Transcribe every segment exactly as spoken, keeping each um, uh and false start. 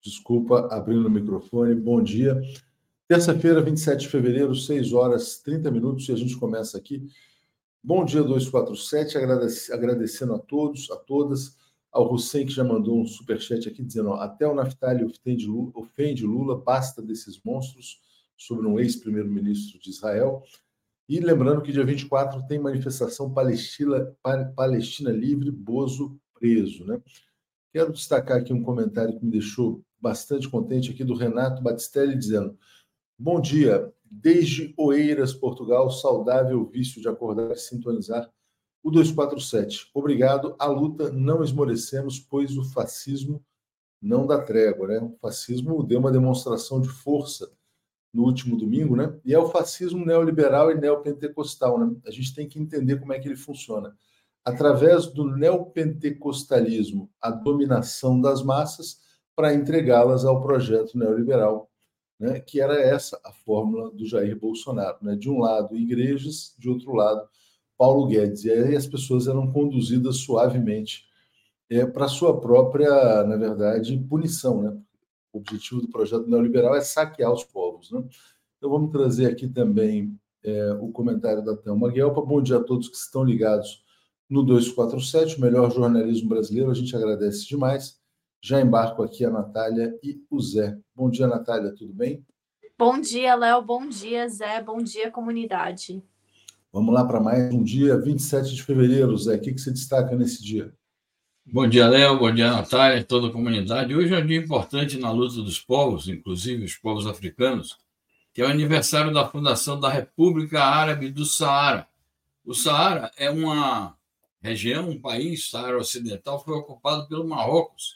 Desculpa, abrindo o microfone. Bom dia. Terça-feira, vinte e sete de fevereiro, seis horas e trinta minutos, e a gente começa aqui. Bom dia, duzentos e quarenta e sete, agradece, agradecendo a todos, a todas, ao Hussein, que já mandou um superchat aqui, dizendo, ó, até o Naftali ofende Lula, ofende Lula, basta desses monstros, sobre um ex-primeiro-ministro de Israel. E lembrando que dia vinte e quatro tem manifestação Palestina, Palestina Livre, Bozo preso, né? Quero destacar aqui um comentário que me deixou bastante contente aqui do Renato Batistelli, dizendo: bom dia, desde Oeiras, Portugal, saudável vício de acordar e sintonizar o duzentos e quarenta e sete. Obrigado, a luta não esmorecemos, pois o fascismo não dá trégua, né? O fascismo deu uma demonstração de força no último domingo, né? E é o fascismo neoliberal e neopentecostal, né? A gente tem que entender como é que ele funciona. Através do neopentecostalismo, a dominação das massas para entregá-las ao projeto neoliberal, né? Que era essa a fórmula do Jair Bolsonaro, né? De um lado, igrejas, de outro lado, Paulo Guedes. E aí as pessoas eram conduzidas suavemente é, para sua própria, na verdade, punição, né? O objetivo do projeto neoliberal é saquear os povos, né? Então vamos trazer aqui também é, o comentário da Thelma Guelpa. Bom dia a todos que estão ligados no duzentos e quarenta e sete, o melhor jornalismo brasileiro. A gente agradece demais. Já embarco aqui a Natália e o Zé. Bom dia, Natália, tudo bem? Bom dia, Léo. Bom dia, Zé. Bom dia, comunidade. Vamos lá para mais um dia, vinte e sete de fevereiro, Zé. O que, que você destaca nesse dia? Bom dia, Léo. Bom dia, Natália, toda a comunidade. Hoje é um dia importante na luta dos povos, inclusive os povos africanos, que é o aniversário da fundação da República Árabe do Saara. O Saara é uma região, um país, Saara Ocidental, foi ocupado pelo Marrocos,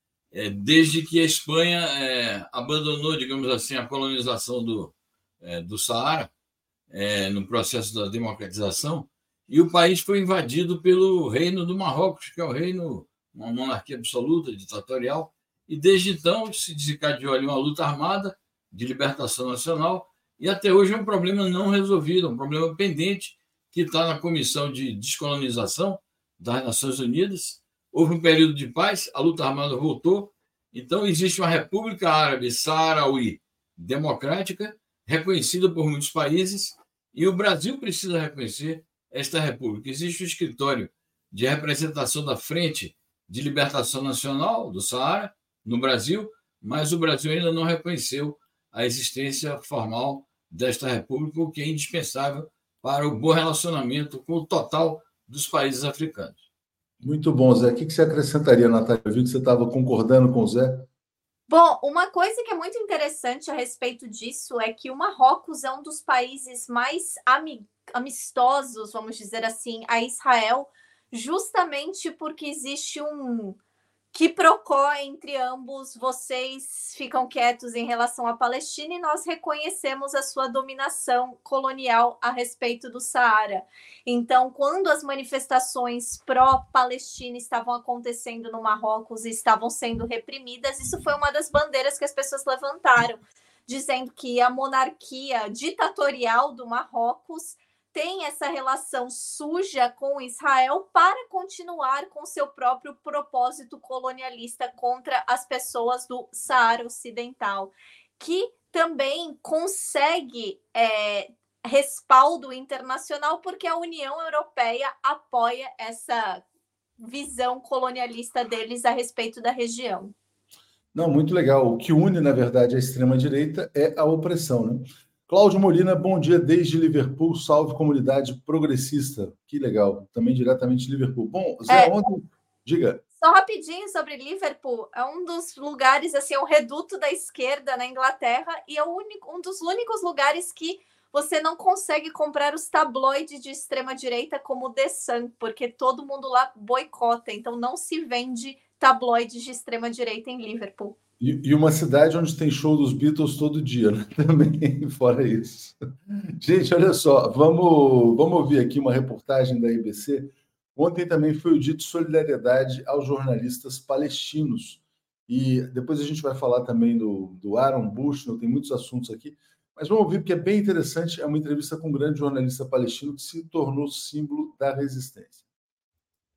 é, desde que a Espanha é, abandonou, digamos assim, a colonização do, é, do Saara, é, no processo da democratização, e o país foi invadido pelo reino do Marrocos, que é o reino, uma monarquia absoluta, ditatorial, e desde então se desencadeou ali uma luta armada de libertação nacional, e até hoje é um problema não resolvido, um problema pendente, que está na Comissão de Descolonização das Nações Unidas. Houve um período de paz, a luta armada voltou, então existe uma República Árabe Saaraui democrática, reconhecida por muitos países, e o Brasil precisa reconhecer esta república. Existe o escritório de representação da Frente de Libertação Nacional do Saara, no Brasil, mas o Brasil ainda não reconheceu a existência formal desta república, o que é indispensável para o bom relacionamento com o total dos países africanos. Muito bom, Zé. O que você acrescentaria, Natália? Eu vi que você estava concordando com o Zé. Bom, uma coisa que é muito interessante a respeito disso é que o Marrocos é um dos países mais amistosos, vamos dizer assim, a Israel, justamente porque existe um quiprocó entre ambos. Vocês ficam quietos em relação à Palestina e nós reconhecemos a sua dominação colonial a respeito do Saara. Então, quando as manifestações pró-Palestina estavam acontecendo no Marrocos e estavam sendo reprimidas, isso foi uma das bandeiras que as pessoas levantaram, dizendo que a monarquia ditatorial do Marrocos tem essa relação suja com Israel para continuar com seu próprio propósito colonialista contra as pessoas do Saara Ocidental, que também consegue é, respaldo internacional porque a União Europeia apoia essa visão colonialista deles a respeito da região. Não, muito legal. O que une, na verdade, a extrema-direita é a opressão, né? Cláudio Molina, bom dia desde Liverpool, salve comunidade progressista. Que legal, também diretamente de Liverpool. Bom, Zé, É, ontem, diga. Só rapidinho sobre Liverpool, é um dos lugares, assim, é o reduto da esquerda na Inglaterra e é o único, um dos únicos lugares que você não consegue comprar os tabloides de extrema-direita como The Sun, porque todo mundo lá boicota, então não se vende tabloides de extrema-direita em Liverpool. E, e uma cidade onde tem show dos Beatles todo dia, né? Também, fora isso. Gente, olha só, vamos, vamos ouvir aqui uma reportagem da I B C. Ontem também foi o dia de solidariedade aos jornalistas palestinos. E depois a gente vai falar também do, do Aaron Bushnell, tem muitos assuntos aqui. Mas vamos ouvir, porque é bem interessante. É uma entrevista com um grande jornalista palestino que se tornou símbolo da resistência.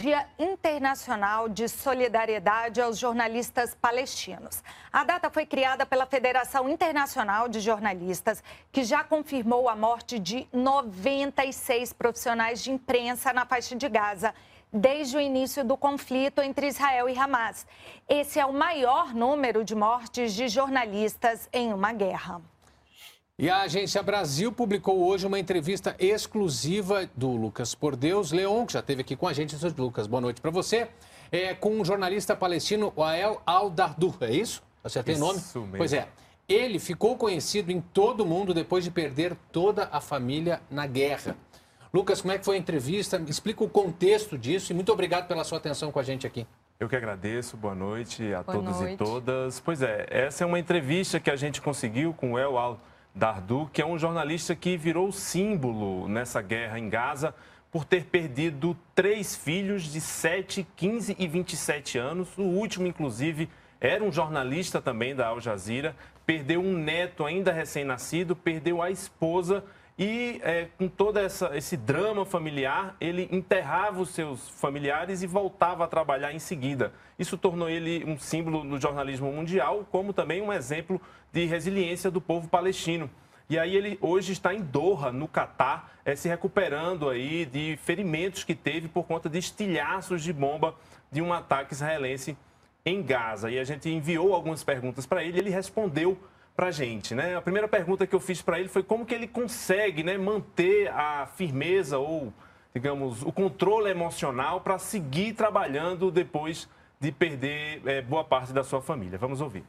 Dia Internacional de Solidariedade aos Jornalistas Palestinos. A data foi criada pela Federação Internacional de Jornalistas, que já confirmou a morte de noventa e seis profissionais de imprensa na faixa de Gaza desde o início do conflito entre Israel e Hamas. Esse é o maior número de mortes de jornalistas em uma guerra. E a Agência Brasil publicou hoje uma entrevista exclusiva do Lucas Por Deus Leon, que já esteve aqui com a gente. Lucas, boa noite para você. É, com o jornalista palestino Wael Al-Dahdur, é isso? Acertei o nome? Isso mesmo. Pois é. Ele ficou conhecido em todo o mundo depois de perder toda a família na guerra. Lucas, como é que foi a entrevista? Explica o contexto disso e muito obrigado pela sua atenção com a gente aqui. Eu que agradeço, boa noite a Boa todos noite. e todas. Pois é, essa é uma entrevista que a gente conseguiu com o Wael Al-Dahdur, que é um jornalista que virou símbolo nessa guerra em Gaza por ter perdido três filhos de sete, quinze e vinte e sete anos. O último, inclusive, era um jornalista também da Al Jazeera, perdeu um neto ainda recém-nascido, perdeu a esposa e é, com todo essa, esse drama familiar, ele enterrava os seus familiares e voltava a trabalhar em seguida. Isso tornou ele um símbolo no jornalismo mundial, como também um exemplo de resiliência do povo palestino. E aí ele hoje está em Doha, no Catar, é, se recuperando aí de ferimentos que teve por conta de estilhaços de bomba de um ataque israelense em Gaza. E a gente enviou algumas perguntas para ele e ele respondeu para a gente, né? A primeira pergunta que eu fiz para ele foi como que ele consegue, né, manter a firmeza ou, digamos, o controle emocional para seguir trabalhando depois de perder é, boa parte da sua família. Vamos ouvir.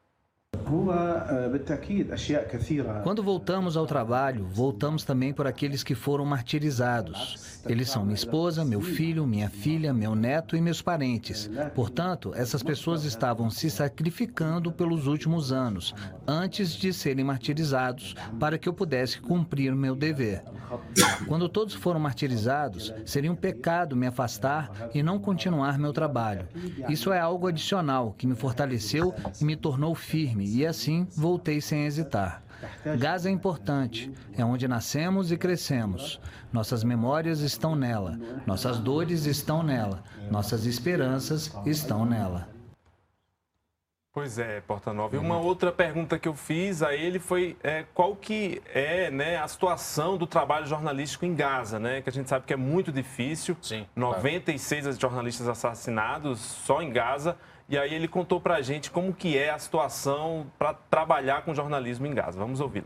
Quando voltamos ao trabalho, voltamos também por aqueles que foram martirizados. Eles são minha esposa, meu filho, minha filha, meu neto e meus parentes. Portanto, essas pessoas estavam se sacrificando pelos últimos anos, antes de serem martirizados, para que eu pudesse cumprir meu dever. Quando todos foram martirizados, seria um pecado me afastar e não continuar meu trabalho. Isso é algo adicional que me fortaleceu e me tornou firme, e assim voltei sem hesitar. Gaza é importante, é onde nascemos e crescemos. Nossas memórias estão nela, nossas dores estão nela, nossas esperanças estão nela. Pois é, Portanova. E uma outra pergunta que eu fiz a ele foi é, qual que é, né, a situação do trabalho jornalístico em Gaza, né? Que a gente sabe que é muito difícil. Sim, noventa e seis jornalistas assassinados só em Gaza. E aí ele contou pra gente como que é a situação para trabalhar com jornalismo em Gaza. Vamos ouvi-lo.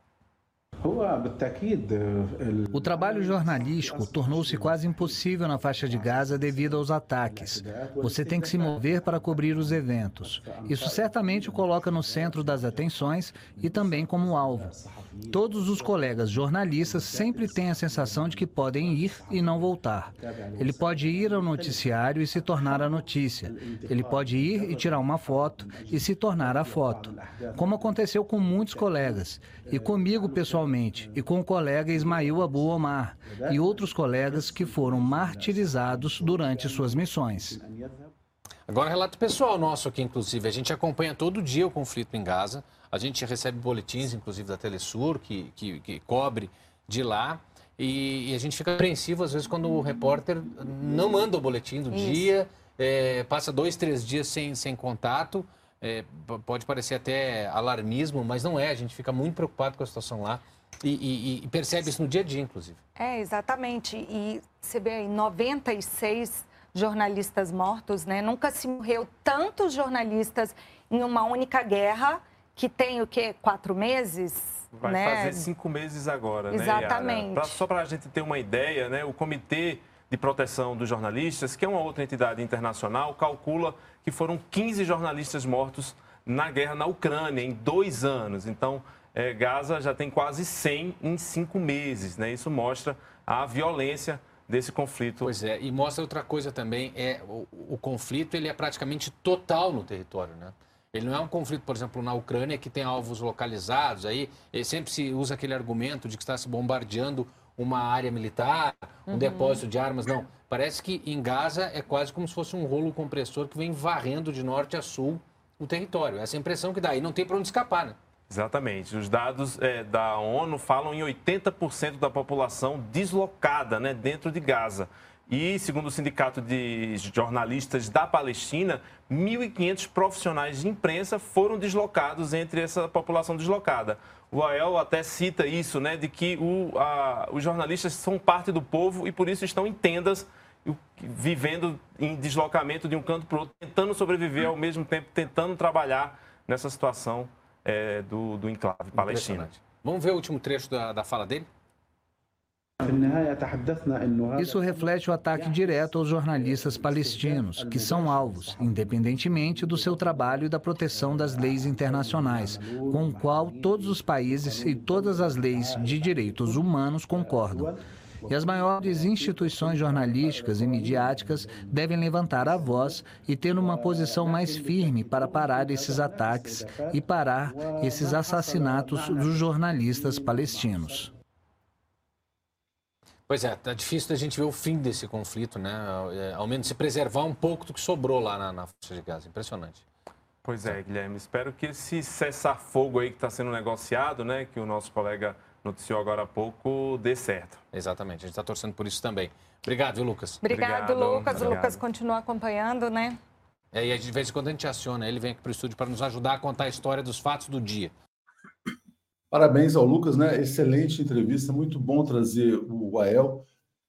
O trabalho jornalístico tornou-se quase impossível na faixa de Gaza devido aos ataques. Você tem que se mover para cobrir os eventos. Isso certamente o coloca no centro das atenções e também como alvo. Todos os colegas jornalistas sempre têm a sensação de que podem ir e não voltar. Ele pode ir ao noticiário e se tornar a notícia. Ele pode ir e tirar uma foto e se tornar a foto. Como aconteceu com muitos colegas. E comigo pessoalmente, e com o colega Ismail Abu Omar, e outros colegas que foram martirizados durante suas missões. Agora, relato pessoal nosso aqui, inclusive. A gente acompanha todo dia o conflito em Gaza. A gente recebe boletins, inclusive, da Telesur, que, que, que cobre de lá. E, e a gente fica apreensivo, às vezes, quando o repórter não manda o boletim do Isso. dia, é, passa dois, três dias sem, sem contato. É, pode parecer até alarmismo, mas não é. A gente fica muito preocupado com a situação lá e, e, e percebe isso no dia a dia, inclusive. É, exatamente. E você vê aí, noventa e seis jornalistas mortos, né? Nunca se morreu tantos jornalistas em uma única guerra, que tem o quê? Quatro meses? Vai né? fazer cinco meses agora, Exatamente. né, Yara? Pra, só para a gente ter uma ideia, né? O Comitê de Proteção dos Jornalistas, que é uma outra entidade internacional, calcula que foram quinze jornalistas mortos na guerra na Ucrânia em dois anos. Então, é, Gaza já tem quase cem em cinco meses, né? Isso mostra a violência desse conflito. Pois é, e mostra outra coisa também, é o, o conflito ele é praticamente total no território, né? Ele não é um conflito, por exemplo, na Ucrânia, que tem alvos localizados, aí sempre se usa aquele argumento de que está se bombardeando uma área militar, um uhum. depósito de armas, não. Parece que em Gaza é quase como se fosse um rolo compressor que vem varrendo de norte a sul o território. Essa é a impressão que dá, e não tem para onde escapar, né? Exatamente. Os dados é, da ONU falam em oitenta por cento da população deslocada, né, dentro de Gaza. E, segundo o Sindicato de Jornalistas da Palestina, mil e quinhentos profissionais de imprensa foram deslocados entre essa população deslocada. O Wael até cita isso, né, de que o, a, os jornalistas são parte do povo e, por isso, estão em tendas, vivendo em deslocamento de um canto para o outro, tentando sobreviver ao mesmo tempo, tentando trabalhar nessa situação é, do, do enclave palestino. Vamos ver o último trecho da, da fala dele? Isso reflete o ataque direto aos jornalistas palestinos, que são alvos, independentemente do seu trabalho e da proteção das leis internacionais, com o qual todos os países e todas as leis de direitos humanos concordam. E as maiores instituições jornalísticas e midiáticas devem levantar a voz e ter uma posição mais firme para parar esses ataques e parar esses assassinatos dos jornalistas palestinos. Pois é, tá difícil da gente ver o fim desse conflito, né? Ao menos se preservar um pouco do que sobrou lá na, na faixa de Gaza. Impressionante. Pois é, Guilherme. Espero que esse cessar-fogo aí que está sendo negociado, né, que o nosso colega noticiou agora há pouco, dê certo. Exatamente. A gente está torcendo por isso também. Obrigado, viu, Lucas? Obrigado, Obrigado Lucas. Obrigado. O Lucas continua acompanhando, né? É, e de vez em quando a gente aciona, ele vem aqui para o estúdio para nos ajudar a contar a história dos fatos do dia. Parabéns ao Lucas, né? Excelente entrevista, muito bom trazer o Wael.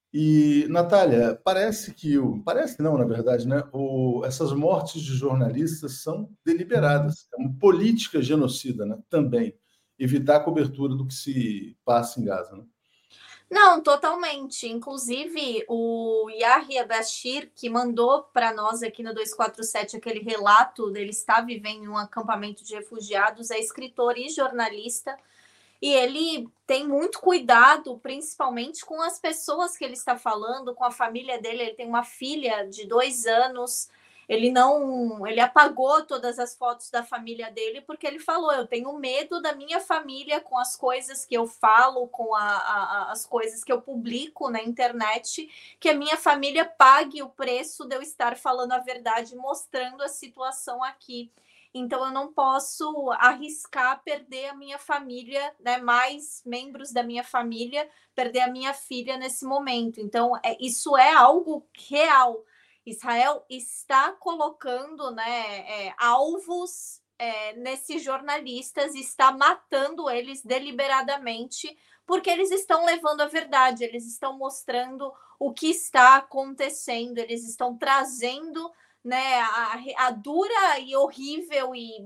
E, Natália, parece que, o, parece não, na verdade, né? O, essas mortes de jornalistas são deliberadas. É uma política genocida, né? Também. Evitar a cobertura do que se passa em Gaza, né? Não, totalmente. Inclusive, o Yahya Bashir, que mandou para nós aqui no duzentos e quarenta e sete aquele relato dele estar vivendo em um acampamento de refugiados, é escritor e jornalista, e ele tem muito cuidado, principalmente com as pessoas que ele está falando, com a família dele. Ele tem uma filha de dois anos. Ele não, ele apagou todas as fotos da família dele porque ele falou: eu tenho medo da minha família com as coisas que eu falo, com a, a, as coisas que eu publico na internet, que a minha família pague o preço de eu estar falando a verdade, mostrando a situação aqui. Então eu não posso arriscar perder a minha família, né, mais membros da minha família, perder a minha filha nesse momento. Então é, isso é algo real. Israel está colocando, né, é, alvos é, nesses jornalistas, está matando eles deliberadamente, porque eles estão levando a verdade, eles estão mostrando o que está acontecendo, eles estão trazendo, né, a, a dura e horrível e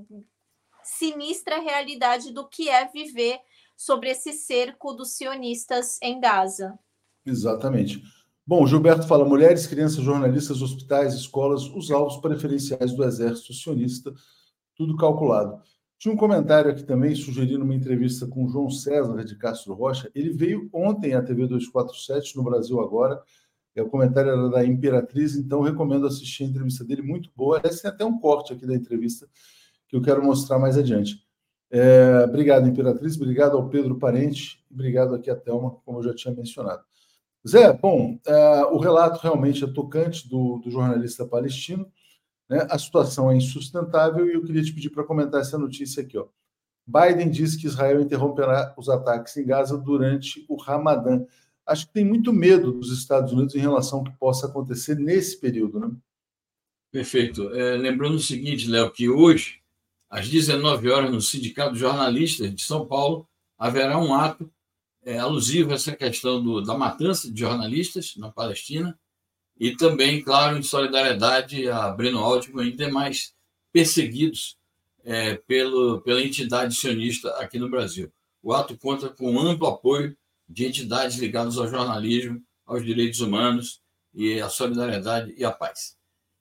sinistra realidade do que é viver sobre esse cerco dos sionistas em Gaza. Exatamente. Bom, o Gilberto fala: mulheres, crianças, jornalistas, hospitais, escolas, os alvos preferenciais do exército sionista, tudo calculado. Tinha um comentário aqui também, sugerindo uma entrevista com o João César de Castro Rocha. Ele veio ontem à T V duzentos e quarenta e sete, no Brasil Agora. O comentário era da Imperatriz, então recomendo assistir a entrevista dele, muito boa. Essa tem até um corte aqui da entrevista que eu quero mostrar mais adiante. É, obrigado, Imperatriz, obrigado ao Pedro Parente, obrigado aqui a Thelma, como eu já tinha mencionado. Zé, bom, uh, o relato realmente é tocante do, do jornalista palestino, né? A situação é insustentável e eu queria te pedir para comentar essa notícia aqui, ó. Biden diz que Israel interromperá os ataques em Gaza durante o Ramadã. Acho que tem muito medo dos Estados Unidos em relação ao que possa acontecer nesse período, né? Perfeito. É, lembrando o seguinte, Léo, que hoje, às dezenove horas, no Sindicato de Jornalistas de São Paulo, haverá um ato é, alusivo a essa questão do, da matança de jornalistas na Palestina e também, claro, em solidariedade a Breno Altman e demais perseguidos é, pelo, pela entidade sionista aqui no Brasil. O ato conta com amplo apoio de entidades ligadas ao jornalismo, aos direitos humanos e à solidariedade e à paz.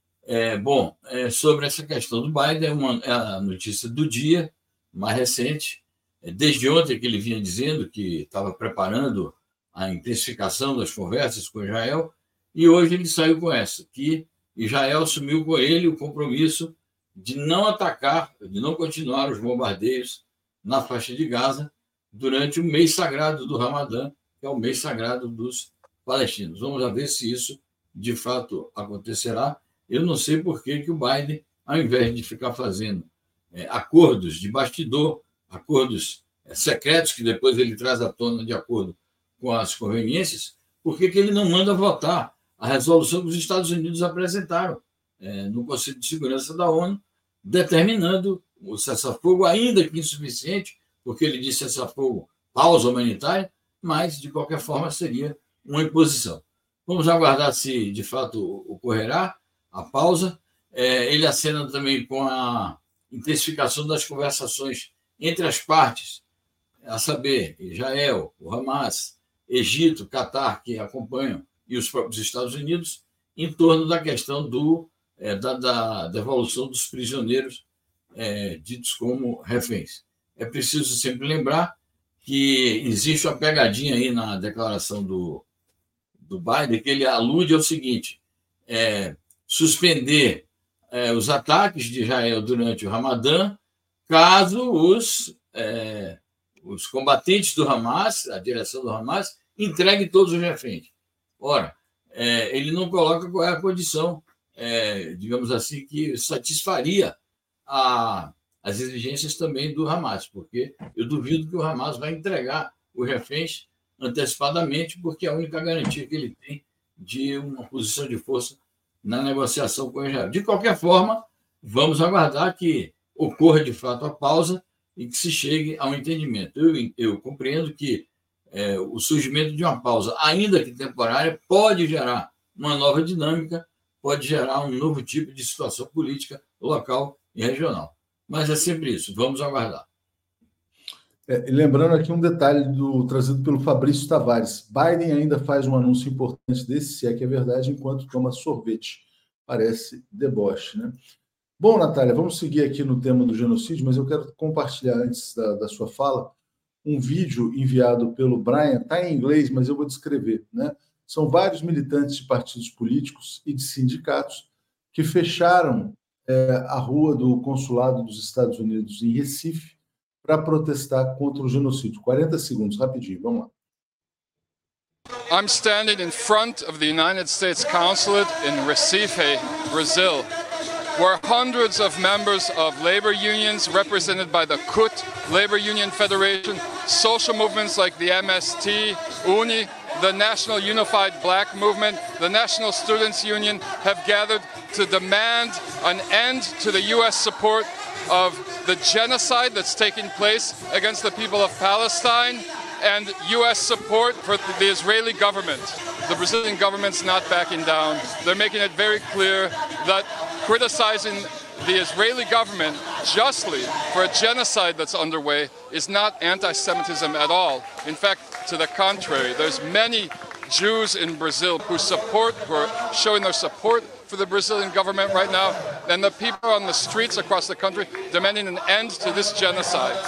É, bom, é, sobre essa questão do Biden, é, uma, é a notícia do dia, mais recente. É, desde ontem que ele vinha dizendo que estava preparando a intensificação das conversas com Israel, e hoje ele saiu com essa, que Israel assumiu com ele o compromisso de não atacar, de não continuar os bombardeios na faixa de Gaza durante o mês sagrado do Ramadã, que é o mês sagrado dos palestinos. Vamos ver se isso de fato acontecerá. Eu não sei por que, que o Biden, ao invés de ficar fazendo é, acordos de bastidor, acordos é, secretos, que depois ele traz à tona de acordo com as conveniências, por que, que ele não manda votar a a resolução que os Estados Unidos apresentaram é, no Conselho de Segurança da ONU, determinando o cessar-fogo, ainda que insuficiente, porque ele disse cessar-fogo, pausa humanitária, mas, de qualquer forma, seria uma imposição. Vamos aguardar se, de fato, ocorrerá a pausa. É, ele acena também com a intensificação das conversações entre as partes, a saber, Israel, o Hamas, Egito, Catar, que acompanham, e os próprios Estados Unidos, em torno da questão do, é, da, da devolução dos prisioneiros é, ditos como reféns. É preciso sempre lembrar que existe uma pegadinha aí na declaração do, do Biden, que ele alude ao seguinte, é, suspender é, os ataques de Israel durante o Ramadã, caso os, é, os combatentes do Hamas, a direção do Hamas, entreguem todos os reféns. Ora, é, ele não coloca qual é a condição, é, digamos assim, que satisfaria a, as exigências também do Hamas, porque eu duvido que o Hamas vai entregar os reféns antecipadamente, porque é a única garantia que ele tem de uma posição de força na negociação com Israel. De qualquer forma, vamos aguardar que ocorra de fato a pausa e que se chegue a um entendimento. Eu, eu compreendo que é, o surgimento de uma pausa, ainda que temporária, pode gerar uma nova dinâmica, pode gerar um novo tipo de situação política local e regional. Mas é sempre isso, vamos aguardar. É, lembrando aqui um detalhe do, trazido pelo Fabrício Tavares. Biden ainda faz um anúncio importante desse, se é que é verdade, enquanto toma sorvete. Parece deboche, né? Bom, Natália, vamos seguir aqui no tema do genocídio, mas eu quero compartilhar, antes da, da sua fala, um vídeo enviado pelo Brian, está em inglês, mas eu vou descrever, né? São vários militantes de partidos políticos e de sindicatos que fecharam é, a rua do consulado dos Estados Unidos em Recife para protestar contra o genocídio. quarenta segundos, rapidinho, vamos lá. I'm standing in front of the United States Consulate in Recife, Brazil, where hundreds of members of labor unions represented by the C U T, Labor Union Federation, social movements like the M S T, U N I, the National Unified Black Movement, the National Students Union have gathered to demand an end to the U S support of the genocide that's taking place against the people of Palestine and U S support for the Israeli government. The Brazilian government's not backing down. They're making it very clear that criticizing the Israeli government justly for a genocide that's underway is not anti-Semitism at all. In fact, to the contrary, there's many Jews in Brazil who support, who are showing their support for the Brazilian government right now, and the people on the streets across the country demanding an end to this genocide.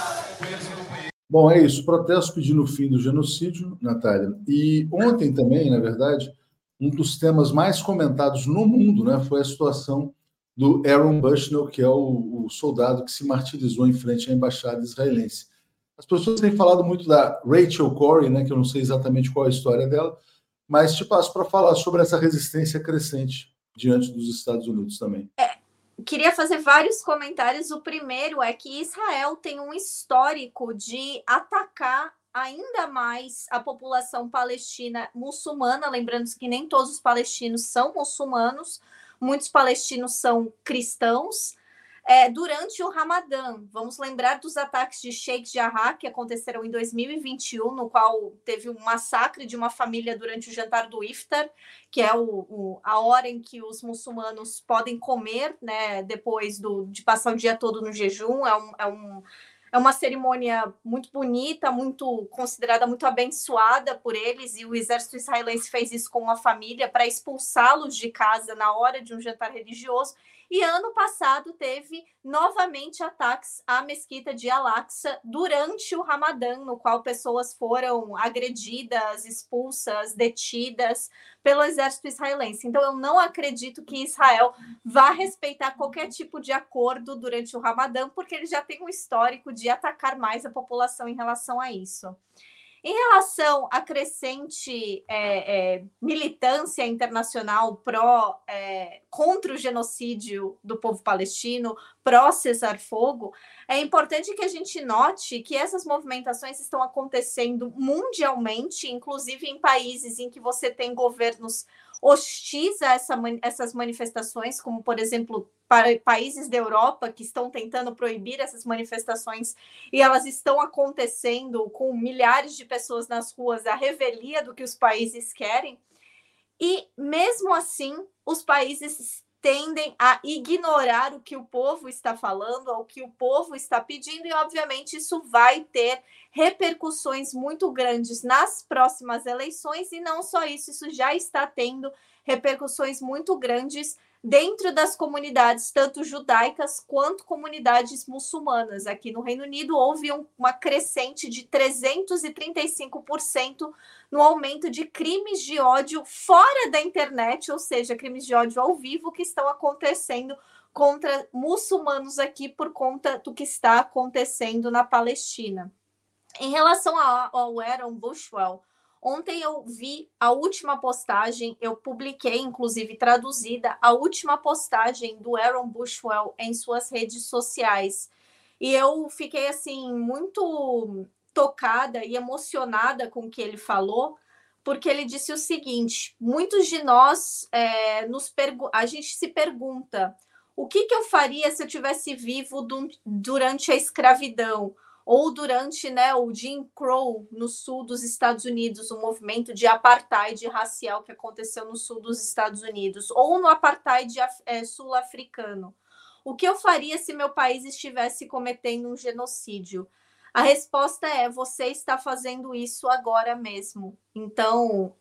Bom, é isso. Protesto pedindo o fim do genocídio, Natália. E ontem também, na verdade, um dos temas mais comentados no mundo, né, foi a situação do Aaron Bushnell, que é o, o soldado que se martirizou em frente à embaixada israelense. As pessoas têm falado muito da Rachel Corrie, né, que eu não sei exatamente qual é a história dela, mas te passo para falar sobre essa resistência crescente diante dos Estados Unidos também. É, queria fazer vários comentários. O primeiro é que Israel tem um histórico de atacar ainda mais a população palestina muçulmana, lembrando que nem todos os palestinos são muçulmanos, muitos palestinos são cristãos, é, durante o Ramadã. Vamos lembrar dos ataques de Sheikh Jarrah, que aconteceram em dois mil e vinte e um, no qual teve um massacre de uma família durante o jantar do Iftar, que é o, o, a hora em que os muçulmanos podem comer, né, depois do, de passar o dia todo no jejum. É um... É um É uma cerimônia muito bonita, muito considerada muito abençoada por eles, e o exército israelense fez isso com uma família para expulsá-los de casa na hora de um jantar religioso. E ano passado teve novamente ataques à mesquita de Al-Aqsa durante o Ramadã, no qual pessoas foram agredidas, expulsas, detidas pelo exército israelense. Então eu não acredito que Israel vá respeitar qualquer tipo de acordo durante o Ramadã, porque ele já tem um histórico de atacar mais a população em relação a isso. Em relação à crescente é, é, militância internacional pró, é, contra o genocídio do povo palestino, pró-cessar-fogo, é importante que a gente note que essas movimentações estão acontecendo mundialmente, inclusive em países em que você tem governos hostis a essa, essas manifestações, como, por exemplo, para países da Europa que estão tentando proibir essas manifestações e elas estão acontecendo com milhares de pessoas nas ruas, a revelia do que os países querem. E, mesmo assim, os países tendem a ignorar o que o povo está falando, o que o povo está pedindo, e, obviamente, isso vai ter repercussões muito grandes nas próximas eleições, e não só isso, isso já está tendo repercussões muito grandes dentro das comunidades, tanto judaicas quanto comunidades muçulmanas. Aqui no Reino Unido houve um, uma crescente de trezentos e trinta e cinco por cento no aumento de crimes de ódio fora da internet, ou seja, crimes de ódio ao vivo que estão acontecendo contra muçulmanos aqui por conta do que está acontecendo na Palestina. Em relação ao Aaron Bushwell, ontem eu vi a última postagem, eu publiquei, inclusive traduzida, a última postagem do Aaron Bushwell em suas redes sociais. E eu fiquei, assim, muito tocada e emocionada com o que ele falou, porque ele disse o seguinte: muitos de nós, é, nos pergu- a gente se pergunta, o que, que eu faria se eu tivesse vivo du- durante a escravidão? Ou durante, né, o Jim Crow no sul dos Estados Unidos, o movimento de apartheid racial que aconteceu no sul dos Estados Unidos, ou no apartheid é, sul-africano. O que eu faria se meu país estivesse cometendo um genocídio? A resposta é: você está fazendo isso agora mesmo. Então,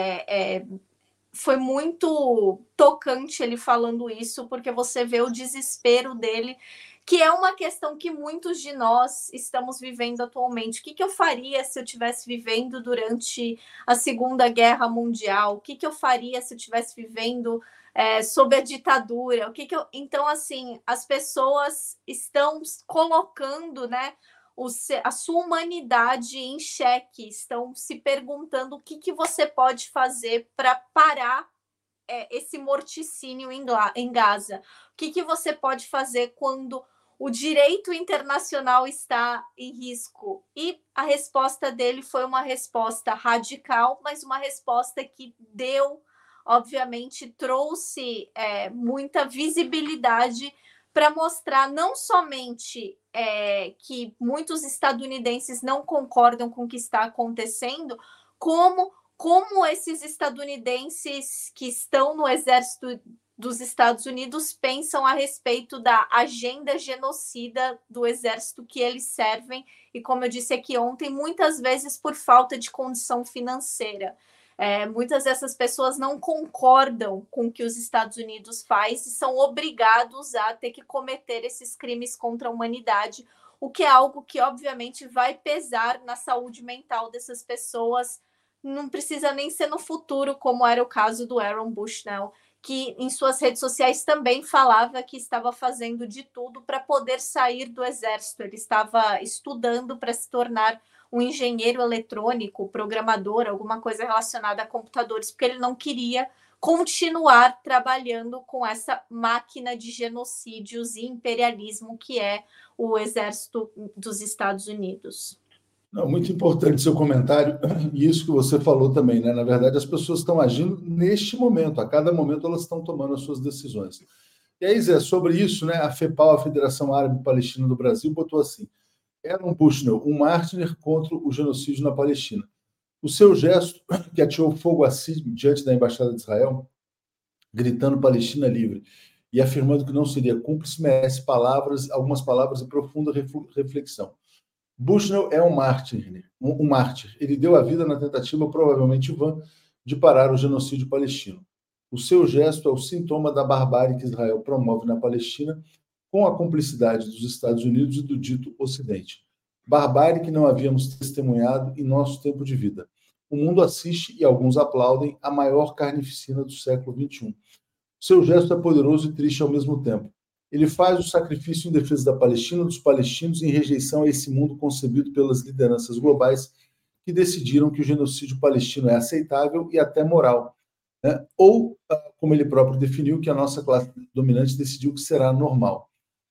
é, é, foi muito tocante ele falando isso, porque você vê o desespero dele, que é uma questão que muitos de nós estamos vivendo atualmente. O que, que eu faria se eu estivesse vivendo durante a Segunda Guerra Mundial? O que, que eu faria se eu estivesse vivendo é, sob a ditadura? O que que eu... Então, assim, as pessoas estão colocando, né, o, a sua humanidade em xeque, estão se perguntando o que, que você pode fazer para parar é, esse morticínio em, em Gaza. O que, que você pode fazer quando o direito internacional está em risco? E a resposta dele foi uma resposta radical, mas uma resposta que deu, obviamente, trouxe é, muita visibilidade para mostrar não somente é, que muitos estadunidenses não concordam com o que está acontecendo, como, como esses estadunidenses que estão no exército dos Estados Unidos pensam a respeito da agenda genocida do exército que eles servem, e como eu disse aqui ontem, muitas vezes por falta de condição financeira. É, muitas dessas pessoas não concordam com o que os Estados Unidos faz e são obrigados a ter que cometer esses crimes contra a humanidade, o que é algo que, obviamente, vai pesar na saúde mental dessas pessoas. Não precisa nem ser no futuro, como era o caso do Aaron Bushnell, que em suas redes sociais também falava que estava fazendo de tudo para poder sair do exército. Ele estava estudando para se tornar um engenheiro eletrônico, programador, alguma coisa relacionada a computadores, porque ele não queria continuar trabalhando com essa máquina de genocídios e imperialismo que é o exército dos Estados Unidos. Não, muito importante seu comentário, e isso que você falou também, né? Na verdade, as pessoas estão agindo neste momento, a cada momento elas estão tomando as suas decisões. E aí, Zé, sobre isso, né, a FEPAL, a Federação Árabe Palestina do Brasil, botou assim: Aaron Bushnell, um mártir contra o genocídio na Palestina. O seu gesto, que atirou fogo a si diante da Embaixada de Israel, gritando Palestina livre e afirmando que não seria cúmplice, merece palavras, algumas palavras de profunda reflexão. Bushnell é um mártir, um, um mártir. Ele deu a vida na tentativa, provavelmente vã, de parar o genocídio palestino. O seu gesto é o sintoma da barbárie que Israel promove na Palestina, com a cumplicidade dos Estados Unidos e do dito Ocidente. Barbárie que não havíamos testemunhado em nosso tempo de vida. O mundo assiste, e alguns aplaudem, a maior carnificina do século vinte e um. Seu gesto é poderoso e triste ao mesmo tempo. Ele faz o sacrifício em defesa da Palestina, dos palestinos, em rejeição a esse mundo concebido pelas lideranças globais que decidiram que o genocídio palestino é aceitável e até moral, né? Ou, como ele próprio definiu, que a nossa classe dominante decidiu que será normal.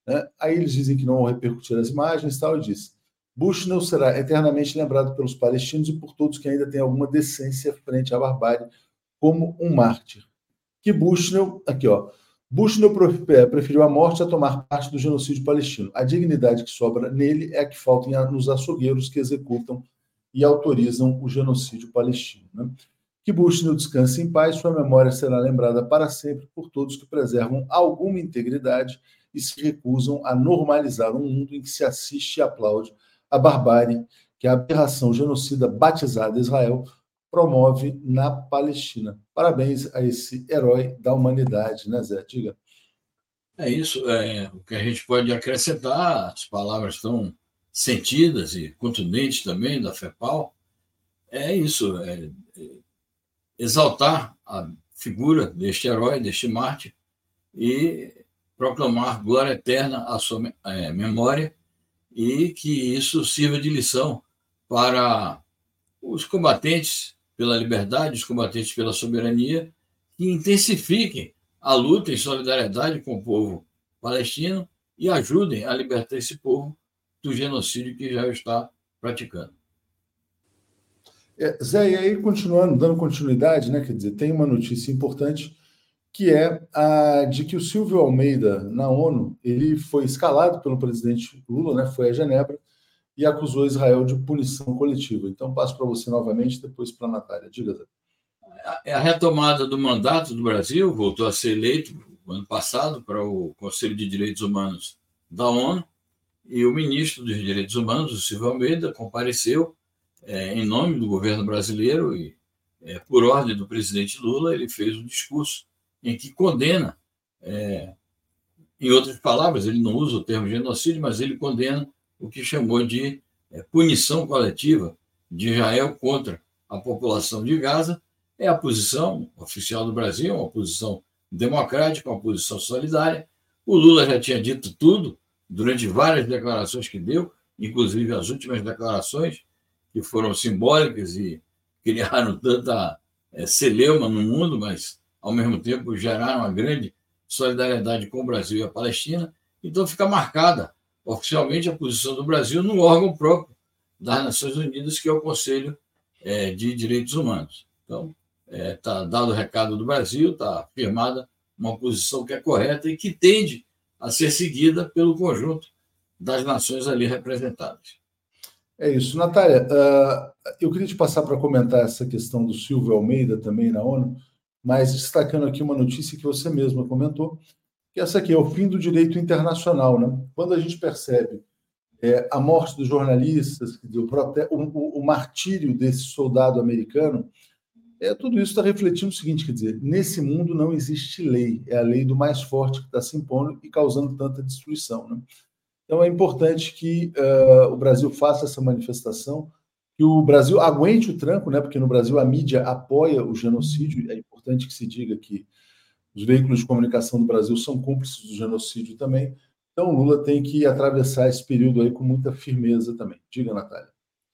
Né? Aí eles dizem que não vão repercutir as imagens, tal, e diz: Bushnell será eternamente lembrado pelos palestinos e por todos que ainda têm alguma decência frente à barbárie, como um mártir. Que Bushnell, aqui ó, Bushnell preferiu a morte a tomar parte do genocídio palestino. A dignidade que sobra nele é a que falta nos açougueiros que executam e autorizam o genocídio palestino. Né? Que Bushnell descanse em paz, sua memória será lembrada para sempre por todos que preservam alguma integridade e se recusam a normalizar um mundo em que se assiste e aplaude a barbárie que a aberração genocida batizada Israel promove na Palestina. Parabéns a esse herói da humanidade, né, Zé? Diga. É isso. É, o que a gente pode acrescentar, as palavras tão sentidas e contundentes também da FEPAL, é isso, é, é exaltar a figura deste herói, deste mártir, e proclamar glória eterna à sua é, memória, e que isso sirva de lição para os combatentes pela liberdade, os combatentes pela soberania, que intensifiquem a luta em solidariedade com o povo palestino e ajudem a libertar esse povo do genocídio que já está praticando. É, Zé, e aí, continuando, dando continuidade, né, quer dizer, tem uma notícia importante, que é a de que o Silvio Almeida, na ONU, ele foi escalado pelo presidente Lula, né, foi a Genebra, e acusou Israel de punição coletiva. Então, passo para você novamente, depois para a Natália. Diga, Zé. É a retomada do mandato do Brasil, voltou a ser eleito no ano passado para o Conselho de Direitos Humanos da ONU, e o ministro dos Direitos Humanos, o Silvio Almeida, compareceu é, em nome do governo brasileiro e, é, por ordem do presidente Lula, ele fez um discurso em que condena, é, em outras palavras, ele não usa o termo genocídio, mas ele condena o que chamou de é, punição coletiva de Israel contra a população de Gaza. É a posição oficial do Brasil, uma posição democrática, uma posição solidária. O Lula já tinha dito tudo durante várias declarações que deu, inclusive as últimas declarações, que foram simbólicas e criaram tanta é, celeuma no mundo, mas, ao mesmo tempo, geraram uma grande solidariedade com o Brasil e a Palestina. Então, fica marcada oficialmente a posição do Brasil no órgão próprio das Nações Unidas, que é o Conselho é, de Direitos Humanos. Então, está é, dado o recado do Brasil, está firmada uma posição que é correta e que tende a ser seguida pelo conjunto das nações ali representadas. É isso. Natália, uh, eu queria te passar para comentar essa questão do Silvio Almeida também na ONU, mas destacando aqui uma notícia que você mesma comentou, que essa aqui é o fim do direito internacional. Né? Quando a gente percebe é, a morte dos jornalistas, o, o, o martírio desse soldado americano, é, tudo isso está refletindo o seguinte, quer dizer, nesse mundo não existe lei, é a lei do mais forte que está se impondo e causando tanta destruição. Né? Então é importante que uh, o Brasil faça essa manifestação, que o Brasil aguente o tranco, né? Porque no Brasil a mídia apoia o genocídio, é importante que se diga que os veículos de comunicação do Brasil são cúmplices do genocídio também. Então, o Lula tem que atravessar esse período aí com muita firmeza também. Diga, Natália.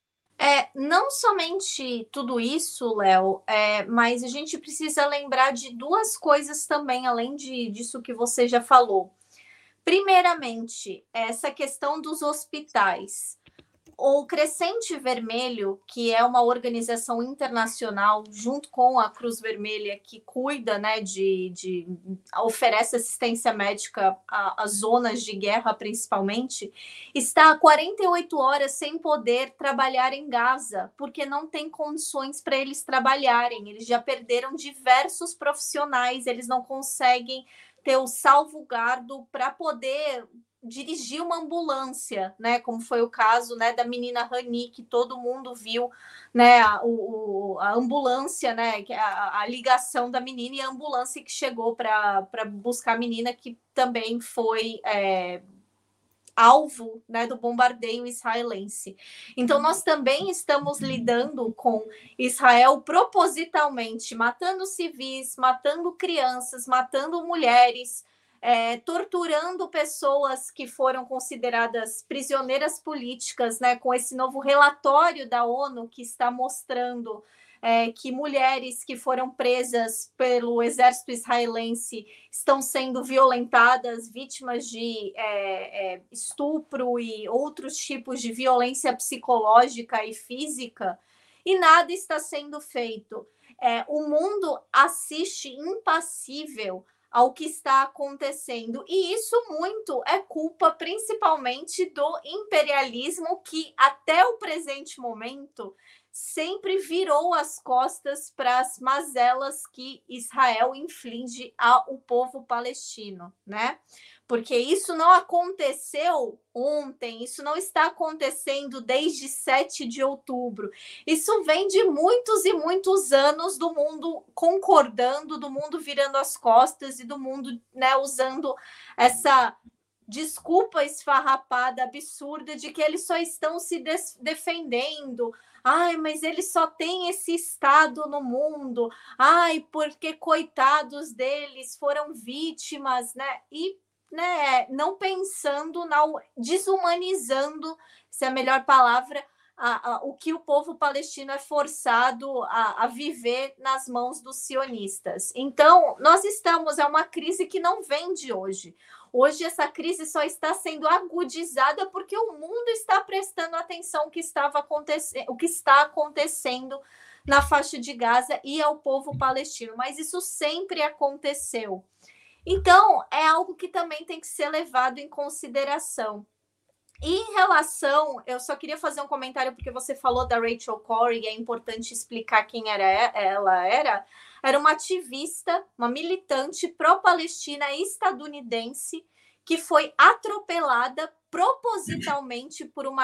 É, não somente tudo isso, Léo, é, mas a gente precisa lembrar de duas coisas também, além de, disso que você já falou. Primeiramente, essa questão dos hospitais. O Crescente Vermelho, que é uma organização internacional, junto com a Cruz Vermelha, que cuida, né, de, de oferece assistência médica às zonas de guerra, principalmente, está há quarenta e oito horas sem poder trabalhar em Gaza, porque não tem condições para eles trabalharem. Eles já perderam diversos profissionais, eles não conseguem ter o salvaguardo para poder dirigir uma ambulância, né? Como foi o caso, né, da menina Rani, que todo mundo viu, né? A, o, a ambulância, né? A, a ligação da menina e a ambulância que chegou para buscar a menina, que também foi é, alvo, né, do bombardeio israelense. Então, nós também estamos lidando com Israel propositalmente matando civis, matando crianças, matando mulheres, É, torturando pessoas que foram consideradas prisioneiras políticas, né, com esse novo relatório da ONU que está mostrando é, que mulheres que foram presas pelo exército israelense estão sendo violentadas, vítimas de é, é, estupro e outros tipos de violência psicológica e física, e nada está sendo feito. É, o mundo assiste impassível ao que está acontecendo. E isso muito é culpa principalmente do imperialismo, que até o presente momento sempre virou as costas para as mazelas que Israel inflige ao povo palestino, né? Porque isso não aconteceu ontem, isso não está acontecendo desde sete de outubro. Isso vem de muitos e muitos anos do mundo concordando, do mundo virando as costas e do mundo, né, usando essa desculpa esfarrapada, absurda, de que eles só estão se defendendo. Ai, mas eles só têm esse Estado no mundo. Ai, porque coitados deles foram vítimas, né? E né, não pensando, na, desumanizando, se é a melhor palavra, a, a, o que o povo palestino é forçado a, a viver nas mãos dos sionistas. Então, nós estamos, é uma crise que não vem de hoje. Hoje essa crise só está sendo agudizada porque o mundo está prestando atenção ao que, estava acontecendo, o que está acontecendo na faixa de Gaza e ao povo palestino. Mas isso sempre aconteceu. Então, é algo que também tem que ser levado em consideração. E em relação, eu só queria fazer um comentário, porque você falou da Rachel Corrie, e é importante explicar quem era ela era. Era uma ativista, uma militante pró-palestina estadunidense, que foi atropelada propositalmente por uma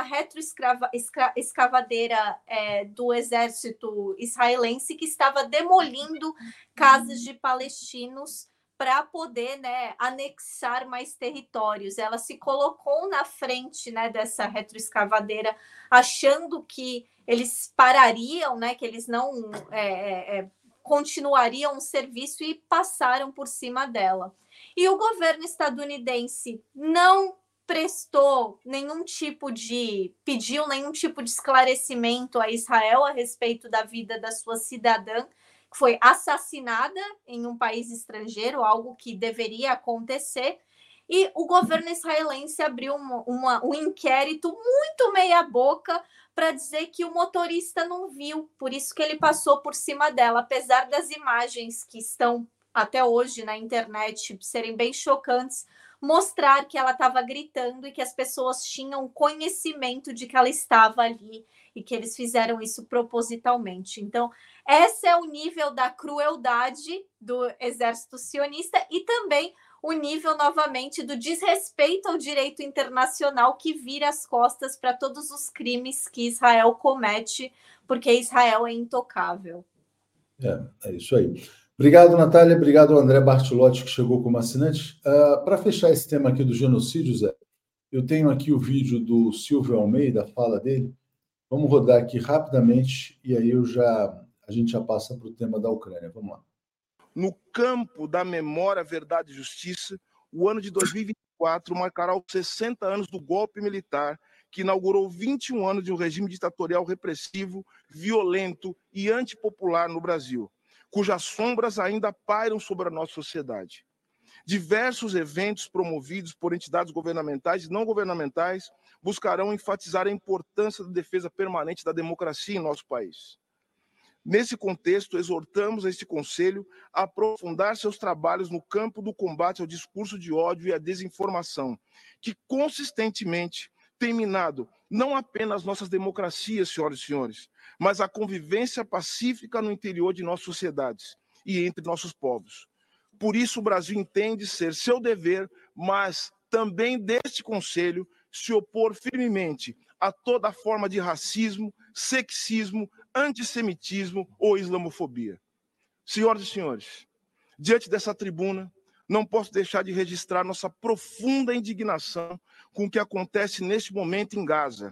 retroescavadeira é, do exército israelense, que estava demolindo casas de palestinos para poder, né, anexar mais territórios. Ela se colocou na frente, né, dessa retroescavadeira, achando que eles parariam, né, que eles não é, é, continuariam o serviço, e passaram por cima dela. E o governo estadunidense não prestou nenhum tipo de, pediu nenhum tipo de esclarecimento a Israel a respeito da vida da sua cidadã, que foi assassinada em um país estrangeiro, algo que deveria acontecer, e o governo israelense abriu uma, uma, um inquérito muito meia-boca para dizer que o motorista não viu, por isso que ele passou por cima dela, apesar das imagens que estão até hoje na internet serem bem chocantes, mostrar que ela estava gritando e que as pessoas tinham conhecimento de que ela estava ali e que eles fizeram isso propositalmente. Então, esse é o nível da crueldade do exército sionista e também o nível, novamente, do desrespeito ao direito internacional, que vira as costas para todos os crimes que Israel comete, porque Israel é intocável. É, é isso aí. Obrigado, Natália. Obrigado, André Bartilotti, que chegou como assinante. Uh, para fechar esse tema aqui do genocídio, Zé, eu tenho aqui o vídeo do Silvio Almeida, a fala dele. Vamos rodar aqui rapidamente e aí eu já, a gente já passa para o tema da Ucrânia. Vamos lá. No campo da memória, verdade e justiça, o ano de dois mil e vinte e quatro marcará os sessenta anos do golpe militar que inaugurou vinte e um anos de um regime ditatorial repressivo, violento e antipopular no Brasil, cujas sombras ainda pairam sobre a nossa sociedade. Diversos eventos promovidos por entidades governamentais e não governamentais buscarão enfatizar a importância da defesa permanente da democracia em nosso país. Nesse contexto, exortamos este Conselho a aprofundar seus trabalhos no campo do combate ao discurso de ódio e à desinformação, que consistentemente tem minado não apenas nossas democracias, senhoras e senhores, mas a convivência pacífica no interior de nossas sociedades e entre nossos povos. Por isso, o Brasil entende ser seu dever, mas também deste Conselho, se opor firmemente a toda forma de racismo, sexismo, antissemitismo ou islamofobia. Senhoras e senhores, diante dessa tribuna, não posso deixar de registrar nossa profunda indignação com o que acontece neste momento em Gaza.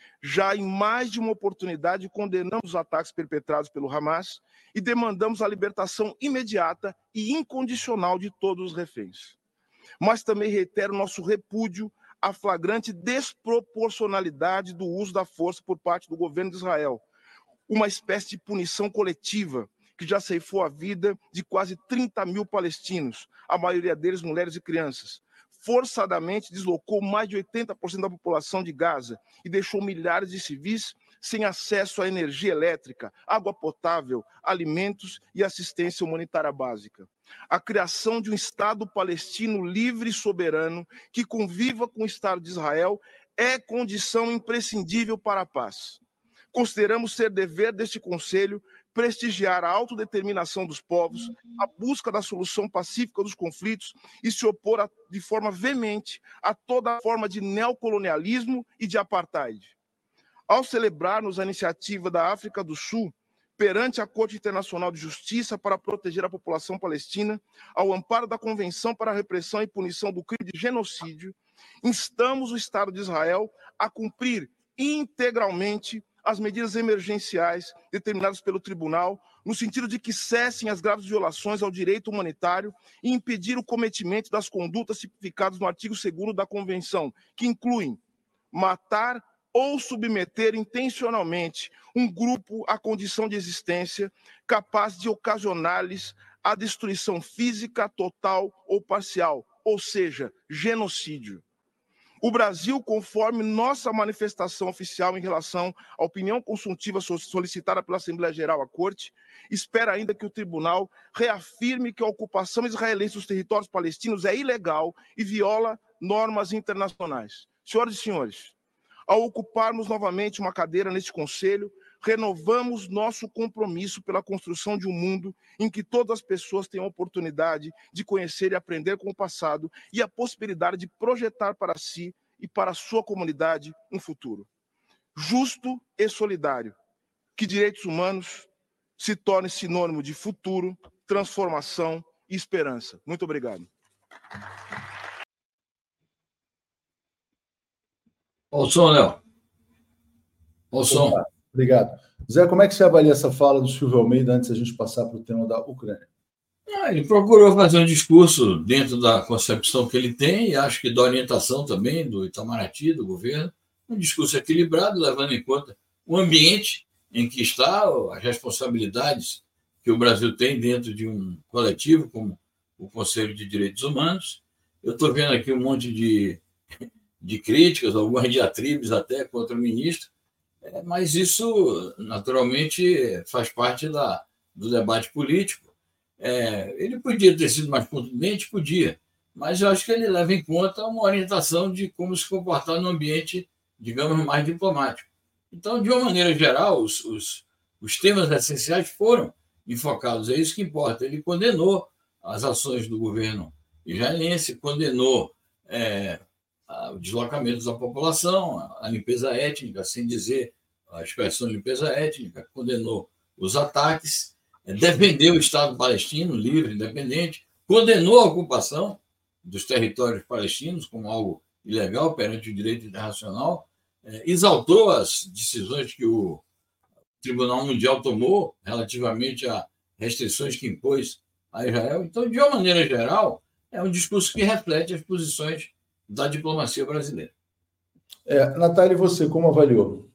Já em mais de uma oportunidade, condenamos os ataques perpetrados pelo Hamas e demandamos a libertação imediata e incondicional de todos os reféns. Mas também reitero nosso repúdio à flagrante desproporcionalidade do uso da força por parte do governo de Israel, uma espécie de punição coletiva que já ceifou a vida de quase trinta mil palestinos, a maioria deles mulheres e crianças. Forçadamente deslocou mais de oitenta por cento da população de Gaza e deixou milhares de civis sem acesso à energia elétrica, água potável, alimentos e assistência humanitária básica. A criação de um Estado palestino livre e soberano que conviva com o Estado de Israel é condição imprescindível para a paz. Consideramos ser dever deste Conselho prestigiar a autodeterminação dos povos, a busca da solução pacífica dos conflitos e se opor a, de forma veemente a toda forma de neocolonialismo e de apartheid. Ao celebrarmos a iniciativa da África do Sul perante a Corte Internacional de Justiça para proteger a população palestina, ao amparo da Convenção para a Repressão e Punição do Crime de Genocídio, instamos o Estado de Israel a cumprir integralmente as medidas emergenciais determinadas pelo tribunal, no sentido de que cessem as graves violações ao direito humanitário e impedir o cometimento das condutas tipificadas no artigo segundo da Convenção, que incluem matar ou submeter intencionalmente um grupo à condição de existência capaz de ocasionar-lhes a destruição física total ou parcial, ou seja, genocídio. O Brasil, conforme nossa manifestação oficial em relação à opinião consultiva solicitada pela Assembleia Geral à Corte, espera ainda que o tribunal reafirme que a ocupação israelense dos territórios palestinos é ilegal e viola normas internacionais. Senhoras e senhores, ao ocuparmos novamente uma cadeira neste Conselho, renovamos nosso compromisso pela construção de um mundo em que todas as pessoas tenham a oportunidade de conhecer e aprender com o passado e a possibilidade de projetar para si e para a sua comunidade um futuro justo e solidário, que direitos humanos se tornem sinônimo de futuro, transformação e esperança. Muito obrigado. Olha o som, Léo. Olha o som. Obrigado. Zé, como é que você avalia essa fala do Silvio Almeida antes da gente passar para o tema da Ucrânia? Ah, ele procurou fazer um discurso dentro da concepção que ele tem, e acho que da orientação também do Itamaraty, do governo, um discurso equilibrado, levando em conta o ambiente em que está, as responsabilidades que o Brasil tem dentro de um coletivo como o Conselho de Direitos Humanos. Eu estou vendo aqui um monte de, de críticas, algumas diatribes até contra o ministro, mas isso, naturalmente, faz parte da, do debate político. É, ele podia ter sido mais contundente? Podia, mas eu acho que ele leva em conta uma orientação de como se comportar no ambiente, digamos, mais diplomático. Então, de uma maneira geral, os, os, os temas essenciais foram enfocados, é isso que importa. Ele condenou as ações do governo israelense, condenou é, o deslocamento da população, a limpeza étnica, sem dizer a expressão limpeza étnica, condenou os ataques, defendeu o Estado palestino livre, independente, condenou a ocupação dos territórios palestinos como algo ilegal perante o direito internacional, exaltou as decisões que o Tribunal Mundial tomou relativamente a restrições que impôs a Israel. Então, de uma maneira geral, é um discurso que reflete as posições da diplomacia brasileira. É, Natália, e você, como avaliou?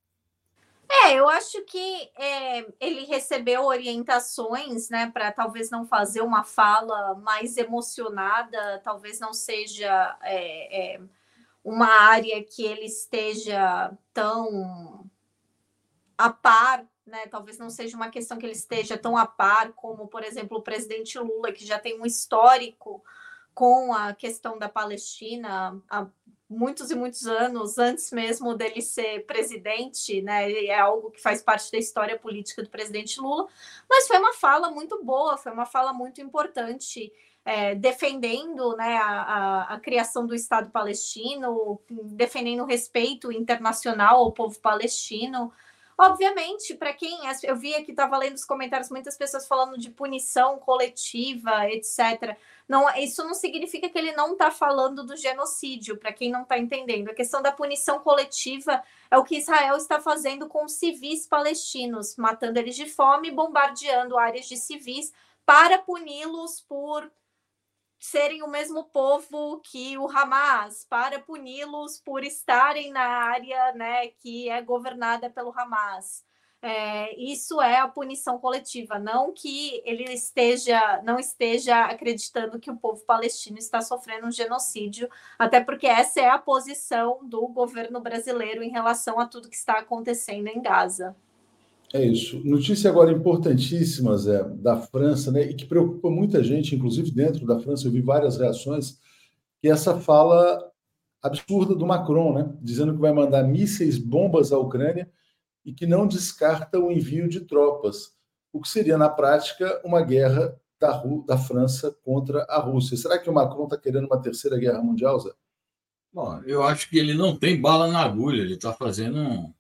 É, eu acho que é, ele recebeu orientações, né, para talvez não fazer uma fala mais emocionada, talvez não seja é, é, uma área que ele esteja tão a par, né? Talvez não seja uma questão que ele esteja tão a par como, por exemplo, o presidente Lula, que já tem um histórico com a questão da Palestina há muitos e muitos anos, antes mesmo dele ser presidente, né? É algo que faz parte da história política do presidente Lula, mas foi uma fala muito boa, foi uma fala muito importante, é, defendendo, né, a, a, a criação do Estado palestino, defendendo o respeito internacional ao povo palestino. Obviamente, para quem... Eu vi aqui, estava lendo os comentários, muitas pessoas falando de punição coletiva, etcétera. Não, isso não significa que ele não está falando do genocídio, para quem não está entendendo. A questão da punição coletiva é o que Israel está fazendo com civis palestinos, matando eles de fome, bombardeando áreas de civis para puni-los por serem o mesmo povo que o Hamas, para puni-los por estarem na área, né, que é governada pelo Hamas. É, isso é a punição coletiva, não que ele esteja, não esteja acreditando que o povo palestino está sofrendo um genocídio, até porque essa é a posição do governo brasileiro em relação a tudo que está acontecendo em Gaza. É isso. Notícia agora importantíssima, Zé, da França, né, e que preocupa muita gente, inclusive dentro da França, eu vi várias reações, que é essa fala absurda do Macron, né, dizendo que vai mandar mísseis, bombas à Ucrânia, e que não descarta o envio de tropas, o que seria, na prática, uma guerra da, Ru- da França contra a Rússia. Será que o Macron está querendo uma terceira guerra mundial, Zé? Bom, eu acho que ele não tem bala na agulha, ele está fazendo um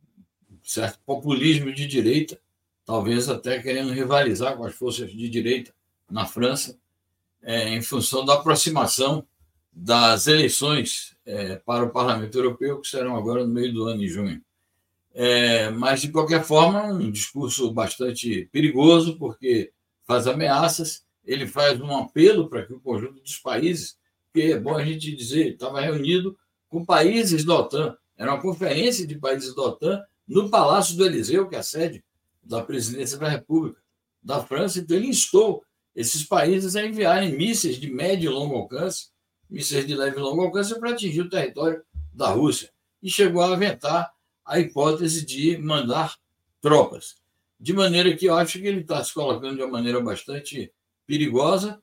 certo populismo de direita, talvez até querendo rivalizar com as forças de direita na França, é, em função da aproximação das eleições é, para o Parlamento Europeu, que serão agora no meio do ano, em junho. É, mas, de qualquer forma, um discurso bastante perigoso, porque faz ameaças, ele faz um apelo para que o conjunto dos países, que é bom a gente dizer, estava reunido com países da OTAN, era uma conferência de países da OTAN no Palácio do Eliseu, que é a sede da Presidência da República da França, então ele instou esses países a enviarem mísseis de médio e longo alcance, mísseis de leve e longo alcance para atingir o território da Rússia, e chegou a aventar a hipótese de mandar tropas. De maneira que eu acho que ele está se colocando de uma maneira bastante perigosa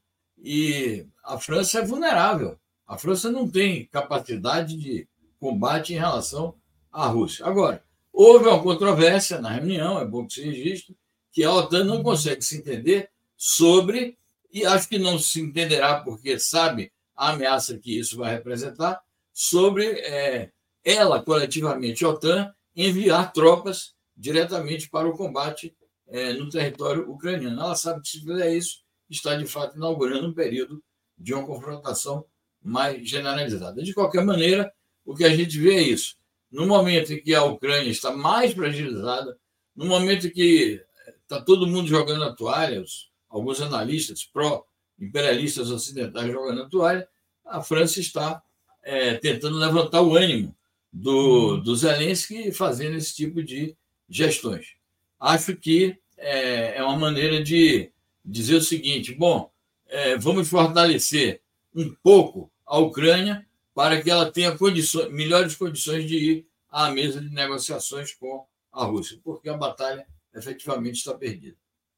e a França é vulnerável. A França não tem capacidade de combate em relação à Rússia. Agora, houve uma controvérsia na reunião, é bom que se registre, que a OTAN não consegue se entender sobre, e acho que não se entenderá porque sabe a ameaça que isso vai representar, sobre... É, ela, coletivamente, a OTAN, enviar tropas diretamente para o combate é, no território ucraniano. Ela sabe que, se fizer isso, está, de fato, inaugurando um período de uma confrontação mais generalizada. De qualquer maneira, o que a gente vê é isso. No momento em que a Ucrânia está mais fragilizada, no momento em que está todo mundo jogando a toalha, os, alguns analistas pró-imperialistas ocidentais jogando a toalha, a França está é, tentando levantar o ânimo do, do Zelensky fazendo esse tipo de gestões. Acho que é, é uma maneira de dizer o seguinte, bom, é, vamos fortalecer um pouco a Ucrânia para que ela tenha condições, melhores condições de ir à mesa de negociações com a Rússia, porque a batalha efetivamente está perdida.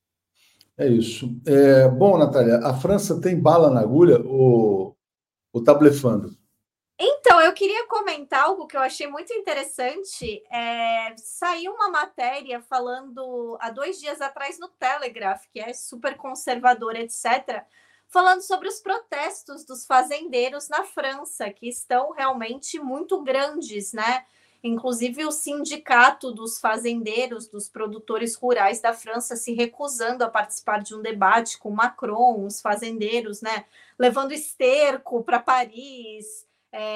É isso. É, bom, Natália, a França tem bala na agulha ou está blefando? Então, eu queria comentar algo que eu achei muito interessante. É, saiu uma matéria falando há dois dias atrás no Telegraph, que é super conservador, etcétera, falando sobre os protestos dos fazendeiros na França, que estão realmente muito grandes, né? Inclusive o sindicato dos fazendeiros, dos produtores rurais da França, se recusando a participar de um debate com Macron, os fazendeiros, né? Levando esterco para Paris.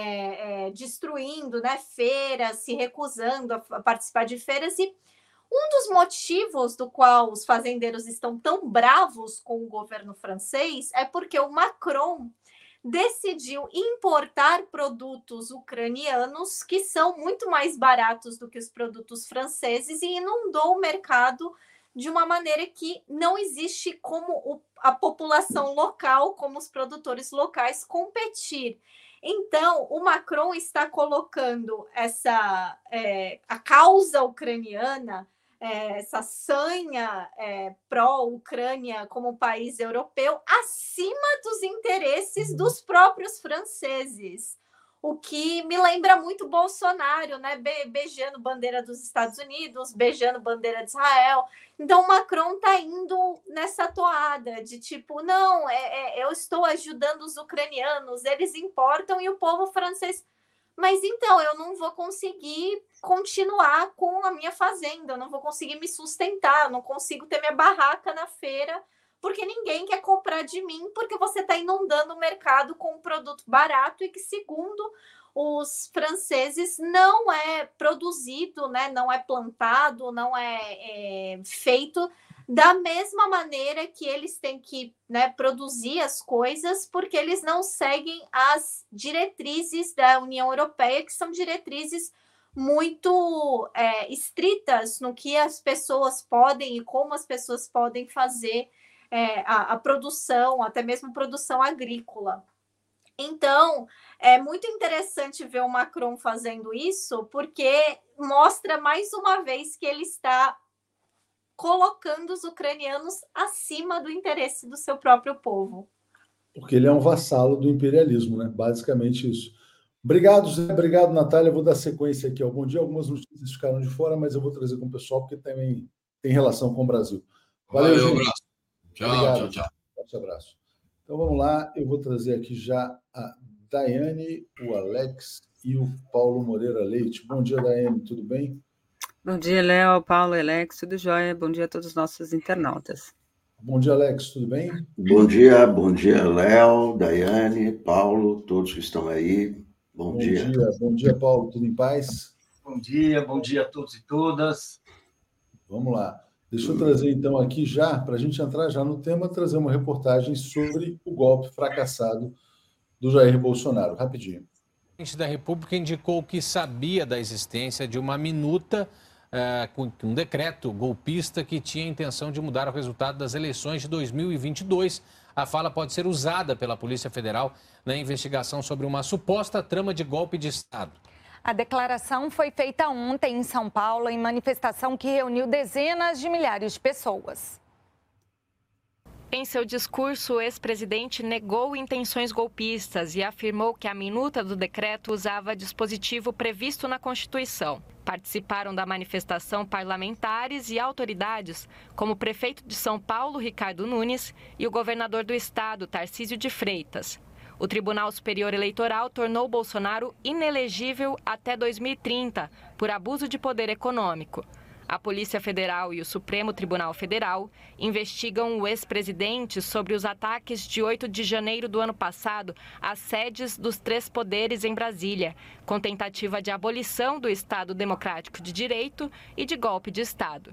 É, é, destruindo, né, feiras, se recusando a, a participar de feiras. E um dos motivos do qual os fazendeiros estão tão bravos com o governo francês é porque o Macron decidiu importar produtos ucranianos que são muito mais baratos do que os produtos franceses e inundou o mercado de uma maneira que não existe como o, a população local, como os produtores locais competir. Então, o Macron está colocando essa é, a causa ucraniana, é, essa sanha é, pró-Ucrânia como país europeu, acima dos interesses dos próprios franceses. O que me lembra muito Bolsonaro, né? Be- beijando bandeira dos Estados Unidos, beijando bandeira de Israel. Então, o Macron está indo nessa toada de tipo, não, é, é, eu estou ajudando os ucranianos, eles importam e o povo francês... Mas então, eu não vou conseguir continuar com a minha fazenda, eu não vou conseguir me sustentar, eu não consigo ter minha barraca na feira, porque ninguém quer comprar de mim, porque você está inundando o mercado com um produto barato e que, segundo os franceses, não é produzido, né? Não é plantado, não é, é feito da mesma maneira que eles têm que, né, produzir as coisas, porque eles não seguem as diretrizes da União Europeia, que são diretrizes muito é, estritas no que as pessoas podem e como as pessoas podem fazer é, a, a produção, até mesmo produção agrícola. Então, é muito interessante ver o Macron fazendo isso, porque mostra mais uma vez que ele está colocando os ucranianos acima do interesse do seu próprio povo. Porque ele é um vassalo do imperialismo, né? Basicamente isso. Obrigado, Zé. Obrigado, Natália. Eu vou dar sequência aqui ao Bom Dia. Algumas notícias ficaram de fora, mas eu vou trazer com o pessoal, porque também tem relação com o Brasil. Valeu, Valeu, gente. abraço. Tchau, Obrigado. tchau, tchau. Forte abraço. Então, vamos lá. Eu vou trazer aqui já a Daiane, o Alex e o Paulo Moreira Leite. Bom dia, Daiane. Tudo bem? Bom dia, Léo, Paulo, Alex. Tudo jóia? Bom dia a todos os nossos internautas. Bom dia, Alex. Tudo bem? Bom dia, bom dia, Léo, Daiane, Paulo, todos que estão aí. Bom, Bom dia. dia. Bom dia, Paulo. Tudo em paz? Bom dia, bom dia a todos e todas. Vamos lá. Deixa eu trazer, então, aqui já, para a gente entrar já no tema, trazer uma reportagem sobre o golpe fracassado do Jair Bolsonaro. Rapidinho. O presidente da República indicou que sabia da existência de uma minuta uh, com um decreto golpista que tinha a intenção de mudar o resultado das eleições de dois mil e vinte e dois. A fala pode ser usada pela Polícia Federal na investigação sobre uma suposta trama de golpe de Estado. A declaração foi feita ontem em São Paulo, em manifestação que reuniu dezenas de milhares de pessoas. Em seu discurso, o ex-presidente negou intenções golpistas e afirmou que a minuta do decreto usava dispositivo previsto na Constituição. Participaram da manifestação parlamentares e autoridades, como o prefeito de São Paulo, Ricardo Nunes, e o governador do estado, Tarcísio de Freitas. O Tribunal Superior Eleitoral tornou Bolsonaro inelegível até dois mil e trinta por abuso de poder econômico. A Polícia Federal e o Supremo Tribunal Federal investigam o ex-presidente sobre os ataques de oito de janeiro do ano passado às sedes dos três poderes em Brasília, com tentativa de abolição do Estado Democrático de Direito e de golpe de Estado.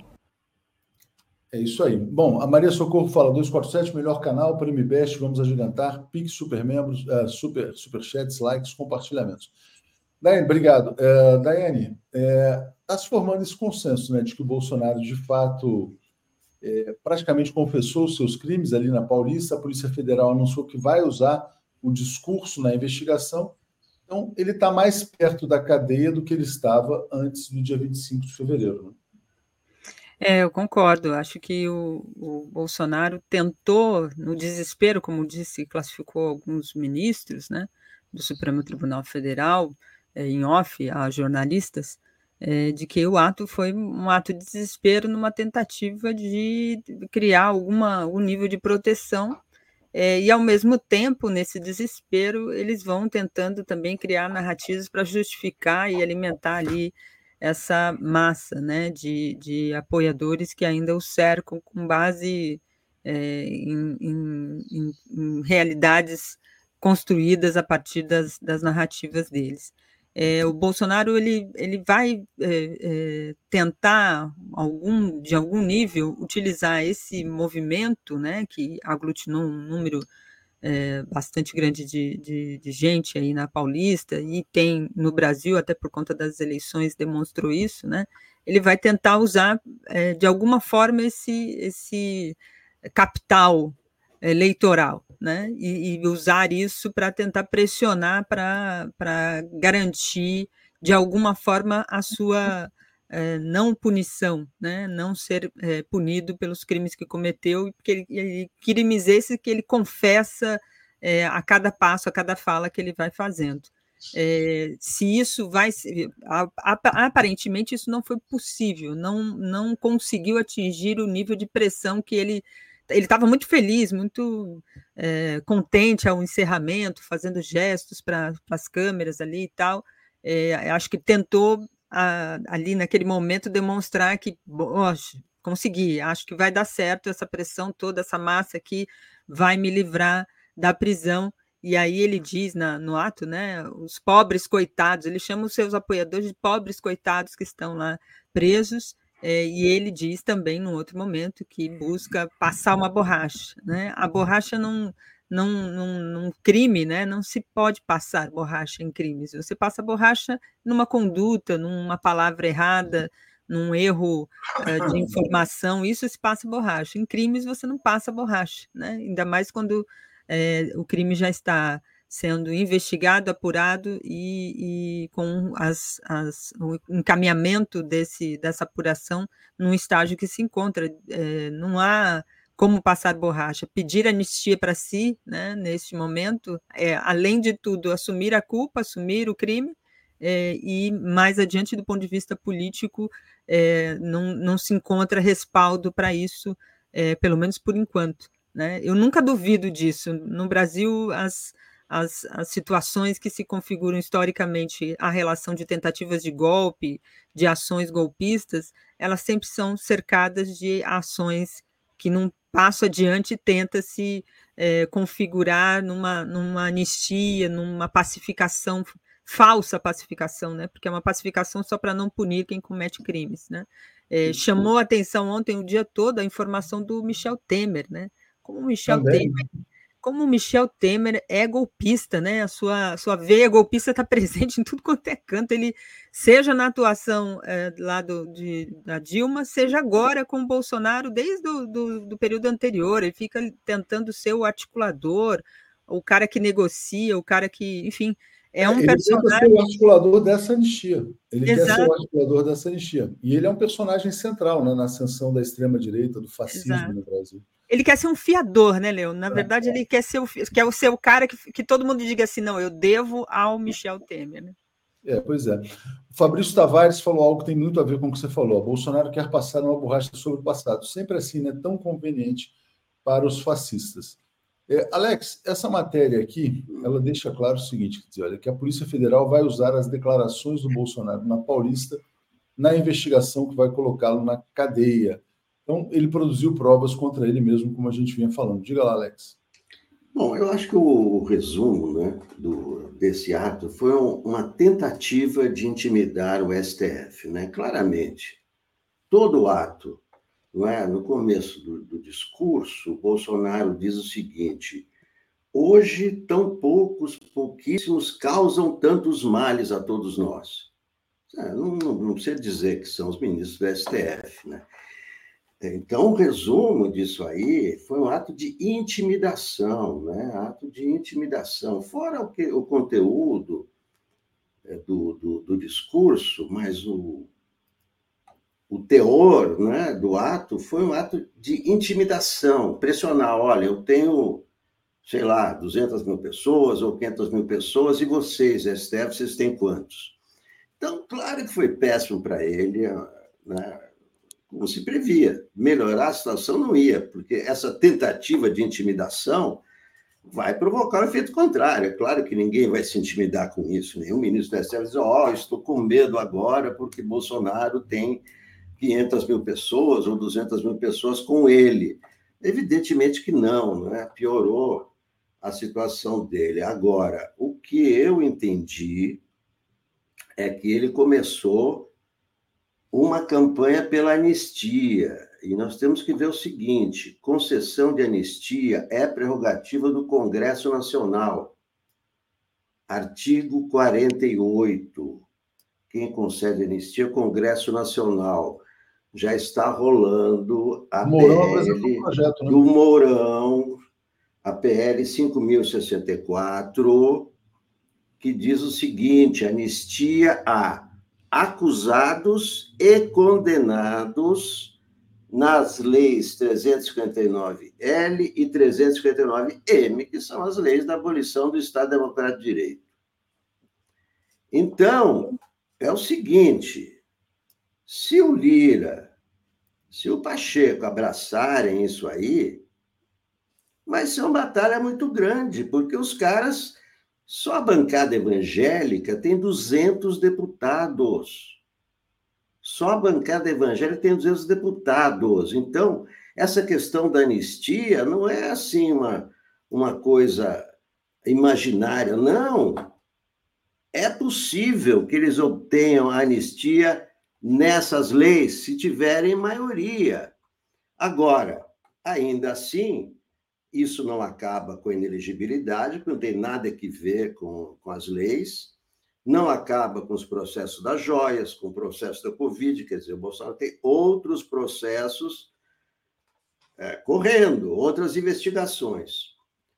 É isso aí. Bom, a Maria Socorro fala, dois quatro sete, melhor canal, Prêmio Best, vamos agigantar, Pix, super membros, uh, super, superchats, likes, compartilhamentos. Daiane, obrigado. Uh, Daiane, está uh, se formando esse consenso, né, de que o Bolsonaro, de fato, uh, praticamente confessou os seus crimes ali na Paulista, a Polícia Federal anunciou que vai usar o discurso na investigação, então ele está mais perto da cadeia do que ele estava antes do dia vinte e cinco de fevereiro, né? É, eu concordo. Acho que o, o Bolsonaro tentou, no desespero, como disse, classificou alguns ministros, né, do Supremo Tribunal Federal, é, em off a jornalistas, é, de que o ato foi um ato de desespero numa tentativa de criar alguma, algum nível de proteção, é, e, ao mesmo tempo, nesse desespero, eles vão tentando também criar narrativas para justificar e alimentar ali essa massa, né, de, de apoiadores que ainda o cercam com base é, em, em, em, em realidades construídas a partir das, das narrativas deles. É, o Bolsonaro ele, ele vai é, é, tentar, algum, de algum nível, utilizar esse movimento, né, que aglutinou um número É, bastante grande de, de, de gente aí na Paulista, e tem no Brasil, até por conta das eleições, demonstrou isso, né? Ele vai tentar usar, é, de alguma forma, esse, esse capital eleitoral, né? E, e usar isso para tentar pressionar, para garantir, de alguma forma, a sua é, não punição, né? Não ser é, punido pelos crimes que cometeu, porque ele, ele crimes esse que ele confessa é, a cada passo, a cada fala que ele vai fazendo. É, se isso vai... Aparentemente, isso não foi possível, não, não conseguiu atingir o nível de pressão que ele... Ele estava muito feliz, muito é, contente ao encerramento, fazendo gestos para as câmeras ali e tal. É, acho que tentou, a, ali naquele momento, demonstrar que, oh, consegui, acho que vai dar certo, essa pressão toda, essa massa aqui vai me livrar da prisão. E aí ele diz na, no ato, né, os pobres coitados, ele chama os seus apoiadores de pobres coitados que estão lá presos. É, e ele diz também, num outro momento, que busca passar uma borracha, né? A borracha não, num, num, num crime, né, não se pode passar borracha em crimes. Você passa borracha numa conduta, numa palavra errada, num erro uh, de informação, isso se passa borracha. Em crimes você não passa borracha, né? Ainda mais quando é, o crime já está sendo investigado, apurado e, e com as, as, o encaminhamento desse, dessa apuração num estágio que se encontra. É, não há como passar borracha. Pedir anistia para si, né, neste momento, é, além de tudo, assumir a culpa, assumir o crime, é, e mais adiante, do ponto de vista político, é, não, não se encontra respaldo para isso, é, pelo menos por enquanto, né? Eu nunca duvido disso. No Brasil, as, as, as situações que se configuram historicamente, a relação de tentativas de golpe, de ações golpistas, elas sempre são cercadas de ações que num passo adiante tenta se é, configurar numa, numa anistia, numa pacificação, falsa pacificação, né? Porque é uma pacificação só para não punir quem comete crimes, né? É, chamou a atenção ontem o dia todo a informação do Michel Temer, né? Como o Michel Também. Temer, como o Michel Temer é golpista, né? A sua, a sua veia golpista está presente em tudo quanto é canto, ele, seja na atuação é, lá do, de, da Dilma, seja agora com o Bolsonaro, desde o do, do período anterior, ele fica tentando ser o articulador, o cara que negocia, o cara que, enfim, é um ele personagem... tenta ser o articulador dessa anistia. Ele Exato. quer ser o articulador dessa anistia. E ele é um personagem central, né, na ascensão da extrema-direita, do fascismo Exato. no Brasil. Ele quer ser um fiador, né, Leon? Na verdade, ele quer ser o, quer ser o cara que, que todo mundo diga assim, não, eu devo ao Michel Temer, né? É, pois é. O Fabrício Tavares falou algo que tem muito a ver com o que você falou. Bolsonaro quer passar uma borracha sobre o passado. Sempre assim, né? Tão conveniente para os fascistas. É, Alex, essa matéria aqui, ela deixa claro o seguinte, quer dizer, olha, que a Polícia Federal vai usar as declarações do Bolsonaro na Paulista na investigação que vai colocá-lo na cadeia. Então, ele produziu provas contra ele mesmo, como a gente vinha falando. Diga lá, Alex. Bom, eu acho que o, o resumo, né, do, desse ato foi um, uma tentativa de intimidar o S T F, né? Claramente. Todo ato, não é? No começo do, do discurso, o Bolsonaro diz o seguinte: hoje tão poucos, pouquíssimos causam tantos males a todos nós. Não, não, não precisa dizer que são os ministros do S T F, né? Então, o resumo disso aí foi um ato de intimidação, né? Ato de intimidação. Fora o, que, o conteúdo do, do, do discurso, mas o, o teor, né, do ato foi um ato de intimidação, pressionar. Olha, eu tenho, sei lá, duzentas mil pessoas ou quinhentas mil pessoas, e vocês, S T F, vocês têm quantos? Então, claro que foi péssimo para ele, né? Como se previa. Melhorar a situação não ia, porque essa tentativa de intimidação vai provocar um efeito contrário. É claro que ninguém vai se intimidar com isso. Nenhum ministro do S T F vai dizer, ó, oh, estou com medo agora porque Bolsonaro tem quinhentas mil pessoas ou duzentas mil pessoas com ele. Evidentemente que não, né? Piorou a situação dele. Agora, o que eu entendi é que ele começou uma campanha pela anistia. E nós temos que ver o seguinte: concessão de anistia é prerrogativa do Congresso Nacional. Artigo quarenta e oito. Quem concede anistia é o Congresso Nacional. Já está rolando a Mourão P L um projeto, né? do Mourão, a P L cinco mil e sessenta e quatro, que diz o seguinte: anistia a acusados e condenados nas leis trezentos e cinquenta e nove L e trezentos e cinquenta e nove M, que são as leis da abolição do Estado Democrático de Direito. Então, é o seguinte: se o Lira, se o Pacheco abraçarem isso aí, vai ser uma batalha muito grande, porque os caras... Só a bancada evangélica tem duzentos deputados. Só a bancada evangélica tem duzentos deputados. Então, essa questão da anistia não é assim uma, uma coisa imaginária, não. É possível que eles obtenham a anistia nessas leis, se tiverem maioria. Agora, ainda assim, Isso não acaba com a inelegibilidade, porque não tem nada que ver com, com as leis, não acaba com os processos das joias, com o processo da Covid, quer dizer, o Bolsonaro tem outros processos é, correndo, outras investigações.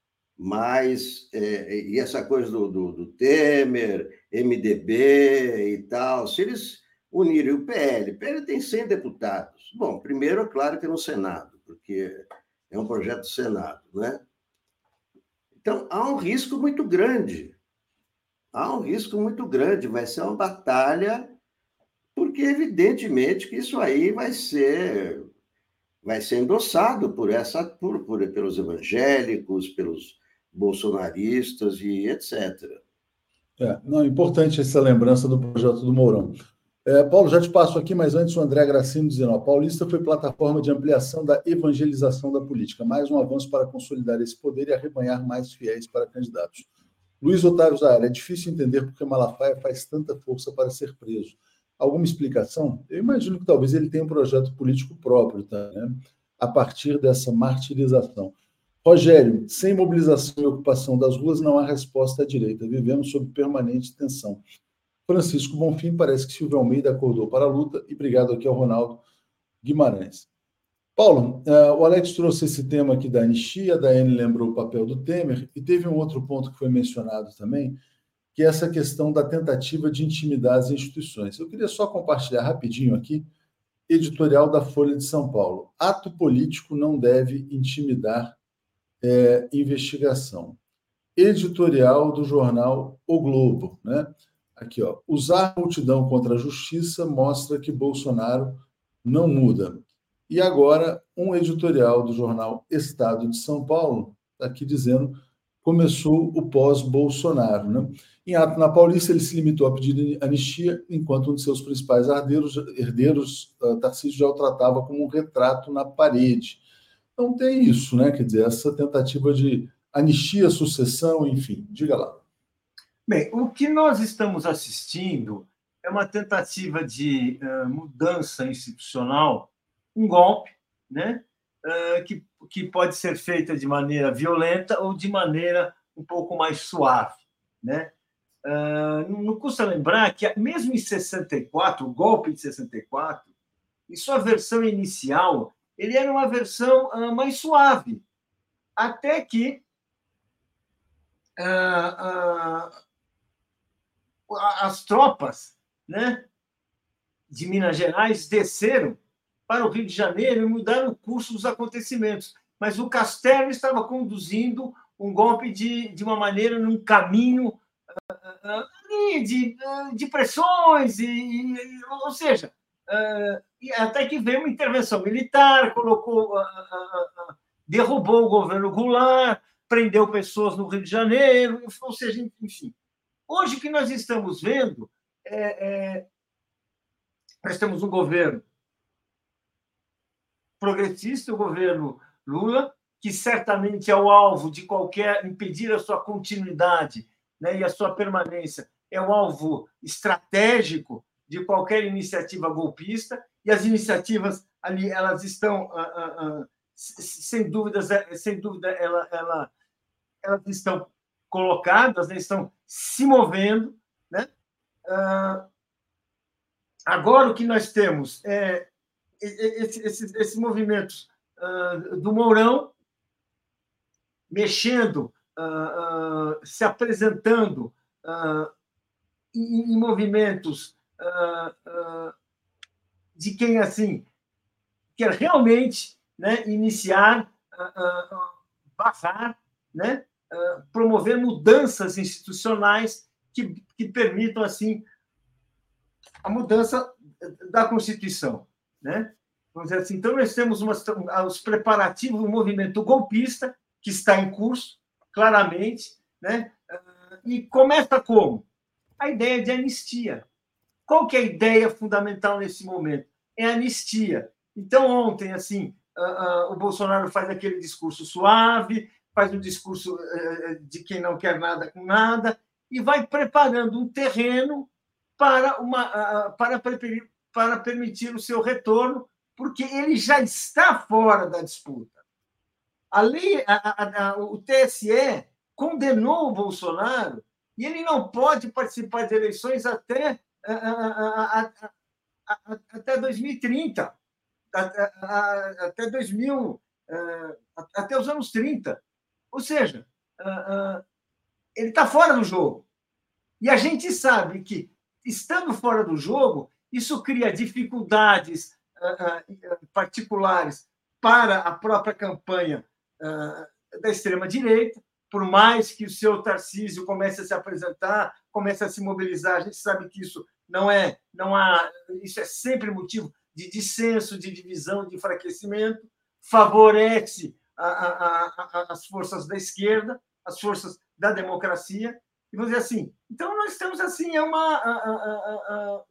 Mas, é, e essa coisa do, do, do Temer, M D B e tal, se eles unirem o P L, o P L tem cem deputados. Bom, primeiro, é claro que no Senado, porque é um projeto do Senado, né? Então, há um risco muito grande. Há um risco muito grande. Vai ser uma batalha, porque, evidentemente, que isso aí vai ser, vai ser endossado por essa, por, por, pelos evangélicos, pelos bolsonaristas e etcétera. É, não, é importante essa lembrança do projeto do Mourão. É, Paulo, já te passo aqui, mas antes o André Gracino dizendo, ó, Paulista foi plataforma de ampliação da evangelização da política, mais um avanço para consolidar esse poder e arrebanhar mais fiéis para candidatos. Luiz Otávio Zahara, é difícil entender porque Malafaia faz tanta força para ser preso. Alguma explicação? Eu imagino que talvez ele tenha um projeto político próprio, tá, né? A partir dessa martirização. Rogério, sem mobilização e ocupação das ruas não há resposta à direita. Vivemos sob permanente tensão. Francisco Bonfim, parece que Silvio Almeida acordou para a luta. E obrigado aqui ao Ronaldo Guimarães. Paulo, uh, o Alex trouxe esse tema aqui da anistia, a Daiane lembrou o papel do Temer, e teve um outro ponto que foi mencionado também, que é essa questão da tentativa de intimidar as instituições. Eu queria só compartilhar rapidinho aqui, editorial da Folha de São Paulo. Ato político não deve intimidar é, investigação. Editorial do jornal O Globo, né? Aqui, ó. Usar a multidão contra a justiça mostra que Bolsonaro não muda. E agora, um editorial do jornal Estado de São Paulo, aqui dizendo, começou o pós-Bolsonaro, né? Em ato na Paulista, ele se limitou a pedir anistia, enquanto um de seus principais herdeiros, herdeiros uh, Tarcísio, já o tratava como um retrato na parede. Então tem isso, né? Quer dizer, essa tentativa de anistia, sucessão, enfim. Diga lá. Bem, o que nós estamos assistindo é uma tentativa de uh, mudança institucional, um golpe, né? Uh, que, que pode ser feita de maneira violenta ou de maneira um pouco mais suave, né? Uh, não custa lembrar que, mesmo em sessenta e quatro, o golpe de sessenta e quatro, em sua versão inicial, ele era uma versão uh, mais suave, até que uh, uh, as tropas, né, de Minas Gerais desceram para o Rio de Janeiro e mudaram o curso dos acontecimentos. Mas o Castelo estava conduzindo um golpe de, de uma maneira, num caminho uh, uh, de, uh, de pressões, e, e, ou seja, uh, e até que veio uma intervenção militar, colocou, uh, uh, uh, derrubou o governo Goulart, prendeu pessoas no Rio de Janeiro, ou seja, enfim. Hoje o que nós estamos vendo é, é nós temos um governo progressista, o governo Lula, que certamente é o alvo de qualquer impedir a sua continuidade, né, e a sua permanência, é o alvo estratégico de qualquer iniciativa golpista, e as iniciativas ali elas estão, uh, uh, uh, sem dúvidas, sem dúvida, ela, ela, elas estão colocadas, né, estão se movendo, né? Uh, agora o que nós temos é Esses, esses, esses movimentos uh, do Mourão mexendo, uh, uh, se apresentando uh, em, em movimentos uh, uh, de quem assim quer realmente, né, iniciar, uh, uh, barrar, né, uh, promover mudanças institucionais que, que permitam assim a mudança da Constituição. Né? Vamos dizer assim, então, nós temos uma, os preparativos do movimento golpista, que está em curso, claramente, né? E começa como? A ideia de anistia. Qual que é a ideia fundamental nesse momento? É a anistia. Então, ontem, assim, o Bolsonaro faz aquele discurso suave, faz um discurso de quem não quer nada com nada, e vai preparando um terreno para, uma, para preparar para permitir o seu retorno, porque ele já está fora da disputa. A lei, a, a, a, o T S E condenou o Bolsonaro e ele não pode participar de eleições até, a, a, a, a, até dois mil e trinta, até dois mil, até os anos trinta. Ou seja, ele está fora do jogo. E a gente sabe que, estando fora do jogo, isso cria dificuldades particulares para a própria campanha da extrema-direita, por mais que o seu Tarcísio comece a se apresentar, comece a se mobilizar, a gente sabe que isso não é, não há, isso é sempre motivo de dissenso, de divisão, de enfraquecimento, favorece a, a, a, as forças da esquerda, as forças da democracia, e vamos dizer assim, então nós estamos assim, é uma... A, a, a,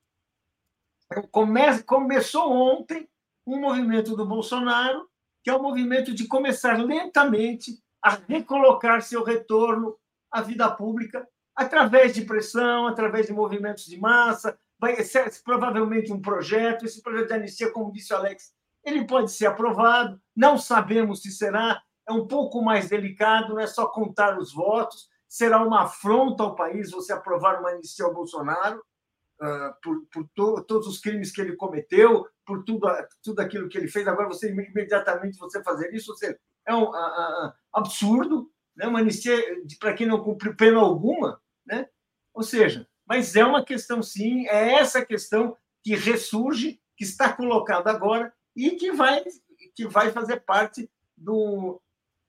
a, come, começou ontem um movimento do Bolsonaro, que é o movimento de começar lentamente a recolocar seu retorno à vida pública através de pressão, através de movimentos de massa, vai ser provavelmente um projeto, esse projeto de anistia, como disse o Alex, ele pode ser aprovado, não sabemos se será, é um pouco mais delicado, não é só contar os votos, será uma afronta ao país você aprovar uma anistia ao Bolsonaro, uh, por, por to, todos os crimes que ele cometeu, por tudo, tudo aquilo que ele fez, agora você imediatamente você fazer isso, você, é um uh, uh, absurdo, né? Uma anistia para quem não cumpriu pena alguma, né? Ou seja, mas é uma questão, sim, é essa questão que ressurge, que está colocada agora e que vai, que vai fazer parte do,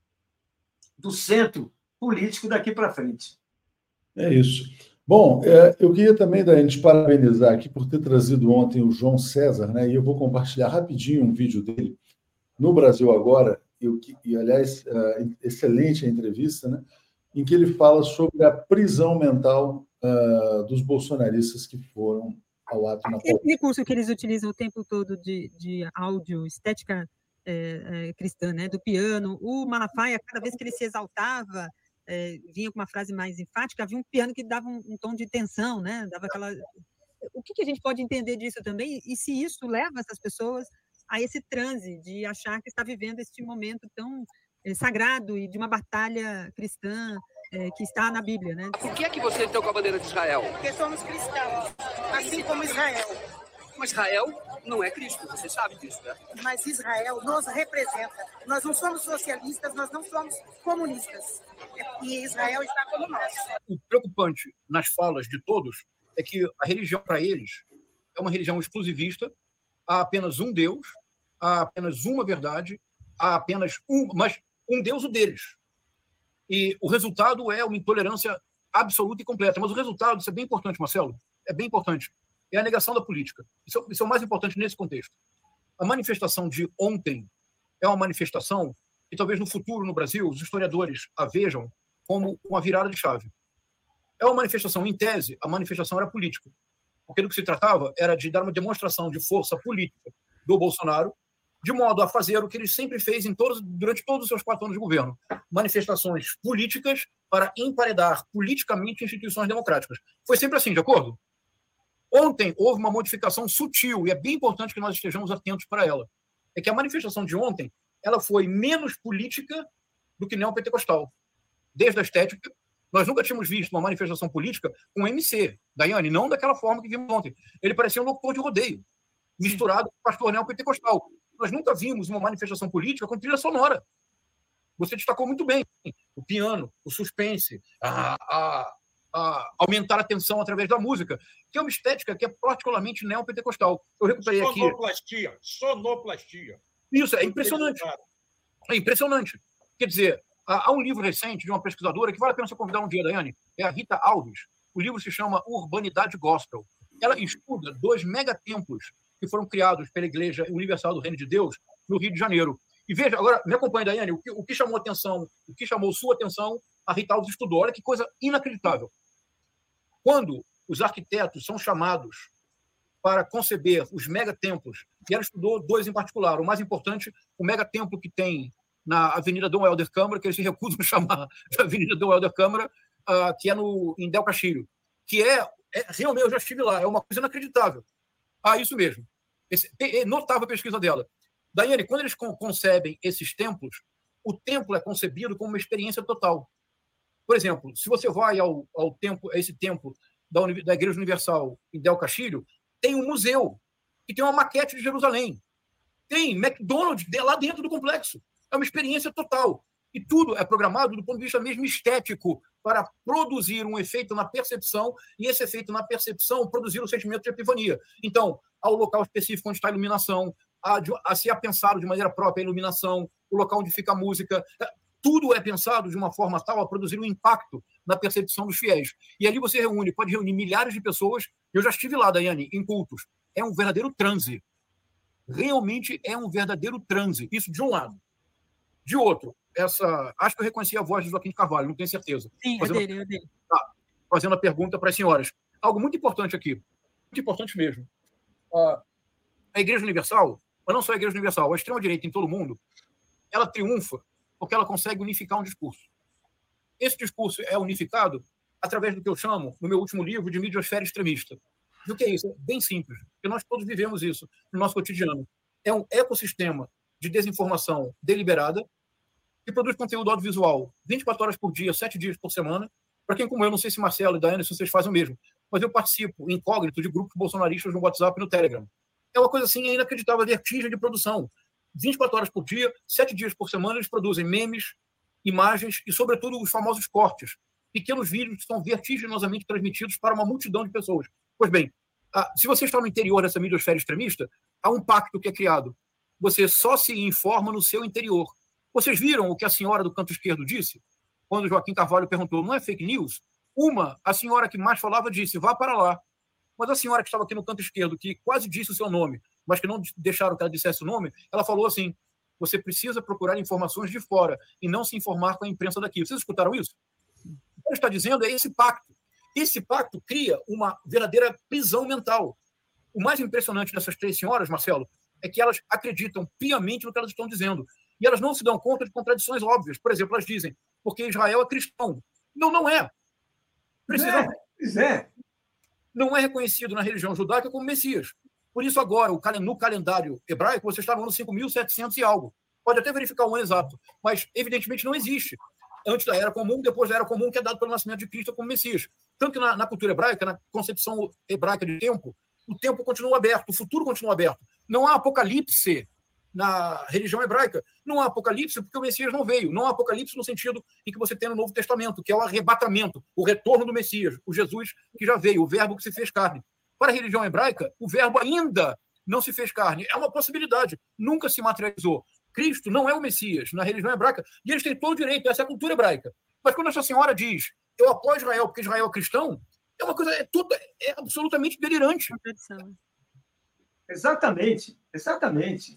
do centro político daqui para frente. É isso. Bom, é, eu queria também, Daiane, te parabenizar aqui por ter trazido ontem o João César, né? E eu vou compartilhar rapidinho um vídeo dele no Brasil Agora, e, e aliás, uh, excelente a entrevista, né? Em que ele fala sobre a prisão mental uh, dos bolsonaristas que foram ao ato na Esse recurso que eles utilizam o tempo todo de, de áudio, estética é, é, cristã, né? Do piano, o Malafaia, cada vez que ele se exaltava, é, vinha com uma frase mais enfática, havia um piano que dava um, um tom de tensão, né? Dava aquela... O que, que a gente pode entender disso também? E se isso leva essas pessoas a esse transe de achar que está vivendo este momento tão é, sagrado e de uma batalha cristã é, que está na Bíblia, né? Por que é que você está com a bandeira de Israel? Porque somos cristãos, assim como Israel. Mas Israel não é Cristo, você sabe disso, né? Mas Israel nos representa. Nós não somos socialistas, nós não somos comunistas. E Israel está como nós. O preocupante nas falas de todos é que a religião, para eles, é uma religião exclusivista, há apenas um Deus, há apenas uma verdade, há apenas um, mas um Deus o deles. E o resultado é uma intolerância absoluta e completa. Mas o resultado, isso é bem importante, Marcelo, é bem importante, é a negação da política. Isso, isso é o mais importante nesse contexto. A manifestação de ontem é uma manifestação que talvez no futuro, no Brasil, os historiadores a vejam como uma virada de chave. É uma manifestação, em tese, a manifestação era política. Porque do que se tratava era de dar uma demonstração de força política do Bolsonaro, de modo a fazer o que ele sempre fez em todos, durante todos os seus quatro anos de governo. Manifestações políticas para emparedar politicamente instituições democráticas. Foi sempre assim, de acordo? Ontem houve uma modificação sutil, e é bem importante que nós estejamos atentos para ela. É que a manifestação de ontem ela foi menos política do que neopentecostal. Desde a estética, nós nunca tínhamos visto uma manifestação política com M C, Daiane, não daquela forma que vimos ontem. Ele parecia um locutor de rodeio, misturado com o pastor neopentecostal. Nós nunca vimos uma manifestação política com trilha sonora. Você destacou muito bem. O piano, o suspense, a, a, a aumentar a tensão através da música, que é uma estética que é particularmente neopentecostal. Eu recuperei aqui... Sonoplastia, sonoplastia. Isso, é impressionante. É impressionante. Quer dizer, há um livro recente de uma pesquisadora que vale a pena você convidar um dia, Daiane, é a Rita Alves. O livro se chama Urbanidade Gospel. Ela estuda dois megatemplos que foram criados pela Igreja Universal do Reino de Deus no Rio de Janeiro. E veja, agora, me acompanhe, Daiane, o que, o que chamou atenção, o que chamou sua atenção, a Rita Alves estudou. Olha que coisa inacreditável. Quando os arquitetos são chamados para conceber os megatemplos, e ela estudou dois em particular. O mais importante, o megatemplo que tem na Avenida Dom Helder Câmara, que eles se recusam a chamar de Avenida Dom Helder Câmara, uh, que é no, em Del Castilho, que é, é, realmente, eu já estive lá, é uma coisa inacreditável. Ah, isso mesmo. Esse, é notável a pesquisa dela. Daiane, quando eles con concebem esses templos, o templo é concebido como uma experiência total. Por exemplo, se você vai ao, ao templo, a esse templo da, da Igreja Universal em Del Castillo, tem um museu que tem uma maquete de Jerusalém. Tem McDonald's lá dentro do complexo. É uma experiência total. E tudo é programado do ponto de vista mesmo estético para produzir um efeito na percepção e esse efeito na percepção produzir o sentimento de epifania. Então, há o local específico onde está a iluminação, a, a ser pensado de maneira própria a iluminação, o local onde fica a música. Tudo é pensado de uma forma tal a produzir um impacto na percepção dos fiéis. E ali você reúne, pode reunir milhares de pessoas. Eu já estive lá, Daiane, em cultos. É um verdadeiro transe. Realmente é um verdadeiro transe. Isso de um lado. De outro, essa, acho que eu reconheci a voz de Joaquim de Carvalho, não tenho certeza. Sim, fazendo, é dele, é dele. Tá, fazendo a pergunta para as senhoras. Algo muito importante aqui, muito importante mesmo. A, a Igreja Universal, mas não só a Igreja Universal, a extrema-direita em todo o mundo, ela triunfa porque ela consegue unificar um discurso. Esse discurso é unificado através do que eu chamo, no meu último livro, de midiosfera extremista. E o que é isso? É bem simples, porque nós todos vivemos isso no nosso cotidiano. É um ecossistema de desinformação deliberada, que produz conteúdo audiovisual vinte e quatro horas por dia, sete dias por semana. Para quem como eu, não sei se Marcelo e Daiane, se vocês fazem o mesmo, mas eu participo incógnito de grupos bolsonaristas no WhatsApp e no Telegram. É uma coisa assim inacreditável, a vertigem de produção. vinte e quatro horas por dia, sete dias por semana, eles produzem memes, imagens e, sobretudo, os famosos cortes. Pequenos vídeos que são vertiginosamente transmitidos para uma multidão de pessoas. Pois bem, se você está no interior dessa midiosfera extremista, há um pacto que é criado. Você só se informa no seu interior. Vocês viram o que a senhora do canto esquerdo disse? Quando Joaquim Carvalho perguntou, não é fake news? Uma, a senhora que mais falava disse, vá para lá. Mas a senhora que estava aqui no canto esquerdo, que quase disse o seu nome, mas que não deixaram que ela dissesse o nome, ela falou assim, você precisa procurar informações de fora e não se informar com a imprensa daqui. Vocês escutaram isso? O que ela está dizendo é esse pacto. Esse pacto cria uma verdadeira prisão mental. O mais impressionante dessas três senhoras, Marcelo, é que elas acreditam piamente no que elas estão dizendo. E elas não se dão conta de contradições óbvias. Por exemplo, elas dizem, porque Israel é cristão. Não, não é. Precisa... Pois é. Não é reconhecido na religião judaica como Messias. Por isso, agora, no calendário hebraico, você está no ano cinco mil e setecentos e algo. Pode até verificar o ano exato, mas, evidentemente, não existe. Antes da Era Comum, depois da Era Comum, que é dado pelo nascimento de Cristo como Messias. Tanto que na, na cultura hebraica, na concepção hebraica de tempo, o tempo continua aberto, o futuro continua aberto. Não há apocalipse na religião hebraica. Não há apocalipse porque o Messias não veio. Não há apocalipse no sentido em que você tem no Novo Testamento, que é o arrebatamento, o retorno do Messias, o Jesus que já veio, o verbo que se fez carne. Para a religião hebraica, o verbo ainda não se fez carne. É uma possibilidade. Nunca se materializou. Cristo não é o Messias na religião hebraica. E eles têm todo o direito. Essa é a cultura hebraica. Mas quando essa senhora diz eu apoio Israel porque Israel é cristão, é uma coisa, é, tudo, é absolutamente delirante. Exatamente. Exatamente.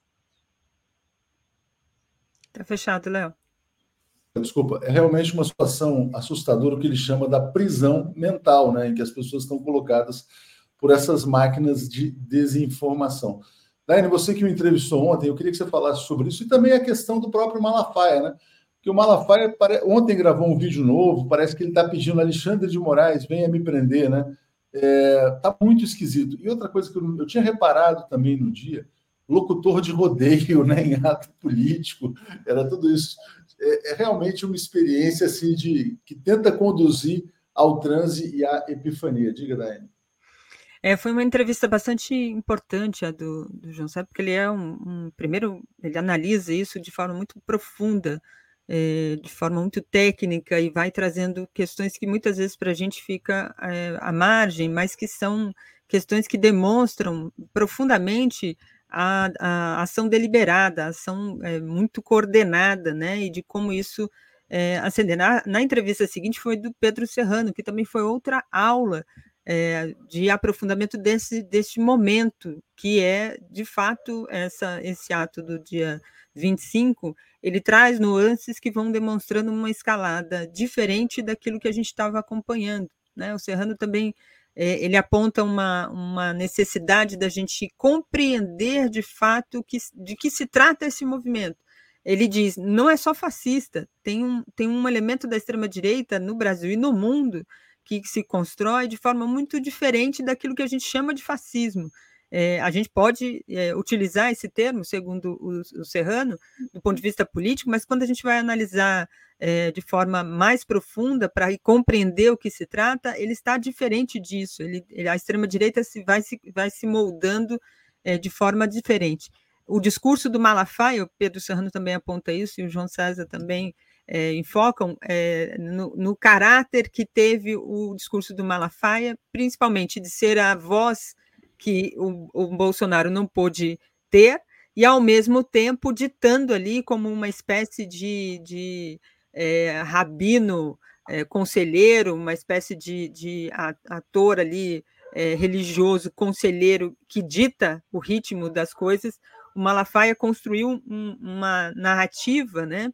Está fechado, Léo. Desculpa, é realmente uma situação assustadora, o que ele chama da prisão mental, né, em que as pessoas estão colocadas por essas máquinas de desinformação. Daiane, você que me entrevistou ontem, eu queria que você falasse sobre isso e também a questão do próprio Malafaia, né? Porque o Malafaia ontem gravou um vídeo novo, parece que ele está pedindo Alexandre de Moraes, venha me prender, né? É, tá muito esquisito. E outra coisa que eu, eu tinha reparado também no dia, locutor de rodeio, né, em ato político, era tudo isso. É, é realmente uma experiência assim, de, que tenta conduzir ao transe e à epifania. Diga, Daiane. É, foi uma entrevista bastante importante a do, do João Sérgio, porque ele é um, um... Primeiro, ele analisa isso de forma muito profunda, é, de forma muito técnica, e vai trazendo questões que muitas vezes para a gente fica é, à margem, mas que são questões que demonstram profundamente a, a ação deliberada, a ação é, muito coordenada, né, e de como isso é, acender. Na, na entrevista seguinte foi do Pedro Serrano, que também foi outra aula É, de aprofundamento desse, desse momento, que é, de fato, essa, esse ato do dia vinte e cinco, ele traz nuances que vão demonstrando uma escalada diferente daquilo que a gente estava acompanhando, né? O Serrano também, é, ele aponta uma, uma necessidade da gente compreender, de fato, que, de que se trata esse movimento. Ele diz, não é só fascista, tem um, tem um elemento da extrema-direita no Brasil e no mundo que se constrói de forma muito diferente daquilo que a gente chama de fascismo. é, a gente pode é, utilizar esse termo, segundo o, o Serrano, do ponto de vista político, mas quando a gente vai analisar é, de forma mais profunda para compreender o que se trata, ele está diferente disso. Ele, ele, a extrema-direita se, vai, se, vai se moldando é, de forma diferente. O discurso do Malafaia, o Pedro Serrano também aponta isso, e o João César também é, enfocam é, no, no caráter que teve o discurso do Malafaia, principalmente de ser a voz que o, o Bolsonaro não pôde ter, e, ao mesmo tempo, ditando ali como uma espécie de, de é, rabino, é, conselheiro, uma espécie de, de ator ali, é, religioso, conselheiro, que dita o ritmo das coisas. O Malafaia construiu um, uma narrativa, né,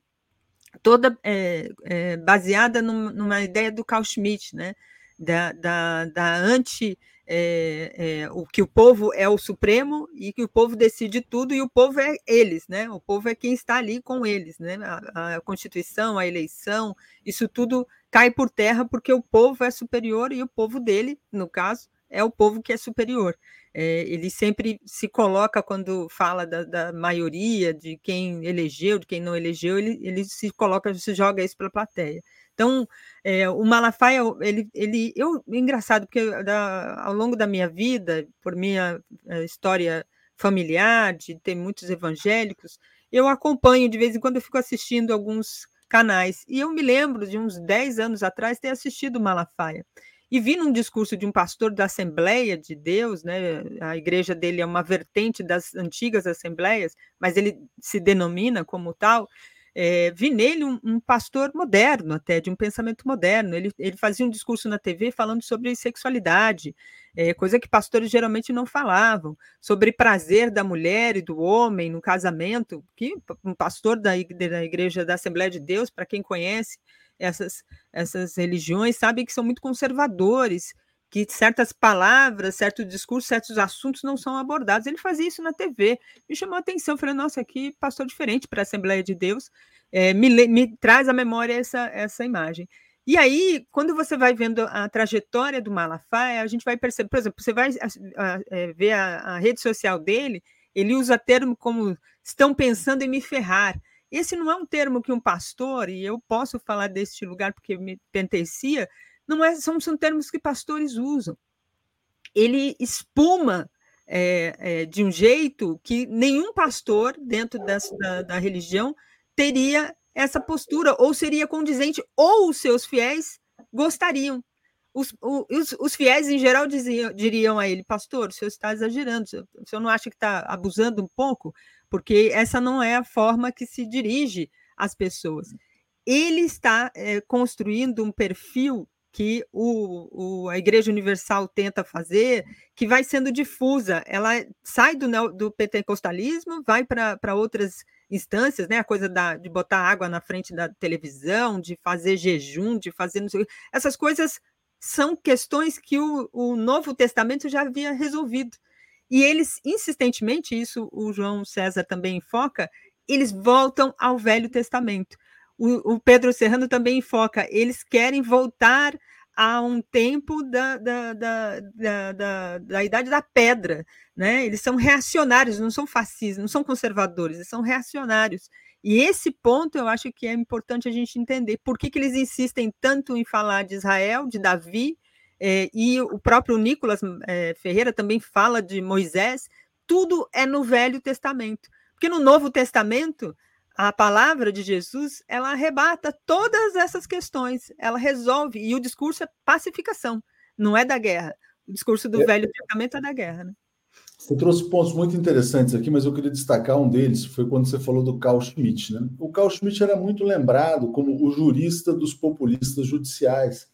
toda é, é, baseada numa, numa ideia do Carl Schmitt, né, da, da, da anti... É, é, o que o povo é o supremo e que o povo decide tudo e o povo é eles, né? O povo é quem está ali com eles, né? A, a Constituição, a eleição, isso tudo cai por terra porque o povo é superior e o povo dele, no caso, é o povo que é superior. É, ele sempre se coloca, quando fala da, da maioria, de quem elegeu, de quem não elegeu, ele, ele se coloca, se joga isso para a plateia. Então, é, o Malafaia, ele, ele, eu, engraçado, porque da, ao longo da minha vida, por minha é, história familiar, de ter muitos evangélicos, eu acompanho, de vez em quando eu fico assistindo alguns canais, e eu me lembro de uns dez anos atrás ter assistido o Malafaia, e vi num discurso de um pastor da Assembleia de Deus, né, a igreja dele é uma vertente das antigas assembleias, mas ele se denomina como tal. É, vi nele um, um pastor moderno, até, de um pensamento moderno. Ele, ele fazia um discurso na T V falando sobre sexualidade, é, coisa que pastores geralmente não falavam, sobre prazer da mulher e do homem no casamento, que um pastor da, da igreja da Assembleia de Deus, para quem conhece essas, essas religiões, sabe que são muito conservadores, que certas palavras, certo discurso, certos assuntos não são abordados. Ele fazia isso na T V, me chamou a atenção, eu falei, nossa, que pastor diferente para a Assembleia de Deus, é, me, me traz à memória essa, essa imagem. E aí, quando você vai vendo a trajetória do Malafaia, a gente vai perceber, por exemplo, você vai a, a, a, ver a, a rede social dele, ele usa termo como estão pensando em me ferrar. Esse não é um termo que um pastor, e eu posso falar deste lugar porque me pertencia, não é, são, são termos que pastores usam. Ele espuma é, é, de um jeito que nenhum pastor dentro dessa, da, da religião teria essa postura, ou seria condizente, ou os seus fiéis gostariam. Os, os, os fiéis, em geral, diziam, diriam a ele, pastor, o senhor está exagerando, o senhor, o senhor não acha que está abusando um pouco? Porque essa não é a forma que se dirige às pessoas. Ele está é, construindo um perfil que o, o, a Igreja Universal tenta fazer, que vai sendo difusa, ela sai do, do pentecostalismo, vai para outras instâncias, né? A coisa da, de botar água na frente da televisão, de fazer jejum, de fazer... Não sei, essas coisas são questões que o, o Novo Testamento já havia resolvido. E eles, insistentemente, isso o João César também enfoca, eles voltam ao Velho Testamento. O, o Pedro Serrano também enfoca, eles querem voltar a um tempo da, da, da, da, da, da Idade da Pedra, né? Eles são reacionários, não são fascistas, não são conservadores, eles são reacionários. E esse ponto eu acho que é importante a gente entender. Por que, que eles insistem tanto em falar de Israel, de Davi, é, e o próprio Nicolas é, Ferreira também fala de Moisés, tudo é no Velho Testamento. Porque no Novo Testamento, a palavra de Jesus, ela arrebata todas essas questões, ela resolve, e o discurso é pacificação, não é da guerra. O discurso do é, Velho Testamento é da guerra, né? Você trouxe pontos muito interessantes aqui, mas eu queria destacar um deles, foi quando você falou do Carl Schmitt, né? O Carl Schmitt era muito lembrado como o jurista dos populistas judiciais.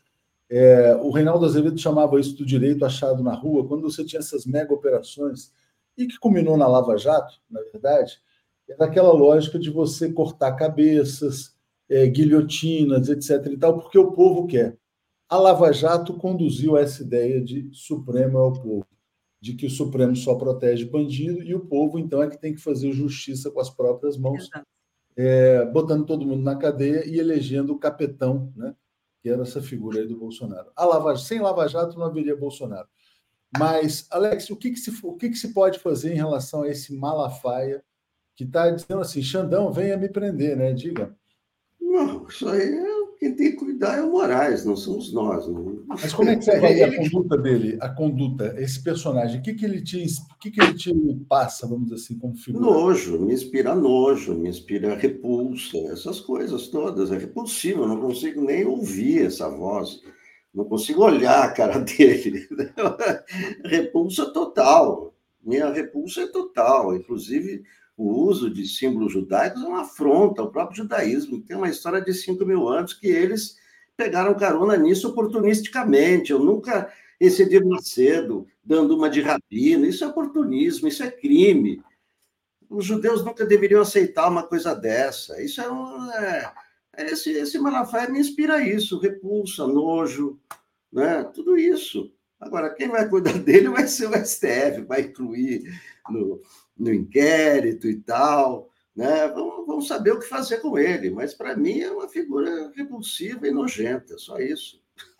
É, o Reinaldo Azevedo chamava isso do direito achado na rua, quando você tinha essas mega operações, e que culminou na Lava Jato, na verdade, é daquela lógica de você cortar cabeças, é, guilhotinas, etc e tal, porque o povo quer. A Lava Jato conduziu essa ideia de Supremo é o povo, de que o Supremo só protege bandido e o povo, então, é que tem que fazer justiça com as próprias mãos, é, botando todo mundo na cadeia e elegendo o capetão, né, que era essa figura aí do Bolsonaro. A Lava, sem Lava Jato não haveria Bolsonaro. Mas, Alex, o que, que, se, o que, que se pode fazer em relação a esse Malafaia que está dizendo assim, Xandão, venha me prender, né? Diga. Não, isso aí, quem tem que cuidar é o Moraes, não somos nós. Não. Mas como é que você avalia a conduta dele, a conduta, esse personagem? O que, que, ele, te, o que, que ele te passa, vamos dizer assim, como figura? Nojo, me inspira nojo, me inspira repulsa, essas coisas todas. É repulsivo, eu não consigo nem ouvir essa voz. Não consigo olhar a cara dele. Repulsa total. Minha repulsa é total. Inclusive, o uso de símbolos judaicos é uma afronta ao próprio judaísmo. Tem uma história de cinco mil anos que eles pegaram carona nisso oportunisticamente. Eu nunca excedi Macedo dando uma de rabino. Isso é oportunismo, isso é crime. Os judeus nunca deveriam aceitar uma coisa dessa. Isso é um... É... Esse, esse Malafaia me inspira isso, repulsa, nojo, né? Tudo isso. Agora, quem vai cuidar dele vai ser o S T F, vai incluir no, no inquérito e tal, né? Vamos, vamos saber o que fazer com ele, mas para mim é uma figura repulsiva e nojenta, só isso.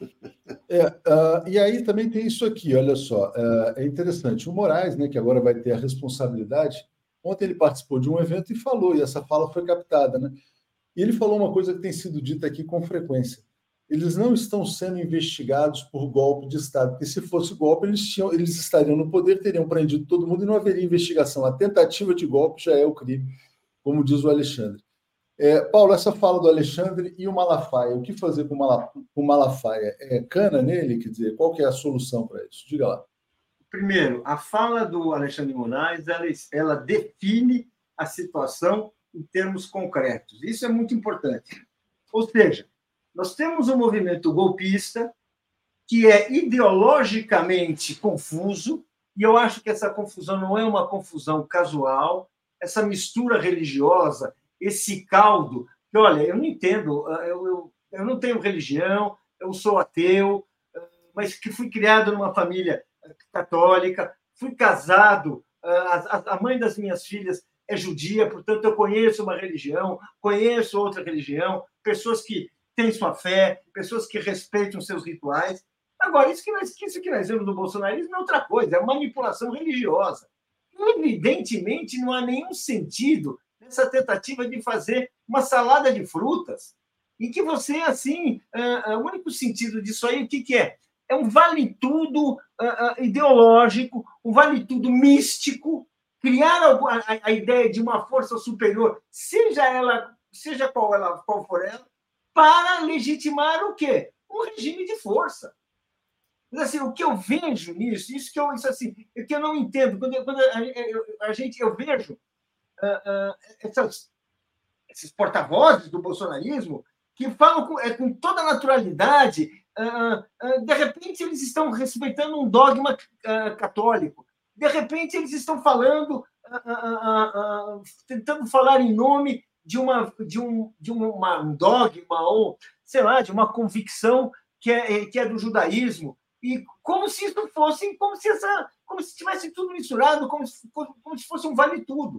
É, uh, e aí também tem isso aqui, olha só, uh, é interessante. O Moraes, né, que agora vai ter a responsabilidade, ontem ele participou de um evento e falou, e essa fala foi captada, né? E ele falou uma coisa que tem sido dita aqui com frequência. Eles não estão sendo investigados por golpe de Estado, porque se fosse golpe, eles, tinham, eles estariam no poder, teriam prendido todo mundo e não haveria investigação. A tentativa de golpe já é o crime, como diz o Alexandre. É, Paulo, essa fala do Alexandre e o Malafaia, o que fazer com o Malafaia? É cana nele? Quer dizer, qual que é a solução para isso? Diga lá. Primeiro, a fala do Alexandre de Moraes, ela, ela define a situação em termos concretos. Isso é muito importante. Ou seja, nós temos um movimento golpista que é ideologicamente confuso, e eu acho que essa confusão não é uma confusão casual, essa mistura religiosa, esse caldo, que, olha, eu não entendo, eu, eu, eu não tenho religião, eu sou ateu, mas que fui criado numa família católica, fui casado, a, a mãe das minhas filhas é judia, portanto, eu conheço uma religião, conheço outra religião, pessoas que têm sua fé, pessoas que respeitam seus rituais. Agora, isso que nós, isso que nós vemos no bolsonarismo é outra coisa, é manipulação religiosa. Evidentemente, não há nenhum sentido nessa tentativa de fazer uma salada de frutas, em que você, assim, uh, uh, o único sentido disso aí, o que, que é? É um vale-tudo uh, uh, ideológico, um vale-tudo místico, criar a, a, a ideia de uma força superior, seja ela, seja qual, ela, qual for ela, para legitimar o quê? Um regime de força. Mas, assim, o que eu vejo nisso, isso que eu, isso, assim, é que eu não entendo, quando, eu, quando a, eu, a gente, eu vejo uh, uh, essas, esses porta-vozes do bolsonarismo que falam com, é, com toda naturalidade, uh, uh, de repente eles estão respeitando um dogma uh, católico, de repente eles estão falando, uh, uh, uh, uh, tentando falar em nome de, uma, de, um, de uma, um dogma ou, sei lá, de uma convicção que é, que é do judaísmo, e como se isso fosse, como se, essa, como se tivesse tudo misturado, como se, como se fosse um vale-tudo.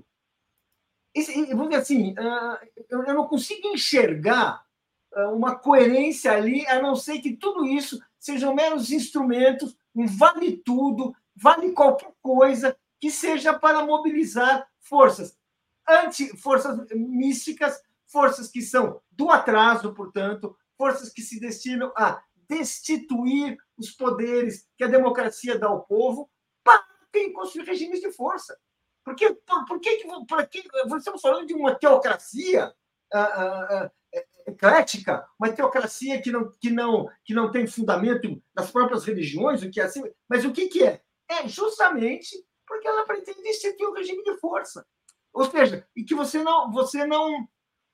Vamos dizer assim, eu não consigo enxergar uma coerência ali, a não ser que tudo isso sejam meros instrumentos, um vale-tudo, vale qualquer coisa que seja para mobilizar forças anti, forças místicas, forças que são do atraso, portanto, forças que se destinam a destituir os poderes que a democracia dá ao povo para quem construir regimes de força. Porque, por, por que, por que estamos falando de uma teocracia uh, uh, uh, eclética, uma teocracia que não, que, não, que não tem fundamento nas próprias religiões, o que é assim, mas o que, que é? É justamente porque ela pretende destituir o regime de força. Ou seja, e que você não, você não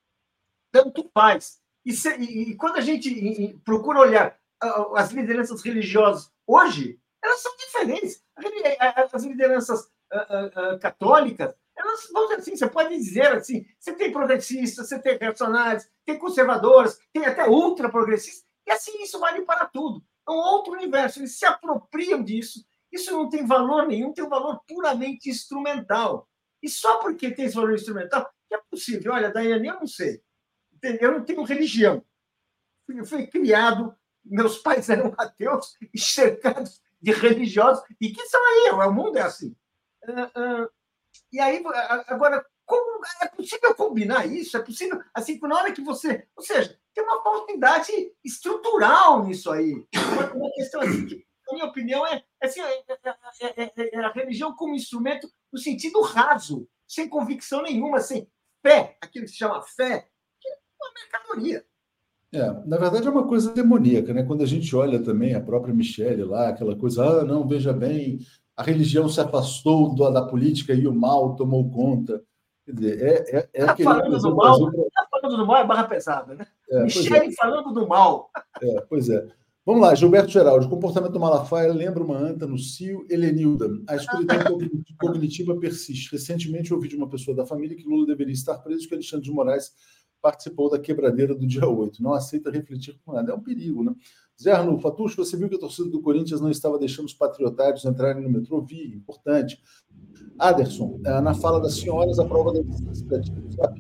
tanto faz. E, se, e, e quando a gente procura olhar as lideranças religiosas hoje, elas são diferentes. As lideranças uh, uh, católicas, elas vão dizer assim, você pode dizer assim, você tem progressistas, você tem reacionários, tem conservadoras, tem até ultra-progressistas, e assim isso vale para tudo. É um outro universo, eles se apropriam disso, isso não tem valor nenhum, tem um valor puramente instrumental. E só porque tem esse valor instrumental, que é possível. Olha, Daiane, eu não sei. Eu não tenho religião. Eu fui criado, meus pais eram ateus e cercados de religiosos, e que são aí, o mundo é assim. Uh, uh, e aí, agora, como é possível combinar isso? É possível, assim, na hora que você... Ou seja, tem uma falsidade estrutural nisso aí. Uma, uma questão assim, que, na minha opinião, é, assim, é, é, é, é a religião como instrumento no sentido raso, sem convicção nenhuma, sem fé, aquilo que se chama fé, que é uma mercadoria. É, na verdade é uma coisa demoníaca, né? Quando a gente olha também a própria Michelle lá, aquela coisa, ah, não, veja bem, a religião se afastou da, da política e o mal tomou conta. Quer dizer, é, é, é tá falando do mal, pra... tá falando do mal é barra pesada, né? É, Michelle é. falando do mal. É, pois é. Vamos lá, Gilberto Geraldo. O comportamento do Malafaia lembra uma anta no cio Helenilda. A escuridão cognitiva persiste. Recentemente ouvi de uma pessoa da família que Lula deveria estar preso, que Alexandre de Moraes participou da quebradeira do dia oito. Não aceita refletir com nada. É um perigo, né? Zé Arnulfo, Fatucho, você viu que a torcida do Corinthians não estava deixando os patriotários entrarem no metrô? Vi, importante. Aderson, na fala das senhoras, a prova da existência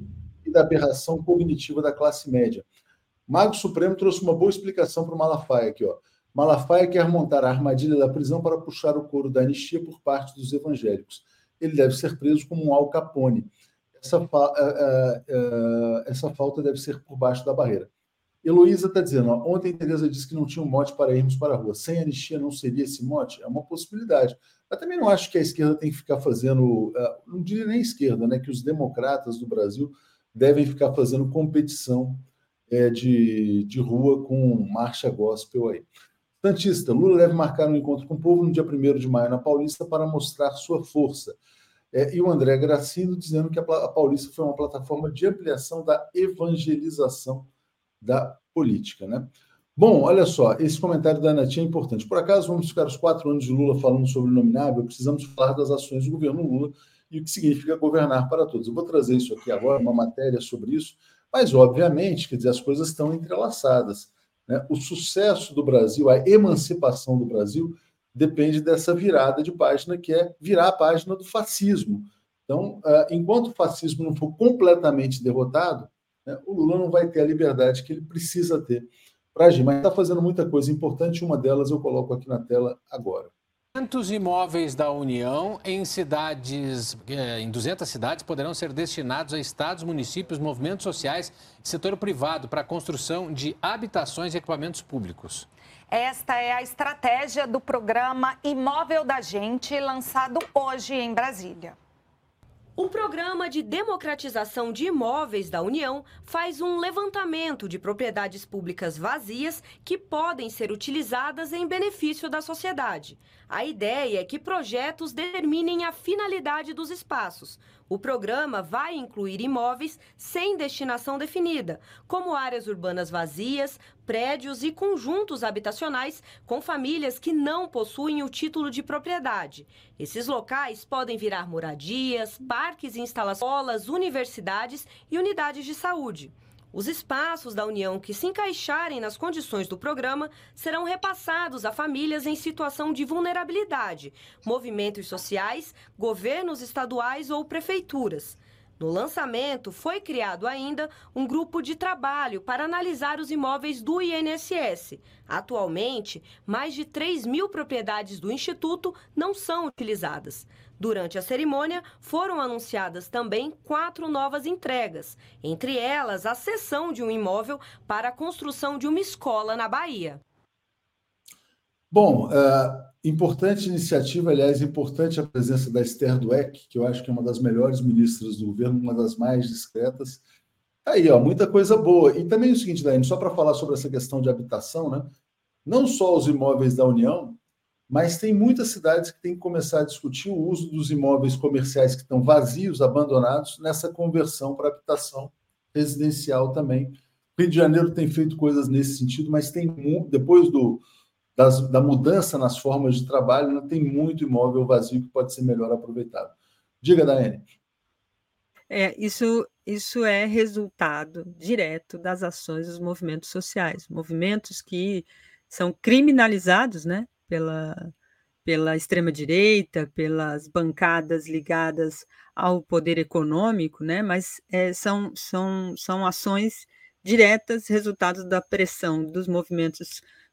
e da aberração cognitiva da classe média. Mago Supremo trouxe uma boa explicação para o Malafaia aqui, ó. Malafaia quer montar a armadilha da prisão para puxar o couro da anistia por parte dos evangélicos. Ele deve ser preso como um Al Capone. Essa, uh, uh, uh, essa falta deve ser por baixo da barreira. Heloísa está dizendo, ó, ontem Tereza disse que não tinha um mote para irmos para a rua. Sem anistia não seria esse mote? É uma possibilidade. Eu também não acho que a esquerda tem que ficar fazendo, uh, não diria nem esquerda, né, que os democratas do Brasil devem ficar fazendo competição é, de, de rua com marcha gospel aí. Santista, Lula deve marcar um encontro com o povo no dia primeiro de maio na Paulista para mostrar sua força. É, e o André Gracindo dizendo que a, a Paulista foi uma plataforma de ampliação da evangelização da política, né? Bom, olha só, esse comentário da Natinha é importante. Por acaso, vamos ficar os quatro anos de Lula falando sobre o nominável, precisamos falar das ações do governo Lula e o que significa governar para todos. Eu vou trazer isso aqui agora, uma matéria sobre isso, mas, obviamente, quer dizer, as coisas estão entrelaçadas, né? O sucesso do Brasil, a emancipação do Brasil, depende dessa virada de página, que é virar a página do fascismo. Então, enquanto o fascismo não for completamente derrotado, né, o Lula não vai ter a liberdade que ele precisa ter para agir. Mas está fazendo muita coisa importante, uma delas eu coloco aqui na tela agora. Quantos imóveis da União em cidades, em duzentas cidades, poderão ser destinados a estados, municípios, movimentos sociais e setor privado para a construção de habitações e equipamentos públicos? Esta é a estratégia do programa Imóvel da Gente, lançado hoje em Brasília. O Programa de Democratização de Imóveis da União faz um levantamento de propriedades públicas vazias que podem ser utilizadas em benefício da sociedade. A ideia é que projetos determinem a finalidade dos espaços. O programa vai incluir imóveis sem destinação definida, como áreas urbanas vazias, prédios e conjuntos habitacionais com famílias que não possuem o título de propriedade. Esses locais podem virar moradias, parques e instalações, escolas, universidades e unidades de saúde. Os espaços da União que se encaixarem nas condições do programa serão repassados a famílias em situação de vulnerabilidade, movimentos sociais, governos estaduais ou prefeituras. No lançamento, foi criado ainda um grupo de trabalho para analisar os imóveis do I N S S. Atualmente, mais de três mil propriedades do Instituto não são utilizadas. Durante a cerimônia, foram anunciadas também quatro novas entregas, entre elas a cessão de um imóvel para a construção de uma escola na Bahia. Bom, uh, importante iniciativa, aliás, importante a presença da Esther Dweck, que eu acho que é uma das melhores ministras do governo, uma das mais discretas. Aí, ó, muita coisa boa. E também é o seguinte, Daiane, só para falar sobre essa questão de habitação, né? Não só os imóveis da União, mas tem muitas cidades que têm que começar a discutir o uso dos imóveis comerciais que estão vazios, abandonados, nessa conversão para habitação residencial também. O Rio de Janeiro tem feito coisas nesse sentido, mas tem depois do, das, da mudança nas formas de trabalho, né, tem muito imóvel vazio que pode ser melhor aproveitado. Diga, Daiane. É, isso, isso é resultado direto das ações dos movimentos sociais, movimentos que são criminalizados, né? Pela, pela extrema-direita, pelas bancadas ligadas ao poder econômico, né? Mas é, são, são, são ações diretas, resultados da pressão dos movimentos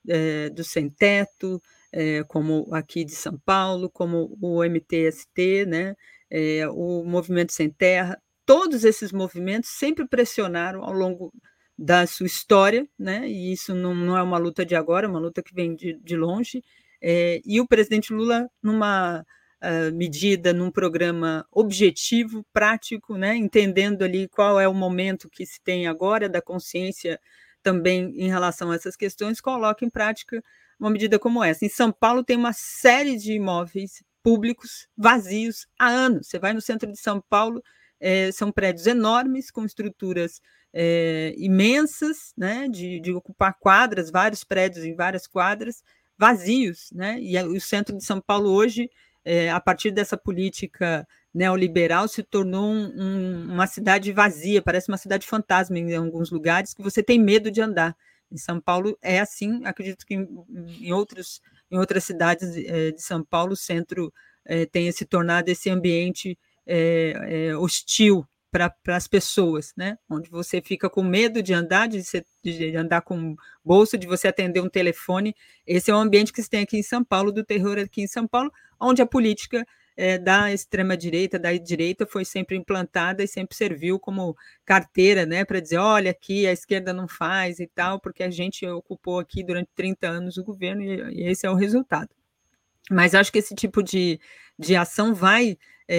é, do sem-teto, é, como aqui de São Paulo, como o M T S T, né, é, o Movimento Sem Terra, todos esses movimentos sempre pressionaram ao longo da sua história, né, e isso não, não é uma luta de agora, é uma luta que vem de, de longe, é, e o presidente Lula, numa uh, medida, num programa objetivo, prático, né, entendendo ali qual é o momento que se tem agora da consciência também em relação a essas questões, coloca em prática uma medida como essa. Em São Paulo tem uma série de imóveis públicos vazios há anos. Você vai no centro de São Paulo, é, são prédios enormes, com estruturas é, imensas, né, de, de ocupar quadras, vários prédios em várias quadras, vazios, né, e o centro de São Paulo hoje, é, a partir dessa política neoliberal, se tornou um, um, uma cidade vazia, parece uma cidade fantasma em alguns lugares, que você tem medo de andar. Em São Paulo é assim, acredito que em, em, outros, em outras cidades é, de São Paulo, o centro é, tenha se tornado esse ambiente é, é, hostil para as pessoas, né? Onde você fica com medo de andar, de, ser, de andar com bolsa, de você atender um telefone. Esse é o ambiente que se tem aqui em São Paulo, do terror aqui em São Paulo, onde a política é, da extrema-direita, da direita, foi sempre implantada e sempre serviu como carteira, né, para dizer, olha, aqui a esquerda não faz e tal, porque a gente ocupou aqui durante trinta anos o governo e, e esse é o resultado. Mas acho que esse tipo de, de ação vai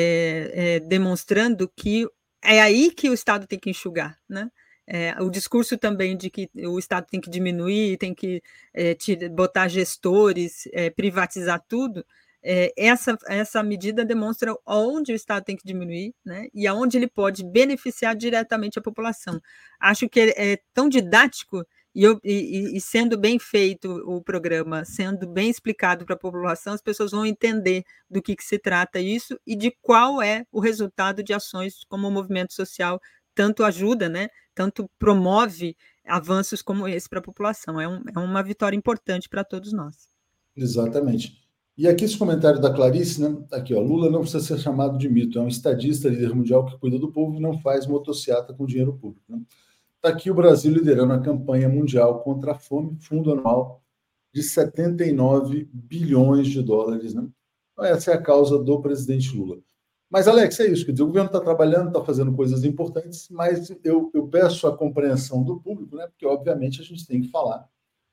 é, é, demonstrando que é aí que o Estado tem que enxugar, né? É, o discurso também de que o Estado tem que diminuir, tem que é, te, botar gestores, é, privatizar tudo, é, essa, essa medida demonstra onde o Estado tem que diminuir, né? E aonde ele pode beneficiar diretamente a população. Acho que é, é tão didático e, eu, e, e sendo bem feito o programa, sendo bem explicado para a população, as pessoas vão entender do que, que se trata isso e de qual é o resultado de ações como o movimento social tanto ajuda, né, tanto promove avanços como esse para a população. É, um, é uma vitória importante para todos nós. Exatamente. E aqui esse comentário da Clarice, né? Aqui, ó, Lula não precisa ser chamado de mito, é um estadista, líder mundial que cuida do povo e não faz motociata com dinheiro público. Né? Está aqui o Brasil liderando a campanha mundial contra a fome, fundo anual de setenta e nove bilhões de dólares. Né? Então, essa é a causa do presidente Lula. Mas, Alex, é isso. Quer dizer, o governo está trabalhando, está fazendo coisas importantes, mas eu, eu peço a compreensão do público, né? Porque, obviamente, a gente tem que falar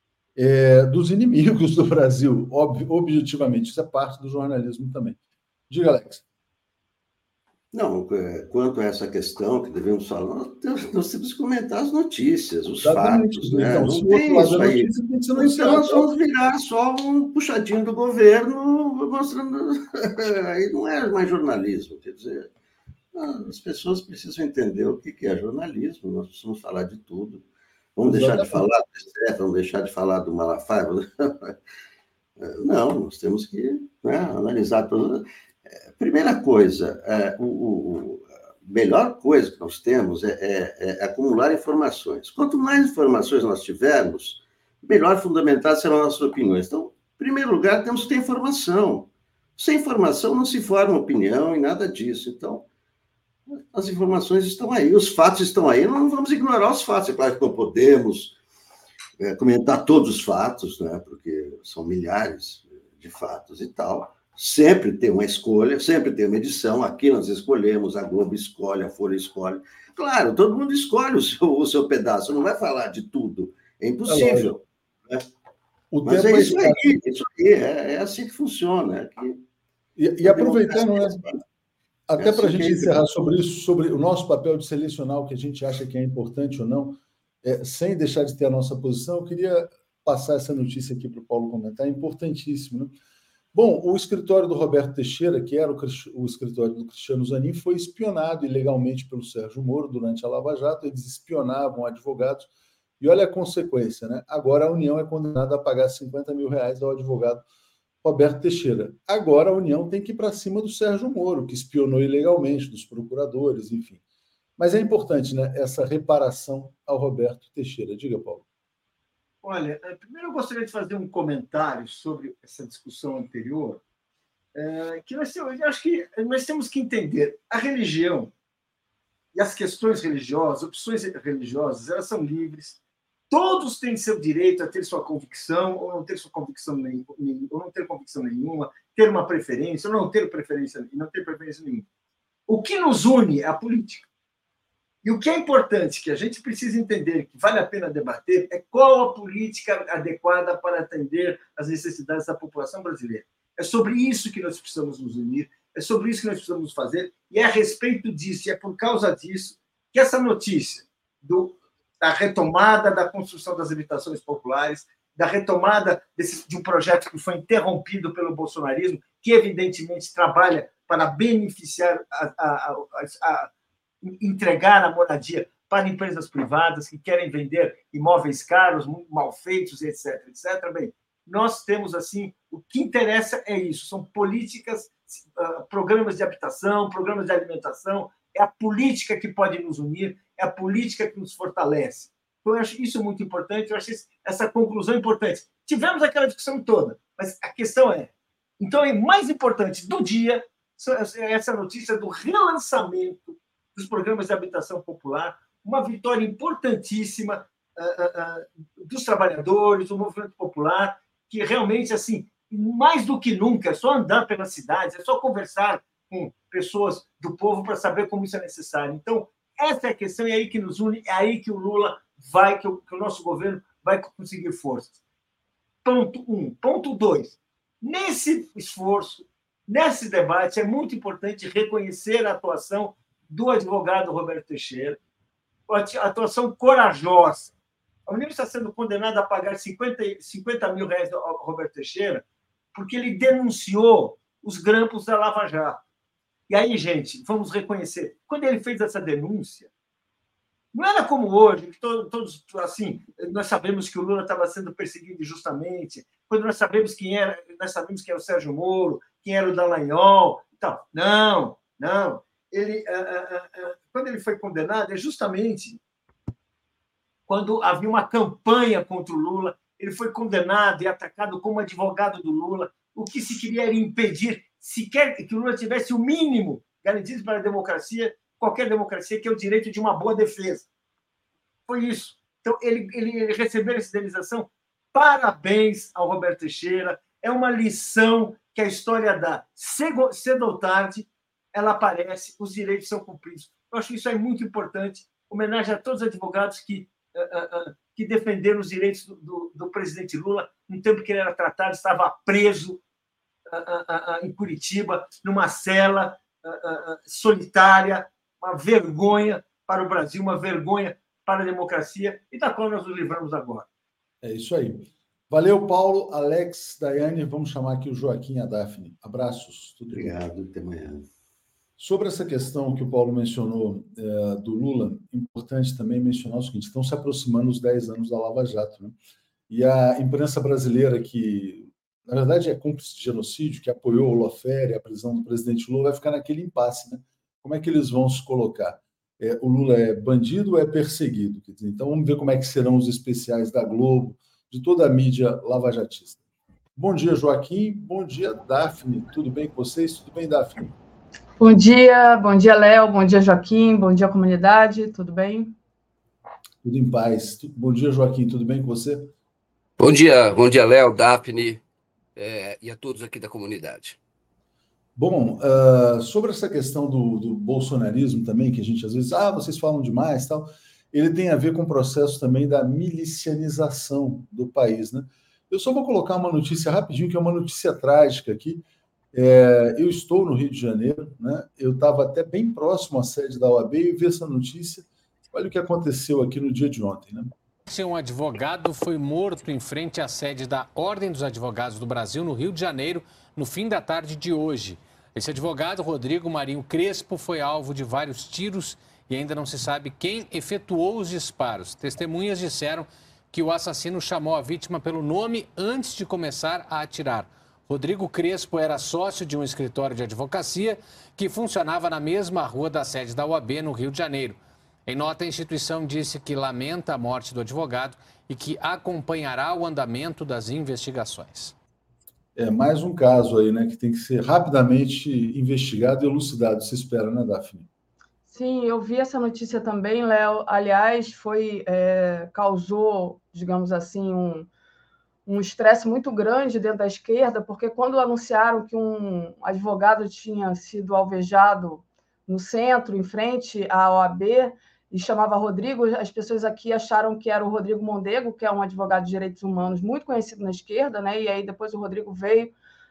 é, dos inimigos do Brasil, ob, objetivamente. Isso é parte do jornalismo também. Diga, Alex. Não, quanto a essa questão que devemos falar, nós temos, nós temos que comentar as notícias, os Exatamente. fatos, né? Então, não tem isso aí. Notícia, não Senão nós vamos virar só um puxadinho do governo mostrando... Aí não é mais jornalismo, quer dizer, as pessoas precisam entender o que é jornalismo, nós precisamos falar de tudo. Vamos deixar de falar do Stefan, vamos deixar de falar do Malafaia. Não, nós temos que, né, analisar tudo. Primeira coisa, é, o, o, a melhor coisa que nós temos é, é, é acumular informações. Quanto mais informações nós tivermos, melhor fundamentadas serão nossas opiniões. Então, em primeiro lugar, temos que ter informação. Sem informação não se forma opinião e nada disso. Então, as informações estão aí, os fatos estão aí, não vamos ignorar os fatos. É claro que não podemos é, comentar todos os fatos, né, porque são milhares de fatos e tal. Sempre tem uma escolha, sempre tem uma edição. Aqui nós escolhemos, a Globo escolhe, a Folha escolhe. Claro, todo mundo escolhe o seu, o seu pedaço, não vai falar de tudo. É impossível. É né? O Mas tempo é isso é aí, isso aí é, é assim que funciona. É que, e, e aproveitando, né, até é para a assim gente que... encerrar sobre isso, sobre o nosso papel de selecionar o que a gente acha que é importante ou não, é, sem deixar de ter a nossa posição, eu queria passar essa notícia aqui para o Paulo comentar, é importantíssimo, né? Bom, o escritório do Roberto Teixeira, que era o, o escritório do Cristiano Zanin, foi espionado ilegalmente pelo Sérgio Moro durante a Lava Jato. Eles espionavam advogados e olha a consequência, né? Agora a União é condenada a pagar cinquenta mil reais ao advogado Roberto Teixeira. Agora a União tem que ir para cima do Sérgio Moro, que espionou ilegalmente, dos procuradores, enfim. Mas é importante, né, essa reparação ao Roberto Teixeira. Diga, Paulo. Olha, primeiro eu gostaria de fazer um comentário sobre essa discussão anterior, é, que nós, eu acho que nós temos que entender a religião e as questões religiosas, opções religiosas, elas são livres, Todos têm seu direito a ter sua convicção ou não ter sua convicção nenhuma, ou não ter convicção nenhuma, ter uma preferência ou não ter preferência, não ter preferência nenhuma. O que nos une é a política. E o que é importante, que a gente precisa entender, que vale a pena debater, é qual a política adequada para atender às necessidades da população brasileira. É sobre isso que nós precisamos nos unir, é sobre isso que nós precisamos fazer, e é a respeito disso, e é por causa disso, que essa notícia do, da retomada da construção das habitações populares, da retomada desse, de um projeto que foi interrompido pelo bolsonarismo, que evidentemente trabalha para beneficiar, a, a, a, a entregar a moradia para empresas privadas que querem vender imóveis caros, muito mal feitos, etc, etcétera. Bem, nós temos, assim, o que interessa é isso, são políticas, programas de habitação, programas de alimentação, é a política que pode nos unir, é a política que nos fortalece. Então, eu acho isso muito importante, eu acho essa conclusão importante. Tivemos aquela discussão toda, mas a questão é, então, é mais importante do dia é essa notícia do relançamento dos programas de habitação popular, uma vitória importantíssima uh, uh, uh, dos trabalhadores, do movimento popular, que realmente, assim, mais do que nunca, é só andar pelas cidades, é só conversar com pessoas do povo para saber como isso é necessário. Então, essa é a questão, é aí que nos une, é aí que o Lula vai, que o, que o nosso governo vai conseguir forças. Ponto um. Ponto dois. Nesse esforço, nesse debate, é muito importante reconhecer a atuação do advogado Roberto Teixeira, a atuação corajosa. A União está sendo condenada a pagar cinquenta mil reais ao Roberto Teixeira porque ele denunciou os grampos da Lava Jato. E aí, gente, vamos reconhecer, quando ele fez essa denúncia, não era como hoje, que todos, todos assim, nós sabemos que o Lula estava sendo perseguido injustamente, quando nós sabemos quem era, nós sabemos quem era o Sérgio Moro, quem era o Dallagnol, e tal. Não, não. Ele, quando ele foi condenado, é justamente quando havia uma campanha contra o Lula, ele foi condenado e atacado como advogado do Lula. O que se queria era impedir sequer que o Lula tivesse o mínimo garantido para a democracia, qualquer democracia, que é o direito de uma boa defesa. Foi isso. Então, ele, ele recebeu essa indenização. Parabéns ao Roberto Teixeira. É uma lição que a história dá. Cedo ou tarde, ela aparece, os direitos são cumpridos. Eu acho que isso é muito importante. Homenagem a todos os advogados que, uh, uh, que defenderam os direitos do, do, do presidente Lula no tempo que ele era tratado, estava preso uh, uh, uh, em Curitiba, numa cela uh, uh, solitária, uma vergonha para o Brasil, uma vergonha para a democracia, e da qual nós nos livramos agora. É isso aí. Valeu, Paulo, Alex, Daiane. Vamos chamar aqui o Joaquim e a Daphne. Abraços. Tudo Obrigado, bem. Até amanhã. Sobre essa questão que o Paulo mencionou é, do Lula, importante também mencionar o seguinte: estão se aproximando os dez anos da Lava Jato, né? E a imprensa brasileira, que, na verdade, é cúmplice de genocídio, que apoiou o Lawfare, a prisão do presidente Lula, vai ficar naquele impasse, né? Como é que eles vão se colocar? É, o Lula é bandido ou é perseguido? Quer dizer, então, vamos ver como é que serão os especiais da Globo, de toda a mídia lavajatista. Bom dia, Joaquim. Bom dia, Daphne. Tudo bem com vocês? Tudo bem, Daphne? Bom dia, bom dia, Léo, bom dia, Joaquim, bom dia, comunidade, tudo bem? Tudo em paz. Bom dia, Joaquim, tudo bem com você? Bom dia, bom dia, Léo, Daphne é, e a todos aqui da comunidade. Bom, uh, sobre essa questão do, do bolsonarismo também, que a gente às vezes, ah, vocês falam demais e tal, ele tem a ver com o processo também da milicianização do país, né? Eu só vou colocar uma notícia rapidinho, que é uma notícia trágica aqui. É, eu estou no Rio de Janeiro, né? Eu estava até bem próximo à sede da O A B e vi essa notícia. Olha o que aconteceu aqui no dia de ontem, né? Um advogado foi morto em frente à sede da Ordem dos Advogados do Brasil, no Rio de Janeiro, no fim da tarde de hoje. Esse advogado, Rodrigo Marinho Crespo, foi alvo de vários tiros e ainda não se sabe quem efetuou os disparos. Testemunhas disseram que o assassino chamou a vítima pelo nome antes de começar a atirar. Rodrigo Crespo era sócio de um escritório de advocacia que funcionava na mesma rua da sede da O A B, no Rio de Janeiro. Em nota, a instituição disse que lamenta a morte do advogado e que acompanhará o andamento das investigações. É mais um caso aí, né, que tem que ser rapidamente investigado e elucidado, se espera, né, Daphne? Sim, eu vi essa notícia também, Léo. Aliás, foi é, causou, digamos assim, um um estresse muito grande dentro da esquerda, porque quando anunciaram que um advogado tinha sido alvejado no centro, em frente à O A B, e chamava Rodrigo, as pessoas aqui acharam que era o Rodrigo Mondego, que é um advogado de direitos humanos muito conhecido na esquerda, né? E aí depois o Rodrigo veio,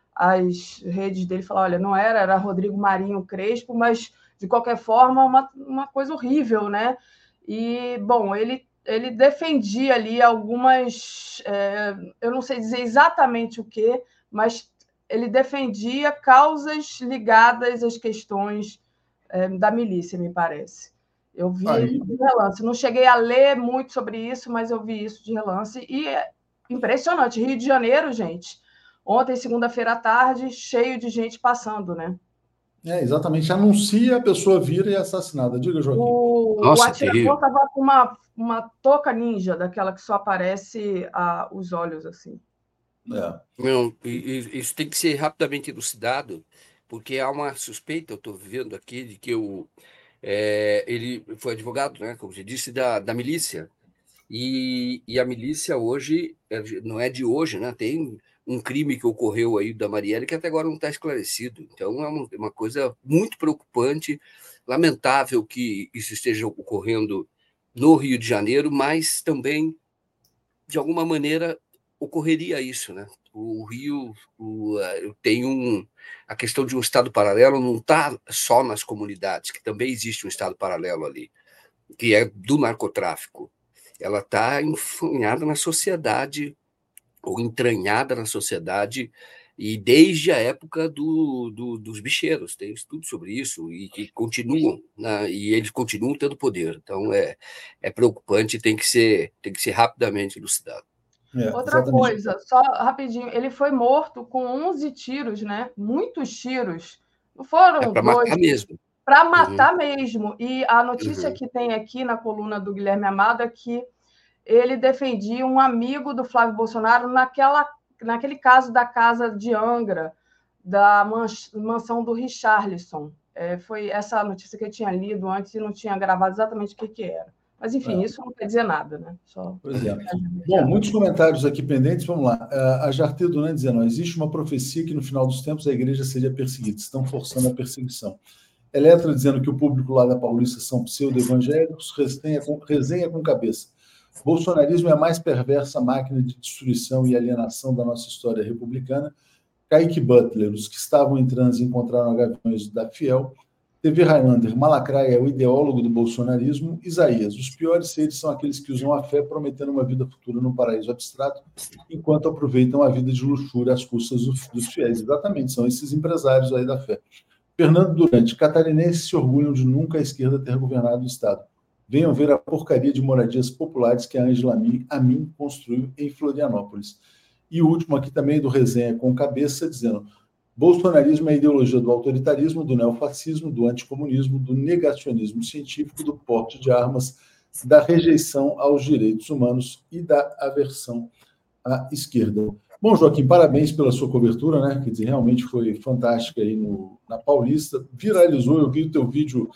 as redes dele falaram, olha, não era, era Rodrigo Marinho Crespo, mas, de qualquer forma, uma, uma coisa horrível, né? E, bom, ele ele defendia ali algumas, é, eu não sei dizer exatamente o que, mas ele defendia causas ligadas às questões é, da milícia, me parece. Eu vi Aí. de relance. Não cheguei a ler muito sobre isso, mas eu vi isso de relance. E é impressionante. Rio de Janeiro, gente. Ontem, segunda-feira à tarde, cheio de gente passando, né? É, exatamente. Anuncia, a pessoa vira e é assassinada. Diga, Joaquim. O, Nossa, o atirador estava com uma, uma touca ninja, daquela que só aparece ah, os olhos, assim. É. Não, e- e- isso tem que ser rapidamente elucidado, porque há uma suspeita, eu estou vendo aqui, de que o, é, ele foi advogado, né, como você disse, da, da milícia. E, e a milícia hoje, é de- não é de hoje, né? Tem um crime que ocorreu aí da Marielle que até agora não está esclarecido. Então é uma, uma coisa muito preocupante, lamentável que isso esteja ocorrendo no Rio de Janeiro, mas também, de alguma maneira, ocorreria isso, né? O Rio o, eh, tem um, a questão de um estado paralelo não está só nas comunidades, que também existe um estado paralelo ali, que é do narcotráfico. Ela está enfunhada na sociedade, ou entranhada na sociedade, e desde a época do, do, dos bicheiros, tem estudo sobre isso, e que continuam, né, e eles continuam tendo poder. Então, é, é preocupante, tem que ser, tem que ser rapidamente elucidado. É, Outra exatamente. coisa, só rapidinho, ele foi morto com onze tiros, né? Muitos tiros. Não É foram para dois, matar mesmo. para Uhum, matar mesmo. E a notícia uhum. que tem aqui na coluna do Guilherme Amado é que ele defendia um amigo do Flávio Bolsonaro naquela, naquele caso da casa de Angra, da mans- mansão do Richarlison. É, foi essa a notícia que eu tinha lido antes e não tinha gravado exatamente o que, que era. Mas, enfim, É. isso não quer dizer nada, né? Só... Pois é. Bom, muitos comentários aqui pendentes. Vamos lá. A Jarte Duran dizendo: existe uma profecia que no final dos tempos a igreja seria perseguida. Estão forçando a perseguição. Eletra dizendo que o público lá da Paulista são pseudo-evangélicos. Resenha com, resenha com cabeça. Bolsonarismo é a mais perversa máquina de destruição e alienação da nossa história republicana. Kaique Butler: os que estavam em transe encontraram gaviões da Fiel. T V Highlander: Malacraia é o ideólogo do bolsonarismo. Isaías: os piores seres são aqueles que usam a fé prometendo uma vida futura num paraíso abstrato, enquanto aproveitam a vida de luxúria às custas dos fiéis. Exatamente, são esses empresários aí da fé. Fernando Durante: catarinenses se orgulham de nunca a esquerda ter governado o Estado. Venham ver a porcaria de moradias populares que a Ângela Amin construiu em Florianópolis. E o último aqui também do Resenha com Cabeça, dizendo: bolsonarismo é a ideologia do autoritarismo, do neofascismo, do anticomunismo, do negacionismo científico, do porte de armas, da rejeição aos direitos humanos e da aversão à esquerda. Bom, Joaquim, parabéns pela sua cobertura, né? Quer dizer, realmente foi fantástica aí no, na Paulista. Viralizou, eu vi o teu vídeo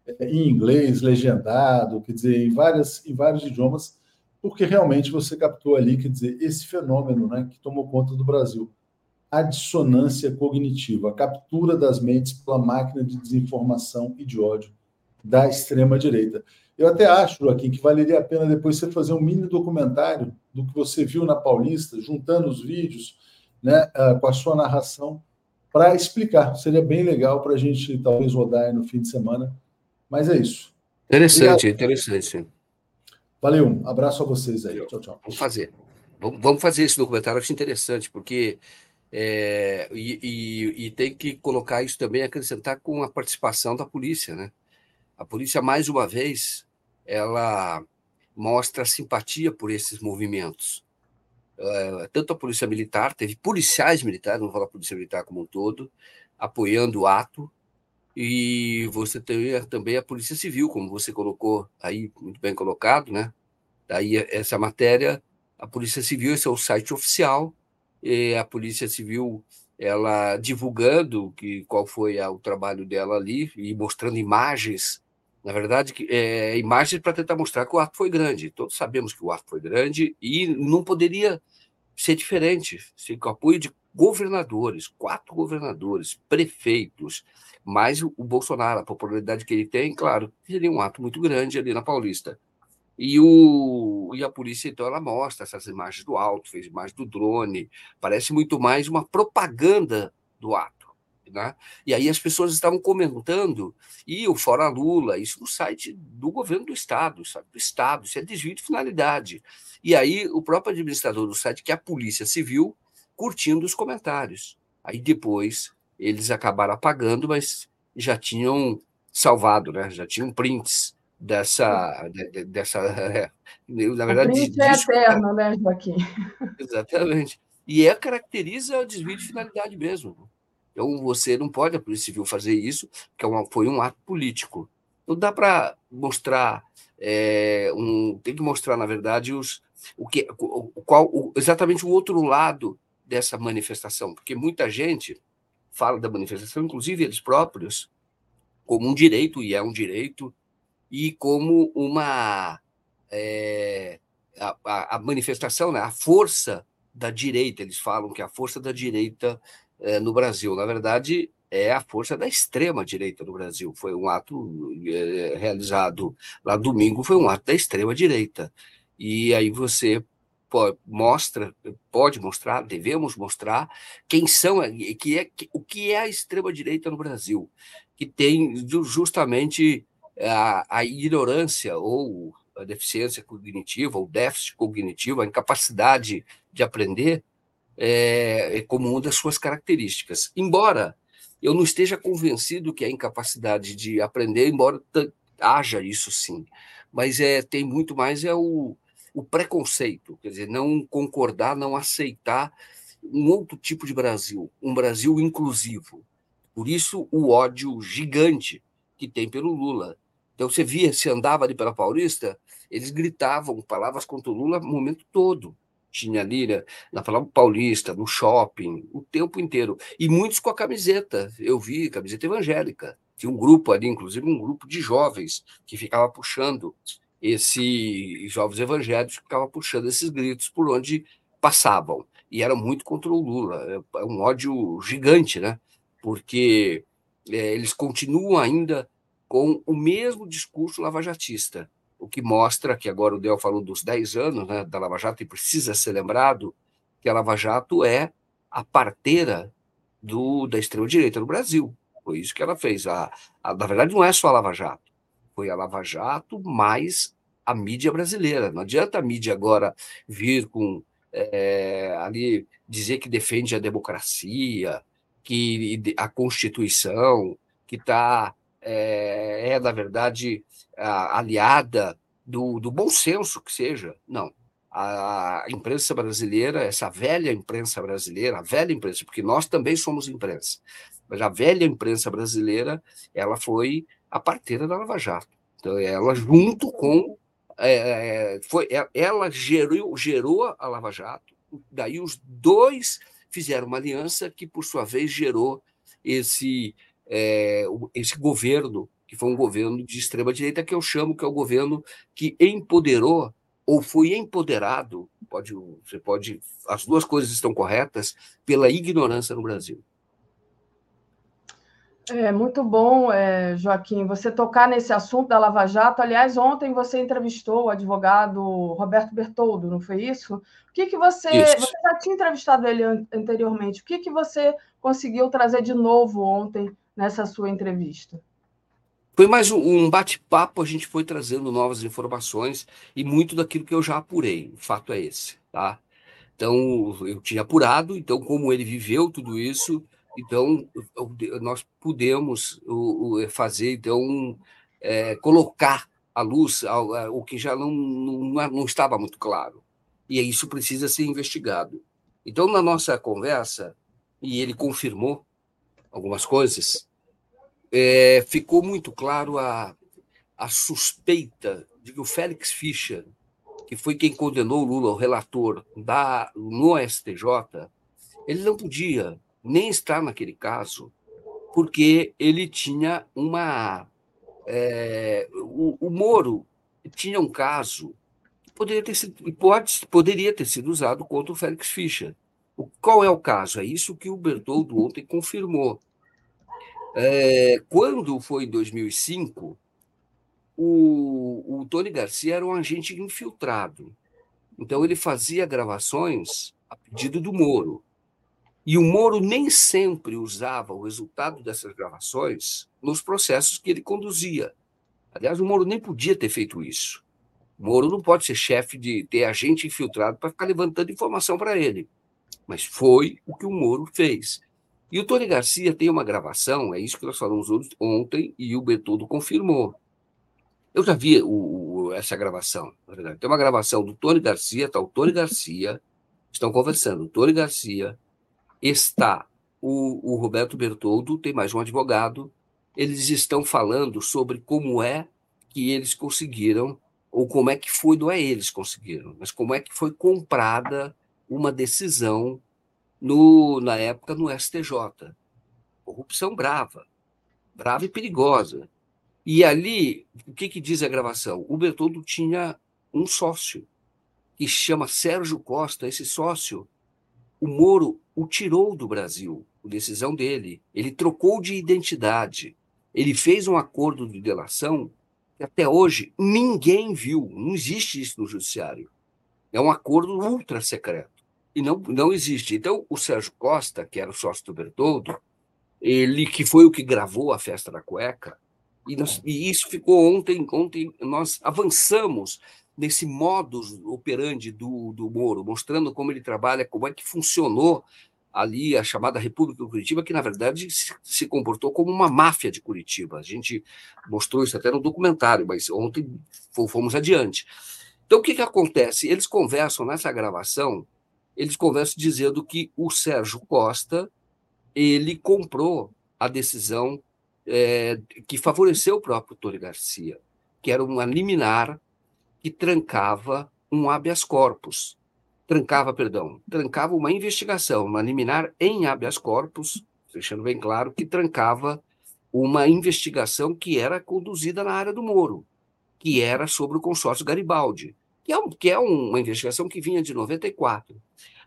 em inglês, legendado, quer dizer, em, várias, em vários idiomas, porque realmente você captou ali, quer dizer, esse fenômeno, né, que tomou conta do Brasil. A dissonância cognitiva, a captura das mentes pela máquina de desinformação e de ódio da extrema-direita. Eu até acho, Joaquim, que valeria a pena depois você fazer um mini documentário do que você viu na Paulista, juntando os vídeos, né, com a sua narração, para explicar. Seria bem legal para a gente talvez rodar aí no fim de semana. Mas é isso. Interessante, Obrigado. Interessante. Valeu, um abraço a vocês aí. Tchau, tchau. Vamos fazer. Vamos fazer esse documentário, eu acho interessante, porque é, e, e, e tem que colocar isso também, acrescentar com a participação da polícia, né? A polícia, mais uma vez, ela mostra simpatia por esses movimentos. É, tanto a polícia militar, teve policiais militares, não vou falar polícia militar como um todo, apoiando o ato, e você tem também a Polícia Civil, como você colocou aí, muito bem colocado, né? Daí essa matéria, a Polícia Civil, esse é o site oficial, e a Polícia Civil, ela divulgando que, qual foi a, o trabalho dela ali, e mostrando imagens, Na verdade, é, imagens para tentar mostrar que o ato foi grande. Todos sabemos que o ato foi grande e não poderia ser diferente, ser com o apoio de governadores, quatro governadores, prefeitos, mais o, o Bolsonaro, a popularidade que ele tem, claro, seria um ato muito grande ali na Paulista. E, o, e a polícia, então, ela mostra essas imagens do alto, fez imagem do drone, parece muito mais uma propaganda do ato. Né? E aí as pessoas estavam comentando, e o Fora Lula, isso no site do governo do Estado, sabe? Do Estado, isso é desvio de finalidade. E aí o próprio administrador do site, que é a Polícia Civil, curtindo os comentários. Aí depois eles acabaram apagando, mas já tinham salvado, né? Já tinham prints dessa... De, dessa é, na verdade, o print é disso, eterno, né, Joaquim? Exatamente. E é caracteriza o desvio de finalidade mesmo. Então, você não pode, a Polícia Civil, fazer isso, porque é uma, foi um ato político. Não dá para mostrar, é, um, tem que mostrar, na verdade, os, o que, o, qual, o, exatamente o outro lado dessa manifestação, porque muita gente fala da manifestação, inclusive eles próprios, como um direito, e é um direito, e como uma... É, a, a, a manifestação, né, a força da direita, eles falam que é a força da direita é, no Brasil, na verdade, é a força da extrema-direita no Brasil. Foi um ato é, realizado lá domingo, foi um ato da extrema-direita. E aí você pode, mostra, pode mostrar, devemos mostrar quem são, que é, que, o que é a extrema-direita no Brasil, que tem justamente a, a ignorância ou a deficiência cognitiva, ou déficit cognitivo, a incapacidade de aprender, é, é como uma das suas características. Embora eu não esteja convencido que a incapacidade de aprender, embora haja isso sim, mas é, tem muito mais é o, o preconceito, quer dizer, não concordar, não aceitar um outro tipo de Brasil, um Brasil inclusivo. Por isso o ódio gigante que tem pelo Lula. Então você via, se andava ali pela Paulista, eles gritavam palavras contra o Lula o momento todo. Tinha ali, né, na Paulista, no shopping, o tempo inteiro. E muitos com a camiseta. Eu vi camiseta evangélica. Tinha um grupo ali, inclusive um grupo de jovens, que ficava puxando esses jovens evangélicos, que ficavam puxando esses gritos por onde passavam. E era muito contra o Lula. É um ódio gigante, né? Porque é, eles continuam ainda com o mesmo discurso lavajatista, o que mostra que agora o Del falou dos dez anos, né, da Lava Jato, e precisa ser lembrado que a Lava Jato é a parteira do, da extrema-direita no Brasil. Foi isso que ela fez. A, a, na verdade, não é só a Lava Jato, foi a Lava Jato mais a mídia brasileira. Não adianta a mídia agora vir com é, ali dizer que defende a democracia, que a Constituição, que está É, é, na verdade, a, aliada do, do bom senso que seja. Não. A imprensa brasileira, essa velha imprensa brasileira, a velha imprensa, porque nós também somos imprensa, mas a velha imprensa brasileira, ela foi a parteira da Lava Jato. Então, ela, junto com... É, foi, ela gerou, gerou a Lava Jato, daí os dois fizeram uma aliança que, por sua vez, gerou esse... É, esse governo, que foi um governo de extrema-direita, que eu chamo que é o governo que empoderou, ou foi empoderado, pode, você pode, as duas coisas estão corretas, pela ignorância no Brasil. É muito bom, é, Joaquim, você tocar nesse assunto da Lava Jato. Aliás, ontem você entrevistou o advogado Roberto Bertoldo, não foi isso? O que, que você... Isso. Você já tinha entrevistado ele anteriormente. O que, que você conseguiu trazer de novo ontem nessa sua entrevista? Foi mais um bate-papo, a gente foi trazendo novas informações e muito daquilo que eu já apurei. O fato é esse, tá? Então, eu tinha apurado, então, como ele viveu tudo isso, então, nós pudemos fazer, então, é, colocar à luz o que já não, não, não estava muito claro. E isso precisa ser investigado. Então, na nossa conversa, e ele confirmou algumas coisas, é, ficou muito claro a, a suspeita de que o Félix Fischer, que foi quem condenou o Lula, o relator da, no S T J, ele não podia nem estar naquele caso, porque ele tinha uma É, o, o Moro tinha um caso que poderia ter sido, pode, poderia ter sido usado contra o Félix Fischer. O, qual é o caso? É isso que o Bertoldo ontem confirmou. É, quando foi em dois mil e cinco, o, o Tony Garcia era um agente infiltrado. Então, ele fazia gravações a pedido do Moro. E o Moro nem sempre usava o resultado dessas gravações nos processos que ele conduzia. Aliás, o Moro nem podia ter feito isso. O Moro não pode ser chefe de ter agente infiltrado para ficar levantando informação para ele. Mas foi o que o Moro fez. E o Tony Garcia tem uma gravação, é isso que nós falamos ontem, e o Bertoldo confirmou. Eu já vi o, o, essa gravação, na verdade. Tem uma gravação do Tony Garcia, está o Tony Garcia, estão conversando, o Tony Garcia, está o, o Roberto Bertoldo, tem mais um advogado, eles estão falando sobre como é que eles conseguiram, ou como é que foi, não é eles conseguiram, mas como é que foi comprada uma decisão no, na época no S T J. Corrupção brava, brava e perigosa. E ali, o que, que diz a gravação? O Bertoldo tinha um sócio, que chama Sérgio Costa. Esse sócio, o Moro o tirou do Brasil, por decisão dele. Ele trocou de identidade. Ele fez um acordo de delação que até hoje ninguém viu. Não existe isso no judiciário. É um acordo ultra secreto. E não, não existe. Então, o Sérgio Costa, que era o sócio do Bertoldo, ele que foi o que gravou a Festa da Cueca, e, nós, e isso ficou ontem, ontem nós avançamos nesse modus operandi do, do Moro, mostrando como ele trabalha, como é que funcionou ali a chamada República de Curitiba, que, na verdade, se, se comportou como uma máfia de Curitiba. A gente mostrou isso até no documentário, mas ontem fomos adiante. Então, o que, que acontece? Eles conversam nessa gravação, eles conversam dizendo que o Sérgio Costa ele comprou a decisão é, que favoreceu o próprio Tony Garcia, que era uma liminar que trancava um habeas corpus. Trancava, perdão, trancava uma investigação, uma liminar em habeas corpus, deixando bem claro que trancava uma investigação que era conduzida na área do Moro, que era sobre o consórcio Garibaldi, que é, um, que é uma investigação que vinha de noventa e quatro.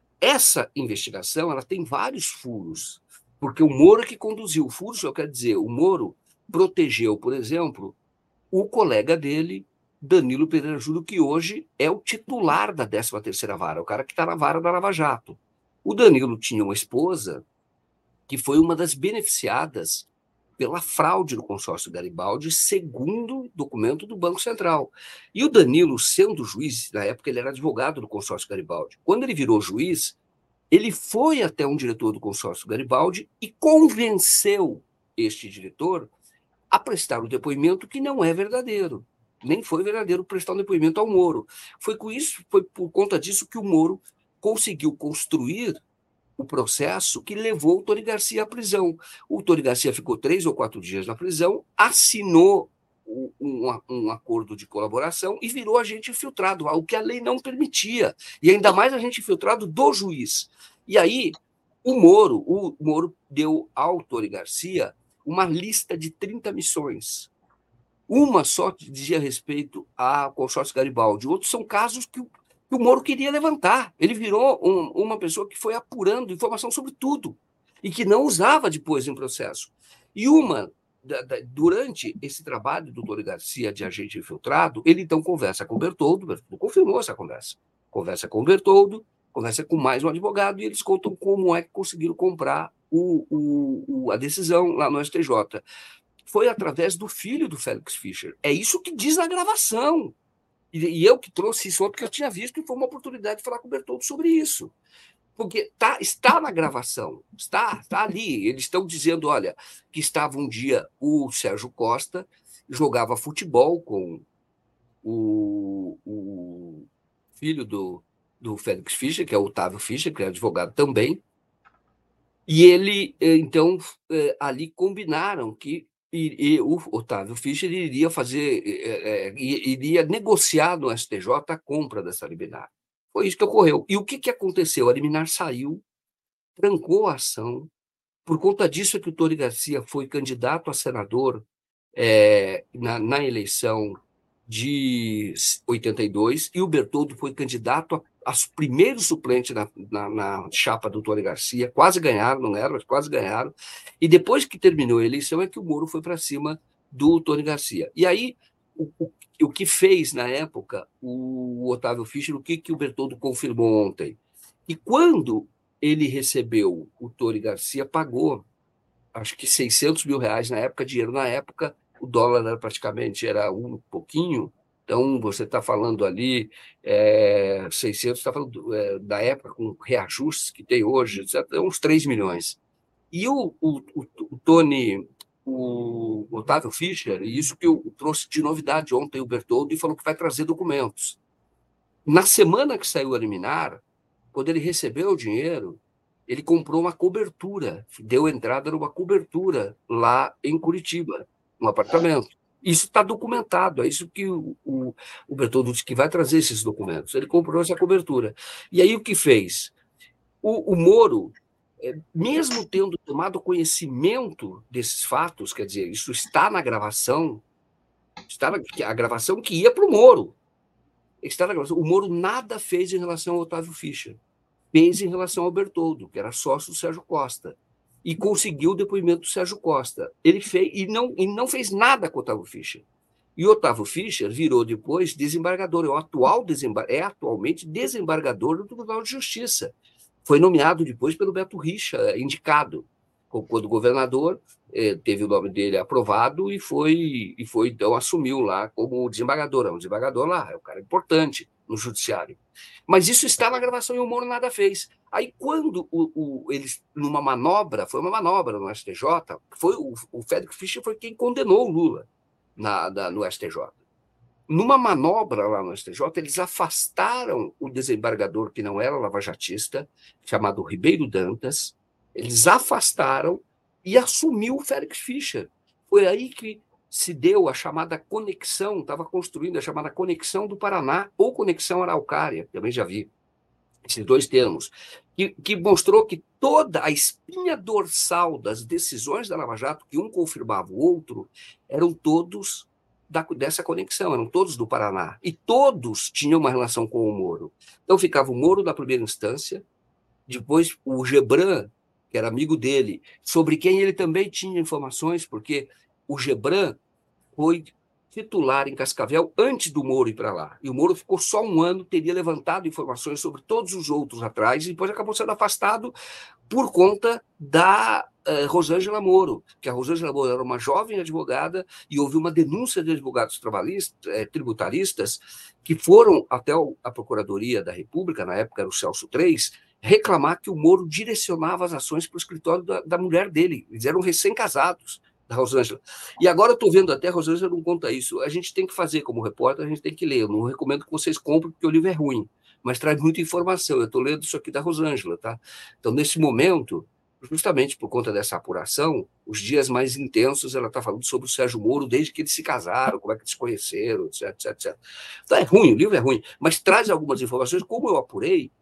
Essa investigação ela tem vários furos, porque o Moro é que conduziu. O furo, eu quero dizer, o Moro protegeu, por exemplo, o colega dele, Danilo Pereira Júnior, que hoje é o titular da décima terceira Vara, o cara que está na vara da Lava Jato. O Danilo tinha uma esposa que foi uma das beneficiadas pela fraude no consórcio Garibaldi, segundo o documento do Banco Central. E o Danilo, sendo juiz, na época ele era advogado do consórcio Garibaldi, quando ele virou juiz, ele foi até um diretor do consórcio Garibaldi e convenceu este diretor a prestar um depoimento que não é verdadeiro. Nem foi verdadeiro prestar um depoimento ao Moro. Foi com isso, foi por conta disso que o Moro conseguiu construir o processo que levou o Tony Garcia à prisão. O Tony Garcia ficou três ou quatro dias na prisão, assinou um, um, um acordo de colaboração e virou agente infiltrado, o que a lei não permitia. E ainda mais agente infiltrado do juiz. E aí, o Moro, o Moro deu ao Tony Garcia uma lista de trinta missões. Uma só dizia respeito ao consórcio Garibaldi. Outros são casos que o, que o Moro queria levantar. Ele virou um, uma pessoa que foi apurando informação sobre tudo e que não usava depois em processo. E uma, da, da, durante esse trabalho do Tony Garcia de agente infiltrado, ele então conversa com o Bertoldo, o Bertoldo confirmou essa conversa. Conversa com o Bertoldo, conversa com mais um advogado e eles contam como é que conseguiram comprar o, o, o, a decisão lá no S T J. Foi através do filho do Félix Fischer. É isso que diz na gravação. E, e eu que trouxe isso porque eu tinha visto e foi uma oportunidade de falar com o Bertoldo sobre isso. Porque tá, está na gravação, está, está ali. Eles estão dizendo, olha, que estava um dia o Sérgio Costa, jogava futebol com o, o filho do, do Félix Fischer, que é o Otávio Fischer, que é advogado também. E ele, então, ali combinaram que E, e o Otávio Fischer iria fazer, é, é, iria negociar no S T J a compra dessa liminar. Foi isso que ocorreu. E o que, que aconteceu? A liminar saiu, trancou a ação. Por conta disso é que o Tony Garcia foi candidato a senador é, na, na eleição de oitenta e dois, e o Bertoldo foi candidato a, a primeiro suplente na, na, na chapa do Tony Garcia, quase ganharam, não era, mas quase ganharam, e depois que terminou a eleição é que o Moro foi para cima do Tony Garcia. E aí, o, o, o que fez, na época, o Otávio Fischer, o que, que o Bertoldo confirmou ontem? E quando ele recebeu o Tony Garcia, pagou, acho que seiscentos mil reais na época, dinheiro na época, o dólar era praticamente era um pouquinho, então você está falando ali, é, seiscentos, está falando é, da época com reajustes que tem hoje, etcétera, uns três milhões. E o, o, o, o Tony, o Otávio Fischer, e isso que eu trouxe de novidade ontem, o Bertoldo, e falou que vai trazer documentos. Na semana que saiu a liminar, quando ele recebeu o dinheiro, ele comprou uma cobertura, deu entrada numa cobertura lá em Curitiba, um apartamento. Isso está documentado, é isso que o, o, o Bertoldo disse que vai trazer esses documentos. Ele comprou essa cobertura. E aí o que fez? O, o Moro, é, mesmo tendo tomado conhecimento desses fatos, quer dizer, isso está na gravação, está na, a gravação que ia para o Moro. Está na gravação. O Moro nada fez em relação ao Otávio Fischer. Fez em relação ao Bertoldo, que era sócio do Sérgio Costa, e conseguiu o depoimento do Sérgio Costa. Ele fez e não, e não fez nada com o Otávio Fischer. E o Otávio Fischer virou depois desembargador, é, o atual desembar é atualmente desembargador do Tribunal de Justiça. Foi nomeado depois pelo Beto Richa, indicado, quando governador, eh, teve o nome dele aprovado e foi, e foi então assumiu lá como desembargador. É um desembargador lá, é um cara importante no judiciário. Mas isso está na gravação e o Moro nada fez. Aí, quando o, o, eles, numa manobra, foi uma manobra no S T J, foi o, o Frederico Fischer foi quem condenou o Lula na, na, no S T J. Numa manobra lá no S T J, eles afastaram o desembargador que não era lavajatista, chamado Ribeiro Dantas, eles afastaram e assumiu o Félix Fischer. Foi aí que se deu a chamada conexão, estava construindo a chamada conexão do Paraná, ou conexão Araucária, também já vi esses dois termos, que, que mostrou que toda a espinha dorsal das decisões da Lava Jato, que um confirmava o outro, eram todos da, dessa conexão, eram todos do Paraná, e todos tinham uma relação com o Moro. Então ficava o Moro na primeira instância, depois o Gebran, que era amigo dele, sobre quem ele também tinha informações, porque o Gebran foi titular em Cascavel antes do Moro ir para lá. E o Moro ficou só um ano, teria levantado informações sobre todos os outros atrás, e depois acabou sendo afastado por conta da uh, Rosângela Moro, que a Rosângela Moro era uma jovem advogada e houve uma denúncia de advogados trabalhistas, eh, tributaristas que foram até a Procuradoria da República, na época era o Celso três, reclamar que o Moro direcionava as ações para o escritório da, da mulher dele. Eles eram recém-casados, da Rosângela. E agora eu estou vendo até, a Rosângela não conta isso. A gente tem que fazer como repórter, a gente tem que ler. Eu não recomendo que vocês comprem, porque o livro é ruim, mas traz muita informação. Eu estou lendo isso aqui da Rosângela, tá? Então, nesse momento, justamente por conta dessa apuração, os dias mais intensos, ela está falando sobre o Sérgio Moro desde que eles se casaram, como é que eles se conheceram, etc, etc, etcétera. Então, é ruim, o livro é ruim, mas traz algumas informações. Como eu apurei,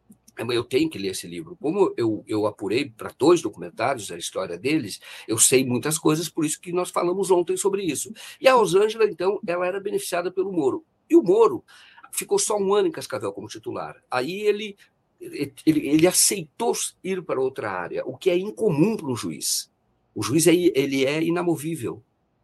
eu tenho que ler esse livro. Como eu, eu apurei para dois documentários a história deles, eu sei muitas coisas, por isso que nós falamos ontem sobre isso. E a Rosângela, então, ela era beneficiada pelo Moro. E o Moro ficou só um ano em Cascavel como titular. Aí ele, ele, ele aceitou ir para outra área, o que é incomum para um juiz. O juiz é, ele é inamovível.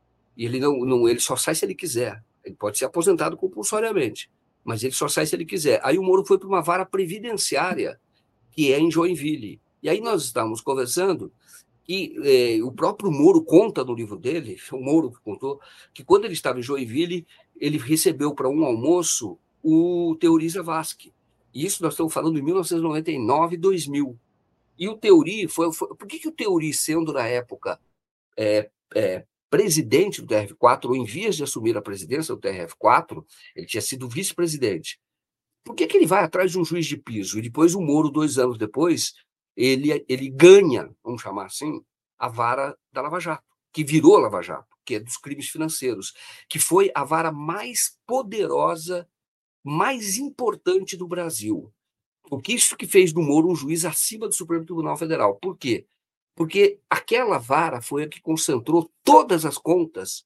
E ele, não, não, ele só sai se ele quiser. Ele pode ser aposentado compulsoriamente, mas ele só sai se ele quiser. Aí o Moro foi para uma vara previdenciária, que é em Joinville. E aí nós estávamos conversando que eh, o próprio Moro conta no livro dele, o Moro que contou, que quando ele estava em Joinville, ele recebeu para um almoço o Teori Zavascki. E isso nós estamos falando em mil novecentos e noventa e nove, dois mil. E o Teori foi... foi por que, que o Teori, sendo na época é, é, presidente do T R F quatro, ou em vias de assumir a presidência do T R F quatro, ele tinha sido vice-presidente. Por que, que ele vai atrás de um juiz de piso? E depois o Moro, dois anos depois, ele, ele ganha, vamos chamar assim, a vara da Lava Jato, que virou a Lava Jato, que é dos crimes financeiros, que foi a vara mais poderosa, mais importante do Brasil. Porque isso que fez do Moro um juiz acima do Supremo Tribunal Federal. Por quê? Porque aquela vara foi a que concentrou todas as contas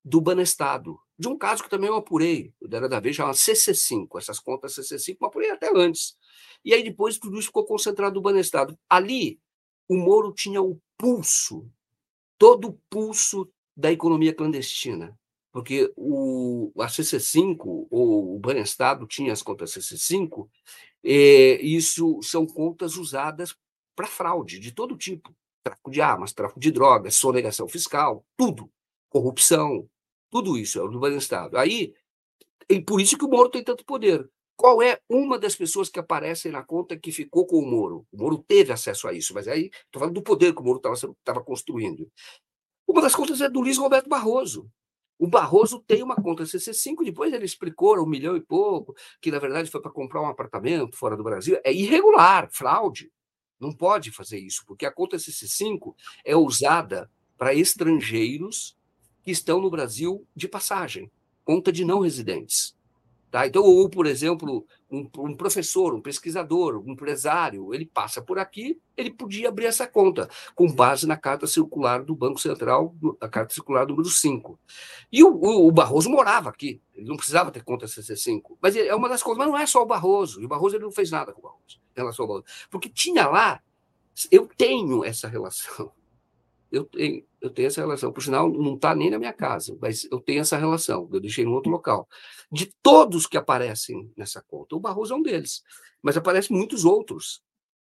do Banestado, de um caso que também eu apurei, o Era da Vez, chama C C cinco, essas contas C C cinco, eu apurei até antes. E aí depois tudo isso ficou concentrado no Banestado. Ali, o Moro tinha o pulso, todo o pulso da economia clandestina, porque o, a C C cinco, ou o Banestado tinha as contas C C cinco, é, isso são contas usadas para fraude de todo tipo, tráfico de armas, tráfico de drogas, sonegação fiscal, tudo, corrupção, tudo isso é o do Banestado. Aí, e por isso que o Moro tem tanto poder. Qual é uma das pessoas que aparecem na conta que ficou com o Moro? O Moro teve acesso a isso, mas aí estou falando do poder que o Moro estava construindo. Uma das contas é do Luiz Roberto Barroso. O Barroso tem uma conta C C cinco, depois ele explicou, um milhão e pouco, que na verdade foi para comprar um apartamento fora do Brasil. É irregular, fraude. Não pode fazer isso, porque a conta C C cinco é usada para estrangeiros que estão no Brasil de passagem, conta de não residentes. Tá? Então, ou, por exemplo, um, um professor, um pesquisador, um empresário, ele passa por aqui, ele podia abrir essa conta, com base na carta circular do Banco Central, a carta circular número cinco. E o, o, o Barroso morava aqui, ele não precisava ter conta C C cinco, mas é uma das coisas, mas não é só o Barroso, e o Barroso ele não fez nada com o Barroso, em relação ao Barroso, porque tinha lá, eu tenho essa relação, eu tenho, eu tenho essa relação, por sinal, não está nem na minha casa, mas eu tenho essa relação, eu deixei em outro local. De todos que aparecem nessa conta, o Barroso é um deles, mas aparecem muitos outros.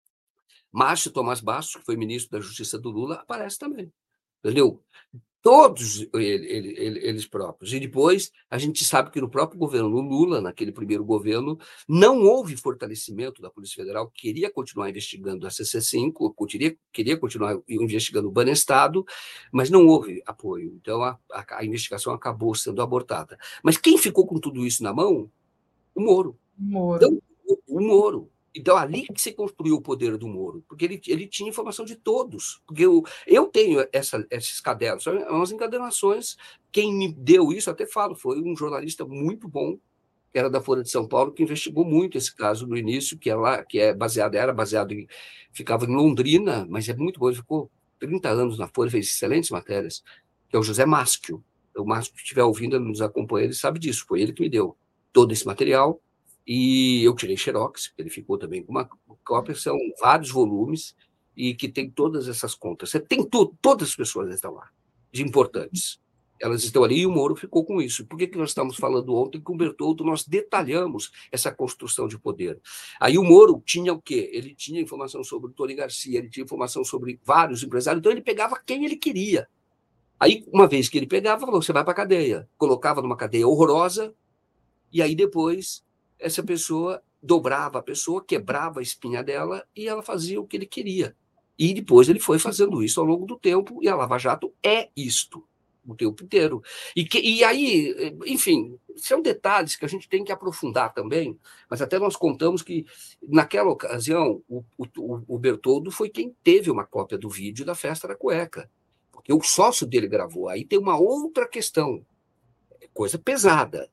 Márcio Tomás Bastos, que foi ministro da Justiça do Lula, aparece também, entendeu? Todos ele, ele, ele, eles próprios. E depois, a gente sabe que no próprio governo Lula, naquele primeiro governo, não houve fortalecimento da Polícia Federal, que queria continuar investigando a C C cinco, queria, queria continuar investigando o Banestado, mas não houve apoio. Então, a, a, a investigação acabou sendo abortada. Mas quem ficou com tudo isso na mão? O Moro. Moro. Então, o, o Moro. Então, ali que se construiu o poder do Moro, porque ele, ele tinha informação de todos. Porque eu, eu tenho essa, esses cadernos, são umas encadernações. Quem me deu isso, até falo, foi um jornalista muito bom, que era da Folha de São Paulo, que investigou muito esse caso no início, que, é lá, que é baseado, era baseado em. Ficava em Londrina, mas é muito bom, ele ficou trinta anos na Folha, fez excelentes matérias, que é o José Maschio. O Maschio, que estiver ouvindo, nos acompanha, ele sabe disso, foi ele que me deu todo esse material. E eu tirei xerox, ele ficou também com uma cópia, são vários volumes, e que tem todas essas contas. Você tem tudo, todas as pessoas estão lá, de importantes. Elas estão ali e o Moro ficou com isso. Por que, que nós estamos falando ontem com o Bertoldo? Nós detalhamos essa construção de poder. Aí o Moro tinha o quê? Ele tinha informação sobre o Tony Garcia, ele tinha informação sobre vários empresários, então ele pegava quem ele queria. Aí, uma vez que ele pegava, falou, você vai para a cadeia. Colocava numa cadeia horrorosa, e aí depois essa pessoa dobrava a pessoa, quebrava a espinha dela e ela fazia o que ele queria. E depois ele foi fazendo isso ao longo do tempo, e a Lava Jato é isto, o tempo inteiro. E, que, e aí, enfim, são detalhes que a gente tem que aprofundar também, mas até nós contamos que, naquela ocasião, o, o, o Bertoldo foi quem teve uma cópia do vídeo da festa da cueca, porque o sócio dele gravou. Aí tem uma outra questão, coisa pesada.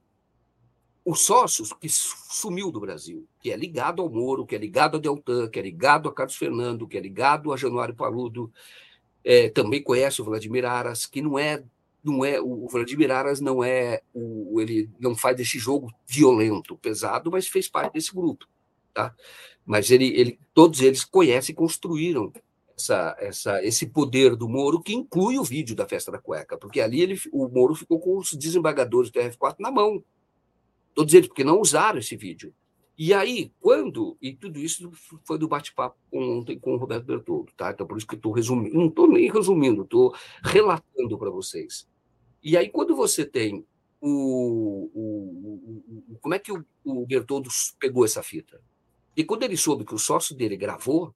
O sócio que sumiu do Brasil, que é ligado ao Moro, que é ligado a Deltan, que é ligado a Carlos Fernando, que é ligado a Januário Paludo, é, também conhece o Vladimir Aras, que não é, não é o Vladimir Aras não é o, ele não faz desse jogo violento, pesado, mas fez parte desse grupo, tá? Mas ele, ele, todos eles conhecem e construíram essa, essa, esse poder do Moro, que inclui o vídeo da festa da cueca, porque ali ele, o Moro ficou com os desembargadores do R F quatro na mão. Todos eles, porque não usaram esse vídeo. E aí, quando... E tudo isso foi do bate-papo ontem com o Roberto Bertoldo, tá? Então, por isso que eu estou resumindo. Não estou nem resumindo, estou relatando para vocês. E aí, quando você tem o... o, o como é que o, o Bertoldo pegou essa fita? E quando ele soube que o sócio dele gravou,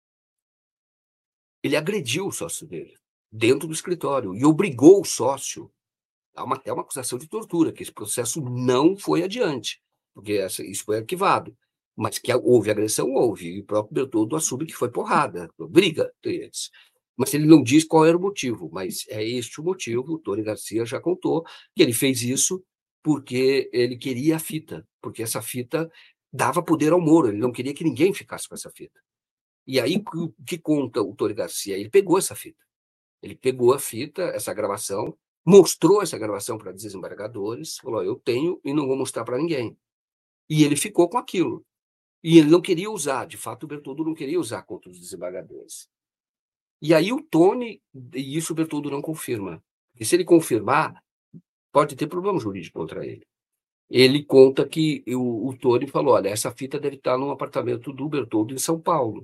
ele agrediu o sócio dele dentro do escritório e obrigou o sócio. Há uma, até uma acusação de tortura, que esse processo não foi adiante, porque essa, isso foi arquivado. Mas que houve agressão, houve. E o próprio Bertoldo assume que foi porrada, briga entre eles. Mas ele não diz qual era o motivo, mas é este o motivo. O Tony Garcia já contou que ele fez isso porque ele queria a fita, porque essa fita dava poder ao Moro, ele não queria que ninguém ficasse com essa fita. E aí, o que conta o Tony Garcia? Ele pegou essa fita. Ele pegou a fita, essa gravação, mostrou essa gravação para desembargadores, falou, eu tenho e não vou mostrar para ninguém. E ele ficou com aquilo. E ele não queria usar, de fato, o Bertoldo não queria usar contra os desembargadores. E aí o Tony, e isso o Bertoldo não confirma, porque se ele confirmar, pode ter problema jurídico contra ele. Ele conta que o, o Tony falou, olha, essa fita deve estar num apartamento do Bertoldo em São Paulo.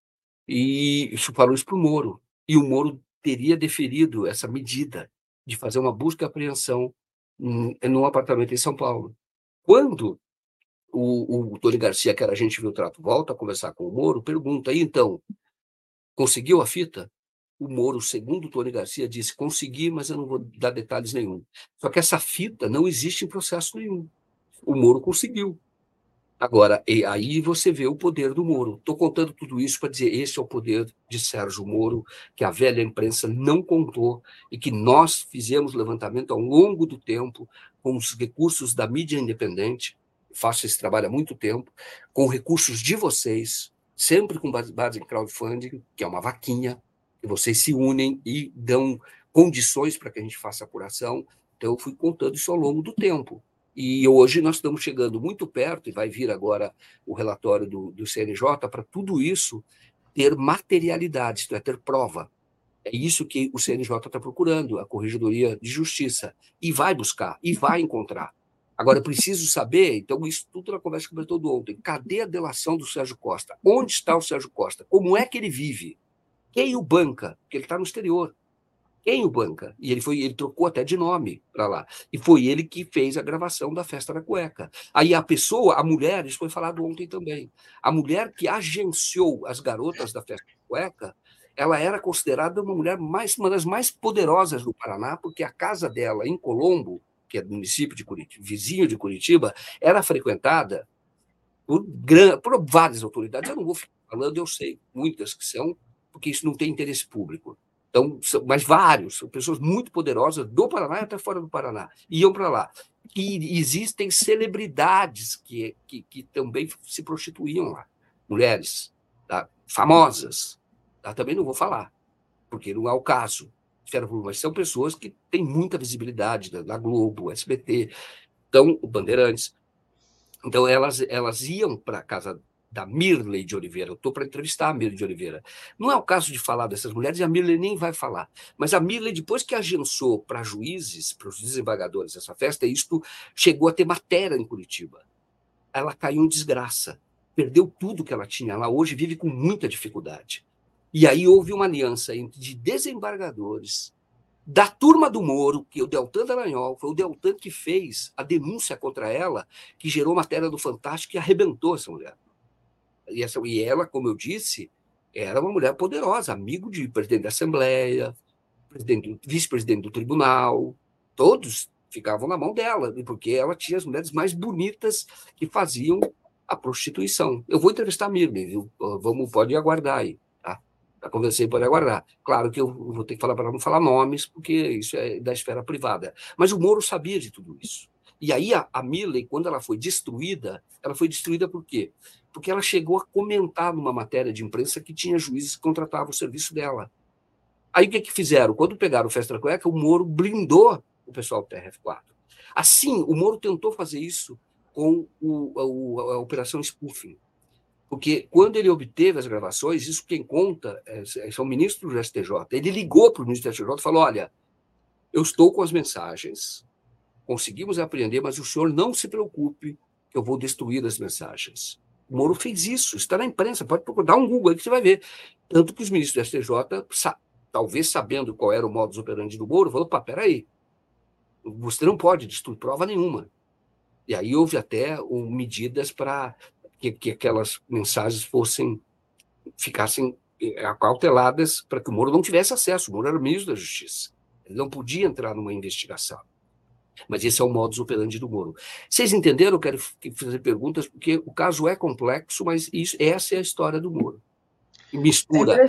E isso falou isso para o Moro. E o Moro teria deferido essa medida de fazer uma busca e apreensão num, num apartamento em São Paulo. Quando o, o Tony Garcia, que era agente viu o trato, volta a conversar com o Moro, pergunta, e então, conseguiu a fita? O Moro, segundo o Tony Garcia, disse, consegui, mas eu não vou dar detalhes nenhum. Só que essa fita não existe em processo nenhum. O Moro conseguiu. Agora, e aí você vê o poder do Moro. Estou contando tudo isso para dizer, esse é o poder de Sérgio Moro, que a velha imprensa não contou e que nós fizemos levantamento ao longo do tempo, com os recursos da mídia independente, faço esse trabalho há muito tempo, com recursos de vocês, sempre com base em crowdfunding, que é uma vaquinha, que vocês se unem e dão condições para que a gente faça a apuração. Então, eu fui contando isso ao longo do tempo. E hoje nós estamos chegando muito perto, e vai vir agora o relatório do, do C N J, para tudo isso ter materialidade, isto é, ter prova. É isso que o C N J está procurando, a Corregedoria de Justiça, e vai buscar, e vai encontrar. Agora, eu preciso saber, então, isso tudo na conversa que eu Bertoldo ontem, cadê a delação do Sérgio Costa? Onde está o Sérgio Costa? Como é que ele vive? Quem o banca? Porque ele está no exterior. Quem o banca? E ele, foi, ele trocou até de nome para lá. E foi ele que fez a gravação da Festa da Cueca. Aí a pessoa, a mulher, isso foi falado ontem também, a mulher que agenciou as garotas da Festa da Cueca, ela era considerada uma mulher mais, uma das mais poderosas do Paraná, porque a casa dela, em Colombo, que é do município de Curitiba, vizinho de Curitiba, era frequentada por, gran, por várias autoridades. Eu não vou ficar falando, eu sei, muitas que são, porque isso não tem interesse público. Então, são, mas vários, são pessoas muito poderosas do Paraná e até fora do Paraná, iam para lá. E existem celebridades que, que, que também se prostituíam lá, mulheres, tá? Famosas, tá? Também não vou falar, porque não é o caso, mas são pessoas que têm muita visibilidade na Globo, S B T, então, o Bandeirantes. Então, elas, elas iam para a casa da Mirley de Oliveira. Eu estou para entrevistar a Mirley de Oliveira. Não é o caso de falar dessas mulheres, e a Mirley nem vai falar. Mas a Mirley, depois que agenciou para juízes, para os desembargadores essa festa, isto chegou a ter matéria em Curitiba. Ela caiu em desgraça. Perdeu tudo que ela tinha lá. Hoje vive com muita dificuldade. E aí houve uma aliança entre desembargadores, da turma do Moro, que é o Deltan Dallagnol, foi o Deltan que fez a denúncia contra ela, que gerou matéria do Fantástico e arrebentou essa mulher. E, essa, e ela, como eu disse, era uma mulher poderosa, amigo de presidente da Assembleia, presidente, vice-presidente do Tribunal, todos ficavam na mão dela, porque ela tinha as mulheres mais bonitas que faziam a prostituição. Eu vou entrevistar a Mirley, viu? Vamos, pode aguardar aí. Para convencer, pode aguardar. Claro que eu vou ter que falar para ela não falar nomes, porque isso é da esfera privada. Mas o Moro sabia de tudo isso. E aí a, a Mirley, quando ela foi destruída, ela foi destruída por quê? Porque ela chegou a comentar numa matéria de imprensa que tinha juízes que contratavam o serviço dela. Aí o que, que fizeram? Quando pegaram o Festa da Cueca, o Moro blindou o pessoal do T R F quatro. Assim, o Moro tentou fazer isso com o, a, a Operação Spoofing. Porque quando ele obteve as gravações, isso quem conta é, são ministros do S T J. Ele ligou para o ministro do S T J e falou, olha, eu estou com as mensagens, conseguimos apreender, mas o senhor não se preocupe que eu vou destruir as mensagens. O Moro fez isso, está na imprensa, pode procurar, dá um Google aí que você vai ver. Tanto que os ministros do S T J, sa talvez sabendo qual era o modus operandi do Moro, falou, pá, peraí, você não pode destruir prova nenhuma. E aí houve até um, medidas para Que, que aquelas mensagens fossem, ficassem acauteladas para que o Moro não tivesse acesso. O Moro era o ministro da Justiça. Ele não podia entrar numa investigação. Mas esse é o modus operandi do Moro. Vocês entenderam? Eu quero fazer perguntas, porque o caso é complexo, mas isso, essa é a história do Moro. E mistura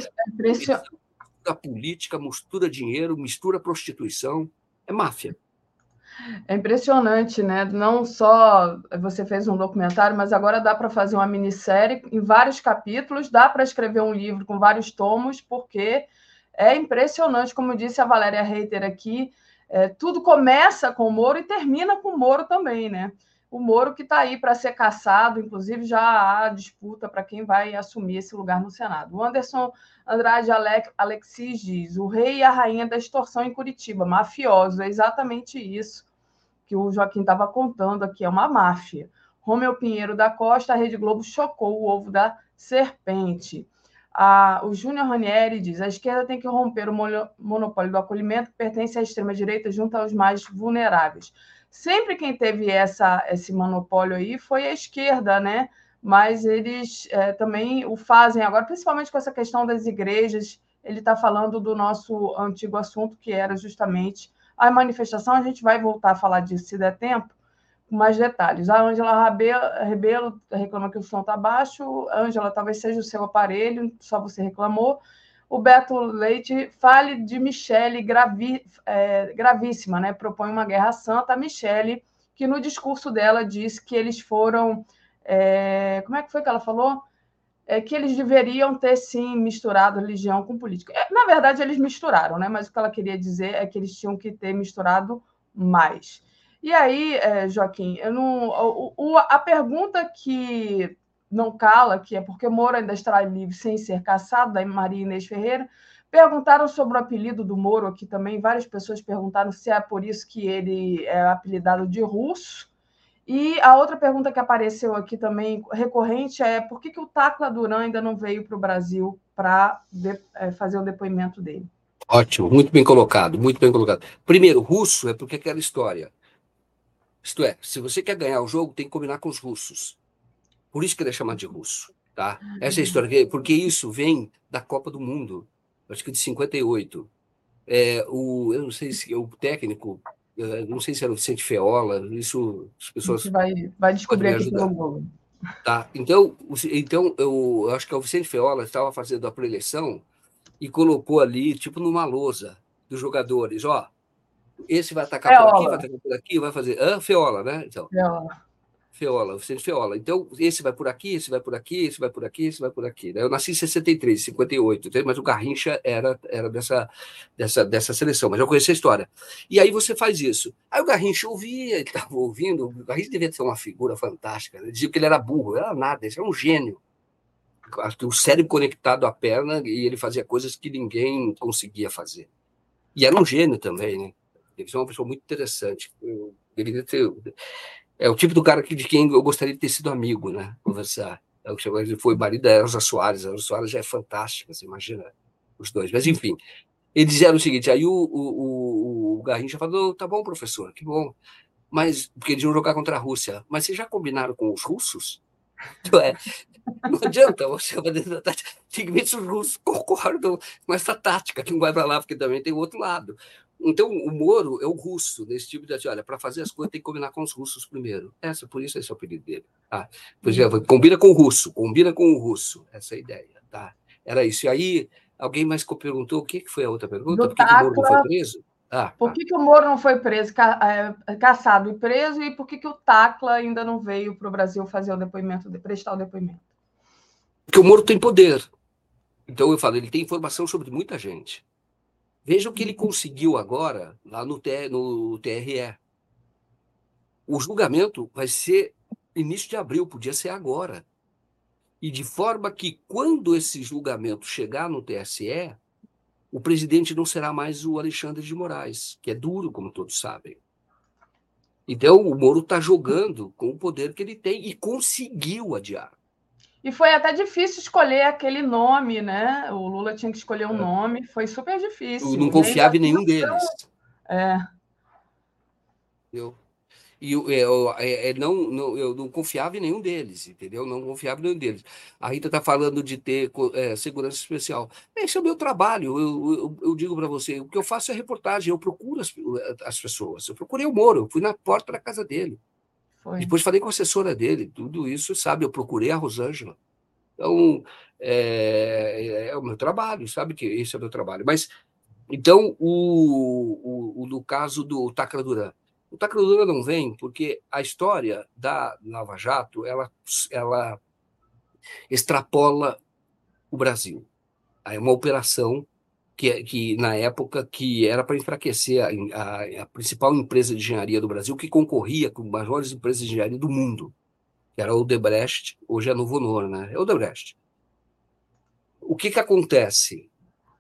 a política, mistura dinheiro, mistura prostituição. É máfia. É impressionante, né? Não só você fez um documentário, mas agora dá para fazer uma minissérie em vários capítulos, dá para escrever um livro com vários tomos, porque é impressionante, como disse a Valéria Reiter aqui, é, tudo começa com o Moro e termina com o Moro também, né? O Moro que está aí para ser cassado, inclusive já há disputa para quem vai assumir esse lugar no Senado. O Anderson Andrade Alexis diz: o rei e a rainha da extorsão em Curitiba, mafiosos, é exatamente isso que o Joaquim estava contando aqui, é uma máfia. Romeu Pinheiro da Costa, a Rede Globo chocou o ovo da serpente. Ah, o Júnior Ranieri diz: a esquerda tem que romper o monopólio do acolhimento que pertence à extrema-direita junto aos mais vulneráveis. Sempre quem teve essa, esse monopólio aí foi a esquerda, né? Mas eles é, também o fazem agora, principalmente com essa questão das igrejas. Ele está falando do nosso antigo assunto, que era justamente a manifestação. A gente vai voltar a falar disso, se der tempo, com mais detalhes. A Ângela Rebelo reclama que o som está baixo. Ângela, talvez seja o seu aparelho, só você reclamou. O Beto Leite fale de Michele gravi, é, gravíssima, né? Propõe uma guerra santa. A Michele, que no discurso dela disse que eles foram... É, como é que foi que ela falou? É que eles deveriam ter, sim, misturado religião com política. É, na verdade, eles misturaram, né? Mas o que ela queria dizer é que eles tinham que ter misturado mais. E aí, é, Joaquim, eu não, o, o, a pergunta que... não cala, que é porque Moro ainda estará livre sem ser caçado, da Maria Inês Ferreira. Perguntaram sobre o apelido do Moro aqui também, várias pessoas perguntaram se é por isso que ele é apelidado de russo. E a outra pergunta que apareceu aqui também, recorrente, é por que, que o Tacla Duran ainda não veio para o Brasil para é, fazer o depoimento dele? Ótimo, muito bem colocado, muito bem colocado. Primeiro, russo é porque é aquela história. Isto é, se você quer ganhar o jogo, tem que combinar com os russos. Por isso que ele é chamado de russo, tá? Essa é a história, porque isso vem da Copa do Mundo, acho que de cinquenta e oito. É, o, eu não sei se o técnico, não sei se era o Vicente Feola, isso as pessoas... A gente vai, vai descobrir aqui pelo Google. Tá, então, então eu, eu acho que o Vicente Feola estava fazendo a preleção e colocou ali, tipo numa lousa dos jogadores, ó, esse vai atacar Feola. por aqui, vai atacar por aqui, vai fazer... Ah, Feola, né? Então, Feola. Feola, Vicente Feola. Então, esse vai por aqui, esse vai por aqui, esse vai por aqui, esse vai por aqui. Eu nasci em sessenta e três, cinquenta e oito, mas o Garrincha era, era dessa, dessa, dessa seleção, mas eu conheci a história. E aí você faz isso. Aí o Garrincha ouvia, ele estava ouvindo, o Garrincha devia ser uma figura fantástica, né? Dizia que ele era burro, era nada, ele era um gênio. O cérebro conectado à perna e ele fazia coisas que ninguém conseguia fazer. E era um gênio também, né? Ele foi uma pessoa muito interessante. Eu deveria ter... É o tipo do cara que, de quem eu gostaria de ter sido amigo, né? Conversar. Ele foi marido da Elza Soares. A Elza Soares já é fantástica, você imagina os dois. Mas, enfim, eles disseram o seguinte, aí o, o, o Garrincha falou, tá bom, professor, que bom. Mas, porque eles iam jogar contra a Rússia. Mas vocês já combinaram com os russos? Então, é, não adianta você fazer tática. Tem que ver se os russos concordam com essa tática, que não vai para lá, porque também tem o outro lado. Então, o Moro é o russo, nesse tipo de... Olha, para fazer as coisas tem que combinar com os russos primeiro. Essa, por isso esse é o apelido dele. Ah, por exemplo, combina com o russo, combina com o russo. Essa é a ideia, tá? Era isso. E aí, alguém mais perguntou, o que foi a outra pergunta? Do Por que, que o Moro não foi preso? Ah, por que, que o Moro não foi preso, ca, é, caçado e preso, e por que, que o Tacla ainda não veio para o Brasil fazer o depoimento, prestar o depoimento? Porque o Moro tem poder. Então, eu falo, ele tem informação sobre muita gente. Veja o que ele conseguiu agora lá no, T, no T R E. O julgamento vai ser início de abril, podia ser agora. E de forma que, quando esse julgamento chegar no T S E, o presidente não será mais o Alexandre de Moraes, que é duro, como todos sabem. Então, o Moro está jogando com o poder que ele tem e conseguiu adiar. E foi até difícil escolher aquele nome, né? O Lula tinha que escolher um nome, foi super difícil. Eu não confiava em nenhum deles. É. Eu, e eu, eu, eu, não, não, eu não confiava em nenhum deles, entendeu? Não confiava em nenhum deles. A Rita está falando de ter é, segurança especial. Esse é o meu trabalho. Eu, eu, eu digo para você, o que eu faço é reportagem, eu procuro as, as pessoas. Eu procurei o Moro, eu fui na porta da casa dele. Foi. Depois falei com a assessora dele, tudo isso, sabe? Eu procurei a Rosângela. Então, é, é o meu trabalho, sabe que esse é o meu trabalho. Mas, então, o, o, o, no caso do Tacla Duran, o Tacla Duran não vem porque a história da Lava Jato, ela, ela extrapola o Brasil. É uma operação que, que na época que era para enfraquecer a, a, a principal empresa de engenharia do Brasil, que concorria com as maiores empresas de engenharia do mundo, que era a Odebrecht, hoje é a Novo Honor, né? É Odebrecht. O que, que acontece?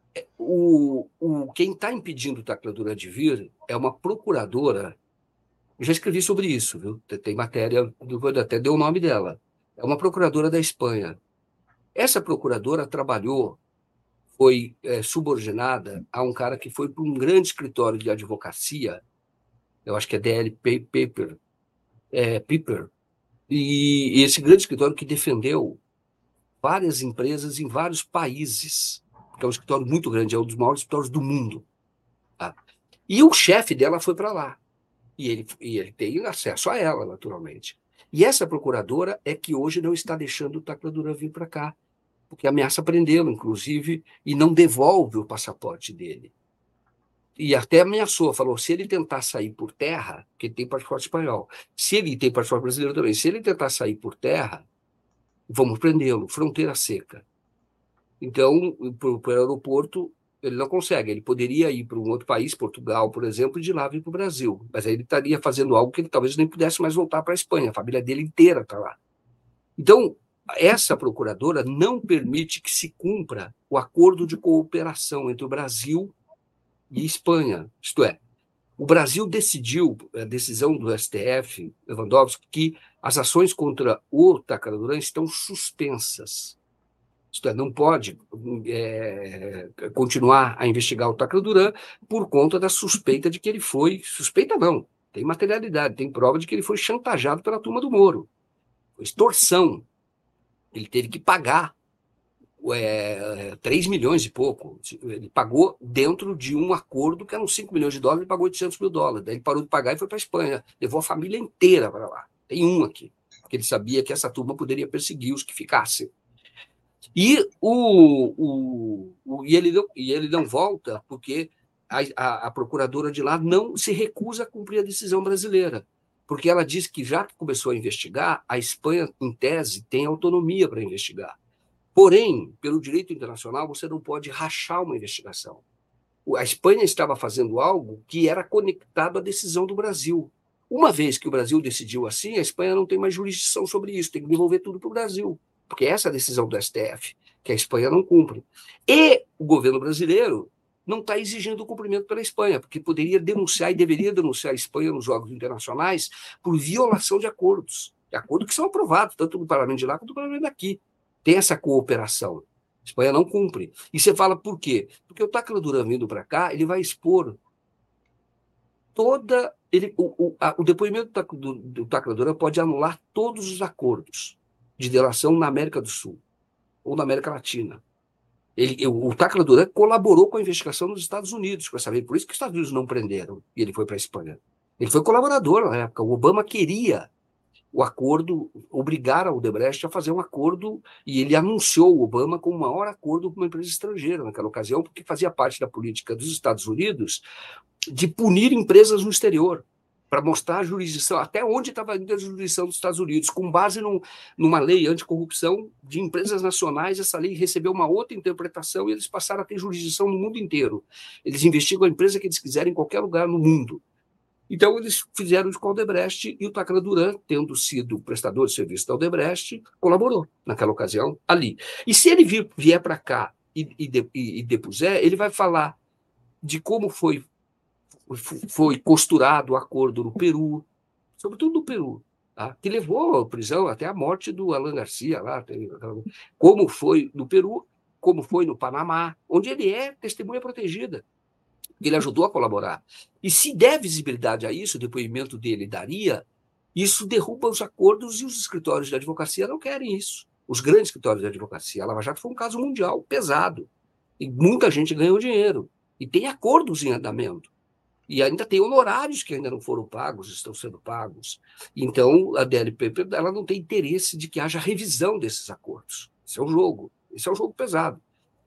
O, o, quem está impedindo o Tacla Duran de vir é uma procuradora. Eu já escrevi sobre isso, viu? Tem matéria, até deu o nome dela. É uma procuradora da Espanha. Essa procuradora trabalhou, foi é, subordinada a um cara que foi para um grande escritório de advocacia, eu acho que é D L Paper, é, Piper, e, e esse grande escritório que defendeu várias empresas em vários países, que é um escritório muito grande, é um dos maiores escritórios do mundo. Tá? E o chefe dela foi para lá. E ele, e ele tem acesso a ela, naturalmente. E essa procuradora é que hoje não está deixando o Tacla Duran vir para cá, porque ameaça prendê-lo, inclusive, e não devolve o passaporte dele. E até ameaçou, falou, se ele tentar sair por terra, porque ele tem passaporte espanhol, se ele tem passaporte brasileiro também, se ele tentar sair por terra, vamos prendê-lo, fronteira seca. Então, para o aeroporto, ele não consegue. Ele poderia ir para um outro país, Portugal, por exemplo, e de lá vir para o Brasil. Mas aí ele estaria fazendo algo que ele talvez nem pudesse mais voltar para a Espanha. A família dele inteira está lá. Então, essa procuradora não permite que se cumpra o acordo de cooperação entre o Brasil e Espanha. Isto é, o Brasil decidiu, a decisão do S T F, Lewandowski, que as ações contra o Tacla Duran estão suspensas. Isto é, não pode é, continuar a investigar o Tacla Duran por conta da suspeita de que ele foi... Suspeita não, tem materialidade, tem prova de que ele foi chantageado pela turma do Moro. Foi extorsão. Ele teve que pagar é, três milhões e pouco. Ele pagou dentro de um acordo que eram cinco milhões de dólares, ele pagou oitocentos mil dólares. Daí ele parou de pagar e foi para a Espanha. Levou a família inteira para lá. Tem um aqui, porque ele sabia que essa turma poderia perseguir os que ficassem. E, o, o, o, e, ele, não, e ele não volta porque a, a, a procuradora de lá não se recusa a cumprir a decisão brasileira. Porque ela diz que, já que começou a investigar, a Espanha, em tese, tem autonomia para investigar. Porém, pelo direito internacional, você não pode rachar uma investigação. A Espanha estava fazendo algo que era conectado à decisão do Brasil. Uma vez que o Brasil decidiu assim, a Espanha não tem mais jurisdição sobre isso, tem que devolver tudo para o Brasil. Porque essa é a decisão do S T F, que a Espanha não cumpre. E o governo brasileiro não está exigindo o cumprimento pela Espanha, porque poderia denunciar e deveria denunciar a Espanha nos órgãos internacionais por violação de acordos. De acordos que são aprovados, tanto no parlamento de lá quanto no parlamento daqui. Tem essa cooperação. A Espanha não cumpre. E você fala por quê? Porque o Tacla Duran vindo para cá, ele vai expor toda... Ele, o, o, a, o depoimento do, do Tacla Duran pode anular todos os acordos de delação na América do Sul ou na América Latina. Ele, o Tacla Duran colaborou com a investigação nos Estados Unidos, para saber, por isso que os Estados Unidos não prenderam e ele foi para a Espanha. Ele foi colaborador na época. O Obama queria o acordo, obrigar a Odebrecht a fazer um acordo, e ele anunciou o Obama como o maior acordo com uma empresa estrangeira naquela ocasião, porque fazia parte da política dos Estados Unidos de punir empresas no exterior, para mostrar a jurisdição, até onde estava indo a jurisdição dos Estados Unidos, com base num, numa lei anticorrupção de empresas nacionais. Essa lei recebeu uma outra interpretação e eles passaram a ter jurisdição no mundo inteiro. Eles investigam a empresa que eles quiserem em qualquer lugar no mundo. Então, eles fizeram isso com a Odebrecht, e o Tacla Duran, tendo sido prestador de serviço da Odebrecht, colaborou naquela ocasião ali. E se ele vir, vier para cá e, e, de, e depuser, ele vai falar de como foi foi costurado o acordo no Peru, sobretudo no Peru, tá? Que levou à prisão até a morte do Alan Garcia, lá, como foi no Peru, como foi no Panamá, onde ele é testemunha protegida. Ele ajudou a colaborar. E se der visibilidade a isso, o depoimento dele daria, isso derruba os acordos, e os escritórios de advocacia não querem isso. Os grandes escritórios de advocacia. A Lava Jato foi um caso mundial, pesado. E muita gente ganhou dinheiro. E tem acordos em andamento. E ainda tem honorários que ainda não foram pagos, estão sendo pagos. Então, a D L P ela não tem interesse de que haja revisão desses acordos. Esse é um jogo. Esse é um jogo pesado.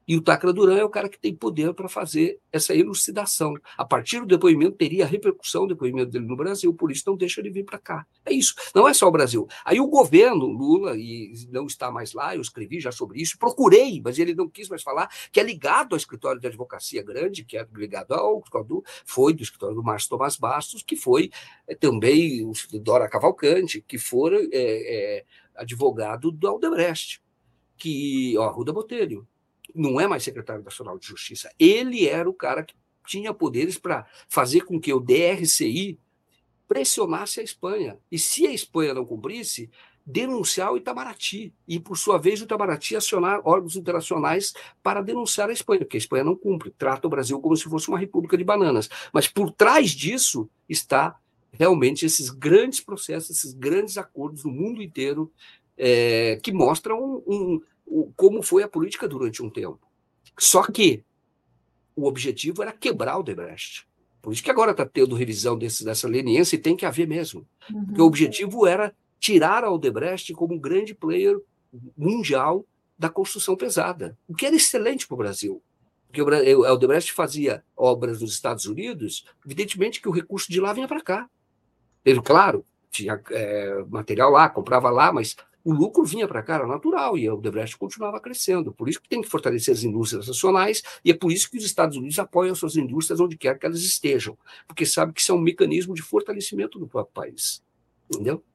E o Tacla Duran é o cara que tem poder para fazer essa elucidação. A partir do depoimento, teria repercussão o depoimento dele no Brasil, por isso não deixa ele vir para cá. É isso, não é só o Brasil. Aí o governo, Lula, e não está mais lá, eu escrevi já sobre isso, procurei, mas ele não quis mais falar, que é ligado ao escritório de advocacia grande, que é ligado ao foi do escritório do Márcio Tomás Bastos, que foi é, também o Dora Cavalcante, que foi é, é, advogado do Aldebrecht, que, ó, Arruda Botelho, não é mais secretário nacional de Justiça. Ele era o cara que tinha poderes para fazer com que o D R C I pressionasse a Espanha. E se a Espanha não cumprisse, denunciar o Itamaraty. E, por sua vez, o Itamaraty acionar órgãos internacionais para denunciar a Espanha, porque a Espanha não cumpre, trata o Brasil como se fosse uma república de bananas. Mas por trás disso está realmente esses grandes processos, esses grandes acordos no mundo inteiro é, que mostram um, um, como foi a política durante um tempo. Só que o objetivo era quebrar o Odebrecht. Por isso que agora está tendo revisão desse, dessa leniência e tem que haver mesmo. Uhum. Porque o objetivo era tirar a Odebrecht como um grande player mundial da construção pesada, o que era excelente para o Brasil. Porque a Odebrecht fazia obras nos Estados Unidos, evidentemente que o recurso de lá vinha para cá. Ele, claro, tinha é, material lá, comprava lá, mas o lucro vinha para cá, era natural, e a Odebrecht continuava crescendo. Por isso que tem que fortalecer as indústrias nacionais, e é por isso que os Estados Unidos apoiam suas indústrias onde quer que elas estejam, porque sabe que isso é um mecanismo de fortalecimento do próprio país. Entendeu?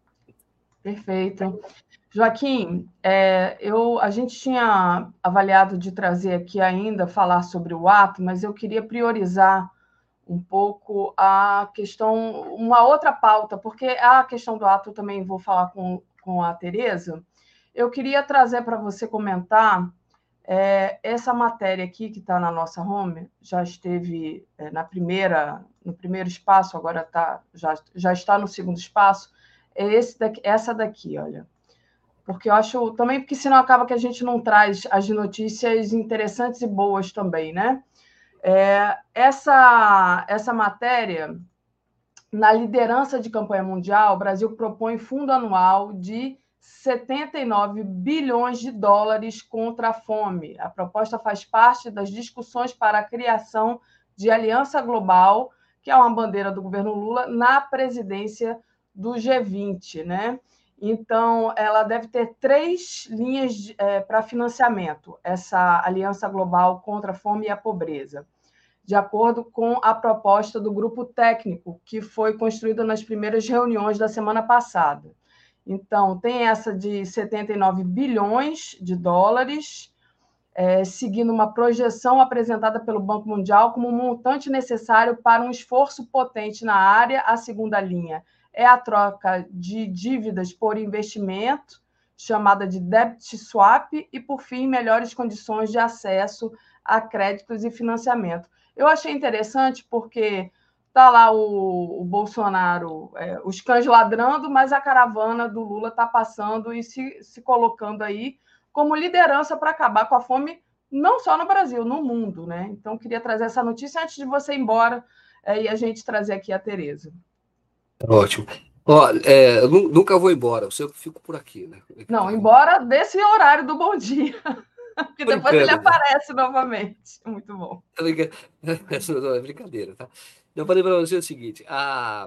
Perfeito. Joaquim, é, eu, a gente tinha avaliado de trazer aqui ainda, falar sobre o ato, mas eu queria priorizar um pouco a questão, uma outra pauta, porque a questão do ato eu também vou falar com, com a Tereza. Eu queria trazer para você comentar é, essa matéria aqui que está na nossa home, já esteve é, na primeira, no primeiro espaço, agora tá, já, já está no segundo espaço, é esse daqui, essa daqui, olha. Porque eu acho também, porque senão acaba que a gente não traz as notícias interessantes e boas também, né? É, essa, essa matéria, na liderança de campanha mundial, o Brasil propõe fundo anual de setenta e nove bilhões de dólares contra a fome. A proposta faz parte das discussões para a criação de aliança global, que é uma bandeira do governo Lula, na presidência do G vinte, né? Então, ela deve ter três linhas é, para financiamento, essa aliança global contra a fome e a pobreza, de acordo com a proposta do grupo técnico, que foi construída nas primeiras reuniões da semana passada. Então, tem essa de setenta e nove bilhões de dólares, é, seguindo uma projeção apresentada pelo Banco Mundial como um montante necessário para um esforço potente na área. A segunda linha é a troca de dívidas por investimento, chamada de debt swap, e, por fim, melhores condições de acesso a créditos e financiamento. Eu achei interessante porque está lá o, o Bolsonaro, é, os cães ladrando, mas a caravana do Lula está passando e se, se colocando aí como liderança para acabar com a fome, não só no Brasil, no mundo, né? Então, queria trazer essa notícia antes de você ir embora é, e a gente trazer aqui a Tereza. Ótimo. Ó, é, eu nunca vou embora, eu sempre fico por aqui, né? Não, embora desse horário do Bom Dia, porque depois ele aparece novamente. Muito bom. É brincadeira, tá? Eu falei para você o seguinte, a...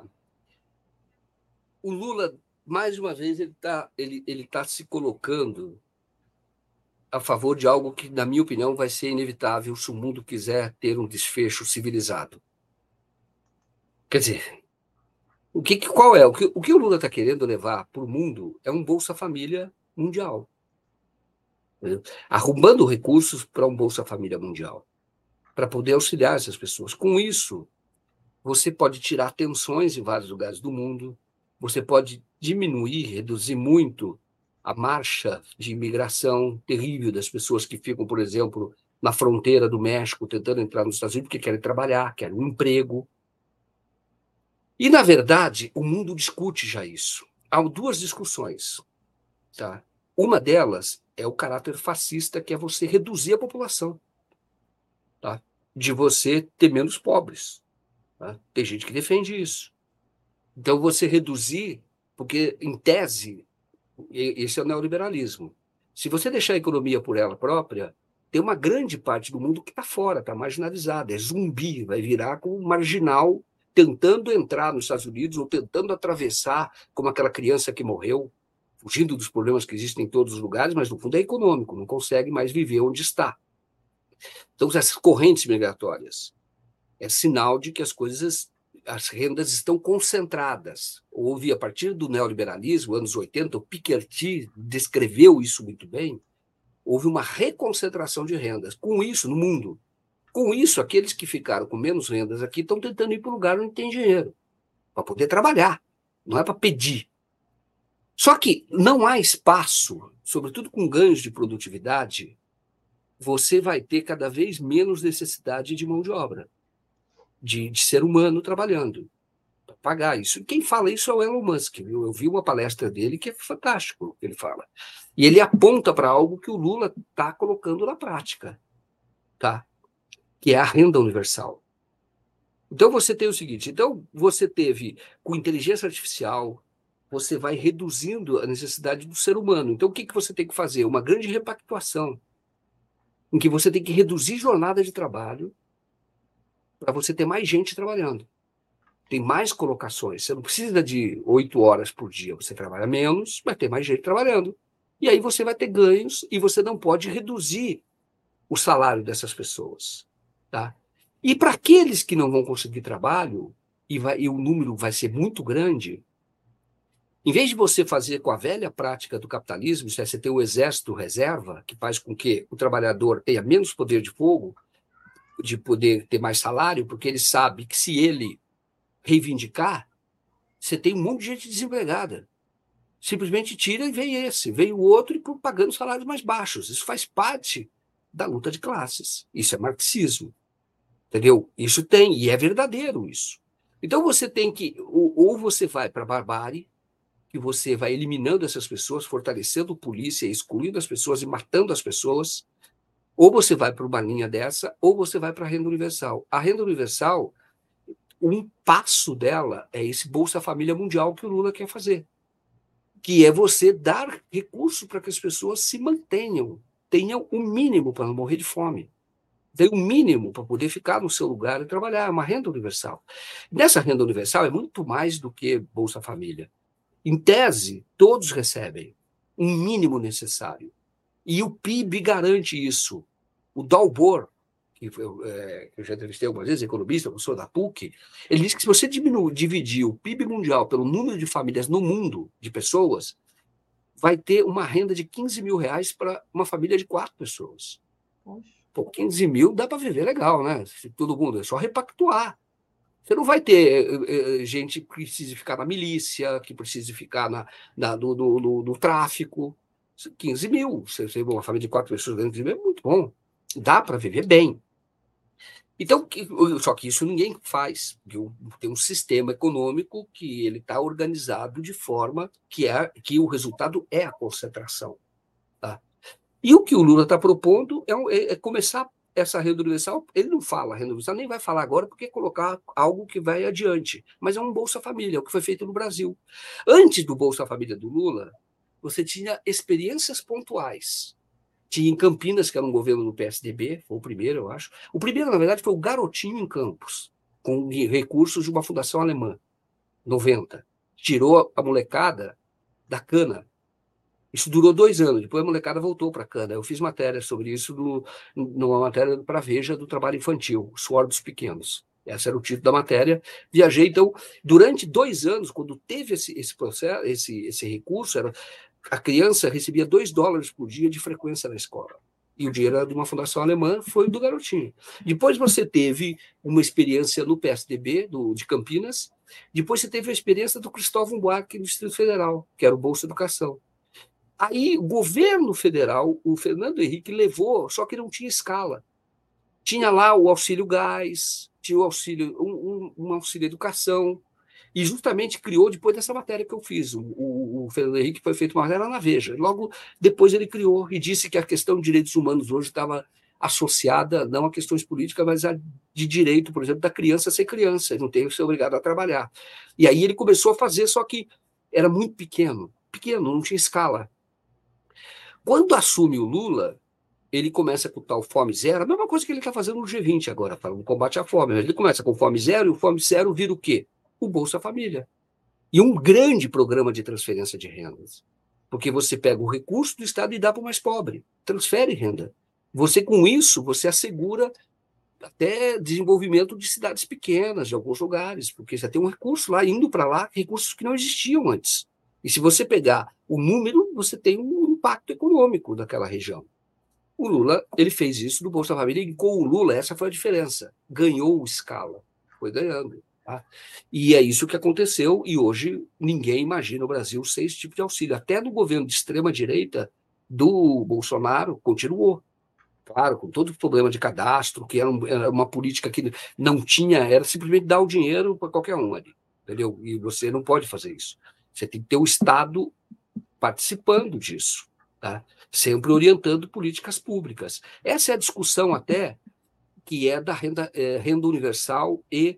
o Lula, mais uma vez, ele está ele, ele tá se colocando a favor de algo que, na minha opinião, vai ser inevitável se o mundo quiser ter um desfecho civilizado. Quer dizer... O que, qual é? O que o, que o Lula está querendo levar para o mundo é um Bolsa Família mundial. Entendeu? Arrumando recursos para um Bolsa Família mundial, para poder auxiliar essas pessoas. Com isso, você pode tirar tensões em vários lugares do mundo, você pode diminuir, reduzir muito a marcha de imigração terrível das pessoas que ficam, por exemplo, na fronteira do México, tentando entrar nos Estados Unidos porque querem trabalhar, querem um emprego. E, na verdade, o mundo discute já isso. Há duas discussões. Tá? Uma delas é o caráter fascista, que é você reduzir a população. Tá? De você ter menos pobres. Tá? Tem gente que defende isso. Então, você reduzir, porque, em tese, esse é o neoliberalismo. Se você deixar a economia por ela própria, tem uma grande parte do mundo que está fora, está marginalizada, é zumbi, vai virar como marginal, tentando entrar nos Estados Unidos ou tentando atravessar, como aquela criança que morreu, fugindo dos problemas que existem em todos os lugares, mas no fundo é econômico, não consegue mais viver onde está. Então, essas correntes migratórias é sinal de que as coisas, as rendas estão concentradas. Houve, a partir do neoliberalismo, anos oitenta, o Piketty descreveu isso muito bem, houve uma reconcentração de rendas. Com isso, no mundo, com isso, aqueles que ficaram com menos rendas aqui estão tentando ir para o lugar onde tem dinheiro, para poder trabalhar, não é para pedir. Só que não há espaço, sobretudo com ganhos de produtividade, você vai ter cada vez menos necessidade de mão de obra, de, de ser humano trabalhando, para pagar isso. E quem fala isso é o Elon Musk. Viu? Eu vi uma palestra dele que é fantástico o que ele fala. E ele aponta para algo que o Lula está colocando na prática, tá? Que é a renda universal. Então você tem o seguinte, então você teve, com inteligência artificial, você vai reduzindo a necessidade do ser humano. Então o que, que você tem que fazer? Uma grande repactuação, em que você tem que reduzir jornada de trabalho para você ter mais gente trabalhando. Tem mais colocações. Você não precisa de oito horas por dia. Você trabalha menos, vai ter mais gente trabalhando. E aí você vai ter ganhos e você não pode reduzir o salário dessas pessoas. Tá? E para aqueles que não vão conseguir trabalho, e, vai, e o número vai ser muito grande, em vez de você fazer com a velha prática do capitalismo, isso é, você ter o exército reserva, que faz com que o trabalhador tenha menos poder de fogo, de poder ter mais salário, porque ele sabe que se ele reivindicar, você tem um monte de gente desempregada. Simplesmente tira e vem esse, vem o outro e pagando salários mais baixos. Isso faz parte da luta de classes. Isso é marxismo. Entendeu? Isso tem, e é verdadeiro isso. Então você tem que, ou, ou você vai para a barbárie, que você vai eliminando essas pessoas, fortalecendo a polícia, excluindo as pessoas e matando as pessoas, ou você vai para uma linha dessa, ou você vai para a renda universal. A renda universal, um passo dela é esse Bolsa Família Mundial que o Lula quer fazer, que é você dar recurso para que as pessoas se mantenham, tenham o mínimo para não morrer de fome, tenham o mínimo para poder ficar no seu lugar e trabalhar, é uma renda universal. Nessa renda universal é muito mais do que Bolsa Família. Em tese, todos recebem um mínimo necessário. E o P I B garante isso. O Dalbor, que eu, é, eu já entrevistei algumas vezes, economista, professor da P U C, ele disse que se você diminuir, dividir o P I B mundial pelo número de famílias no mundo, de pessoas, vai ter uma renda de quinze mil reais para uma família de quatro pessoas. Pô, quinze mil dá para viver legal, né? Se todo mundo, é só repactuar. Você não vai ter uh, uh, gente que precise ficar na milícia, que precise ficar na, na, no, no, no, no tráfico. quinze mil. Você tem uma família de quatro pessoas ganhando quinze mil, é muito bom. Dá para viver bem. Então, só que isso ninguém faz. Tem um sistema econômico que ele está organizado de forma que, é, que o resultado é a concentração. Tá? E o que o Lula está propondo é, é começar essa renda universal. Ele não fala renda universal, nem vai falar agora, porque é colocar algo que vai adiante. Mas é um Bolsa Família, é o que foi feito no Brasil. Antes do Bolsa Família do Lula, você tinha experiências pontuais. Tinha em Campinas, que era um governo do P S D B, foi o primeiro, eu acho. O primeiro, na verdade, foi o Garotinho em Campos, com recursos de uma fundação alemã, noventa. Tirou a molecada da cana. Isso durou dois anos, depois a molecada voltou para a cana. Eu fiz matéria sobre isso no, numa matéria para a Veja do trabalho infantil, o Suor dos Pequenos. Esse era o título da matéria. Viajei, então, durante dois anos, quando teve esse, esse processo, esse, esse recurso, era, a criança recebia dois dólares por dia de frequência na escola. E o dinheiro era de uma fundação alemã, foi do Garotinho. Depois você teve uma experiência no P S D B, do, de Campinas. Depois você teve a experiência do Cristóvão Buarque no Distrito Federal, que era o Bolsa Educação. Aí o governo federal, o Fernando Henrique, levou, só que não tinha escala. Tinha lá o auxílio gás, tinha o auxílio, um, um, um auxílio educação, e justamente criou, depois dessa matéria que eu fiz, o, o, o Fernando Henrique foi feito uma matéria na Veja. Logo depois ele criou e disse que a questão de direitos humanos hoje estava associada não a questões políticas, mas a de direito, por exemplo, da criança ser criança, ele não tem que ser obrigado a trabalhar. E aí ele começou a fazer, só que era muito pequeno, pequeno, não tinha escala. Quando assume o Lula, ele começa com o tal fome zero, a mesma coisa que ele está fazendo no G vinte agora, para o combate à fome. Ele começa com fome zero, e o fome zero vira o quê? O Bolsa Família. E um grande programa de transferência de rendas. Porque você pega o recurso do Estado e dá para o mais pobre. Transfere renda. Você, com isso, você assegura até desenvolvimento de cidades pequenas, de alguns lugares, porque você tem um recurso lá, indo para lá, recursos que não existiam antes. E se você pegar o número, você tem um impacto econômico daquela região. O Lula, ele fez isso no Bolsa Família, e com o Lula, essa foi a diferença. Ganhou escala, foi ganhando. Tá? E é isso que aconteceu, e hoje ninguém imagina o Brasil sem esse tipo de auxílio. Até no governo de extrema-direita do Bolsonaro, continuou. Claro, com todo o problema de cadastro, que era, um, era uma política que não tinha, era simplesmente dar o dinheiro para qualquer um ali, entendeu? E você não pode fazer isso. Você tem que ter o Estado participando disso, tá? Sempre orientando políticas públicas. Essa é a discussão até que é da renda, é, renda universal e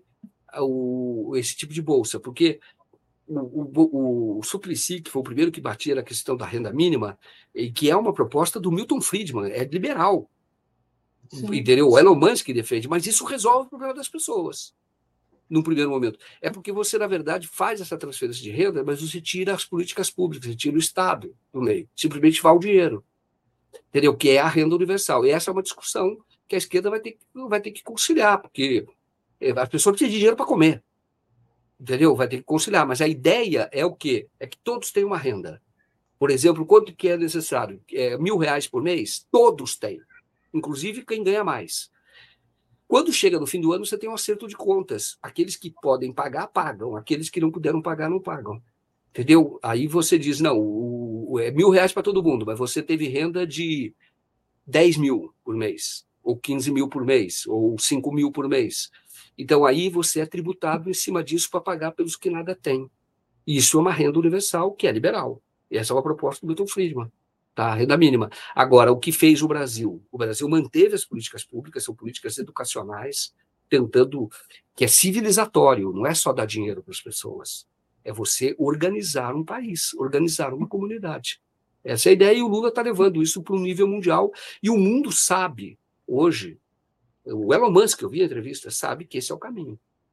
o, esse tipo de bolsa, porque o, o, o Suplicy, que foi o primeiro que batia na questão da renda mínima, e que é uma proposta do Milton Friedman, é liberal. Sim, entendeu? O Elon Musk que defende, mas isso resolve o problema das pessoas, num primeiro momento. É porque você, na verdade, faz essa transferência de renda, mas você tira as políticas públicas, você tira o Estado do meio. Simplesmente vai o dinheiro. Entendeu? Que é a renda universal. E essa é uma discussão que a esquerda vai ter, vai ter que conciliar, porque as pessoas precisam de dinheiro para comer. Entendeu? Vai ter que conciliar. Mas a ideia é o quê? É que todos tenham uma renda. Por exemplo, quanto que é necessário? É, mil reais por mês? Todos têm. Inclusive quem ganha mais. Quando chega no fim do ano, você tem um acerto de contas. Aqueles que podem pagar, pagam. Aqueles que não puderam pagar, não pagam. Entendeu? Aí você diz, não, o, o, é mil reais para todo mundo, mas você teve renda de dez mil por mês, ou quinze mil por mês, ou cinco mil por mês. Então, aí você é tributado em cima disso para pagar pelos que nada têm. Isso é uma renda universal, que é liberal. E essa é uma proposta do Milton Friedman. Tá, renda mínima. Agora, o que fez o Brasil? O Brasil manteve as políticas públicas, são políticas educacionais, tentando, que é civilizatório, não é só dar dinheiro para as pessoas, é você organizar um país, organizar uma comunidade. Essa é a ideia, e o Lula está levando isso para um nível mundial, e o mundo sabe, hoje, o Elon Musk, que eu vi a entrevista, sabe que esse é o caminho.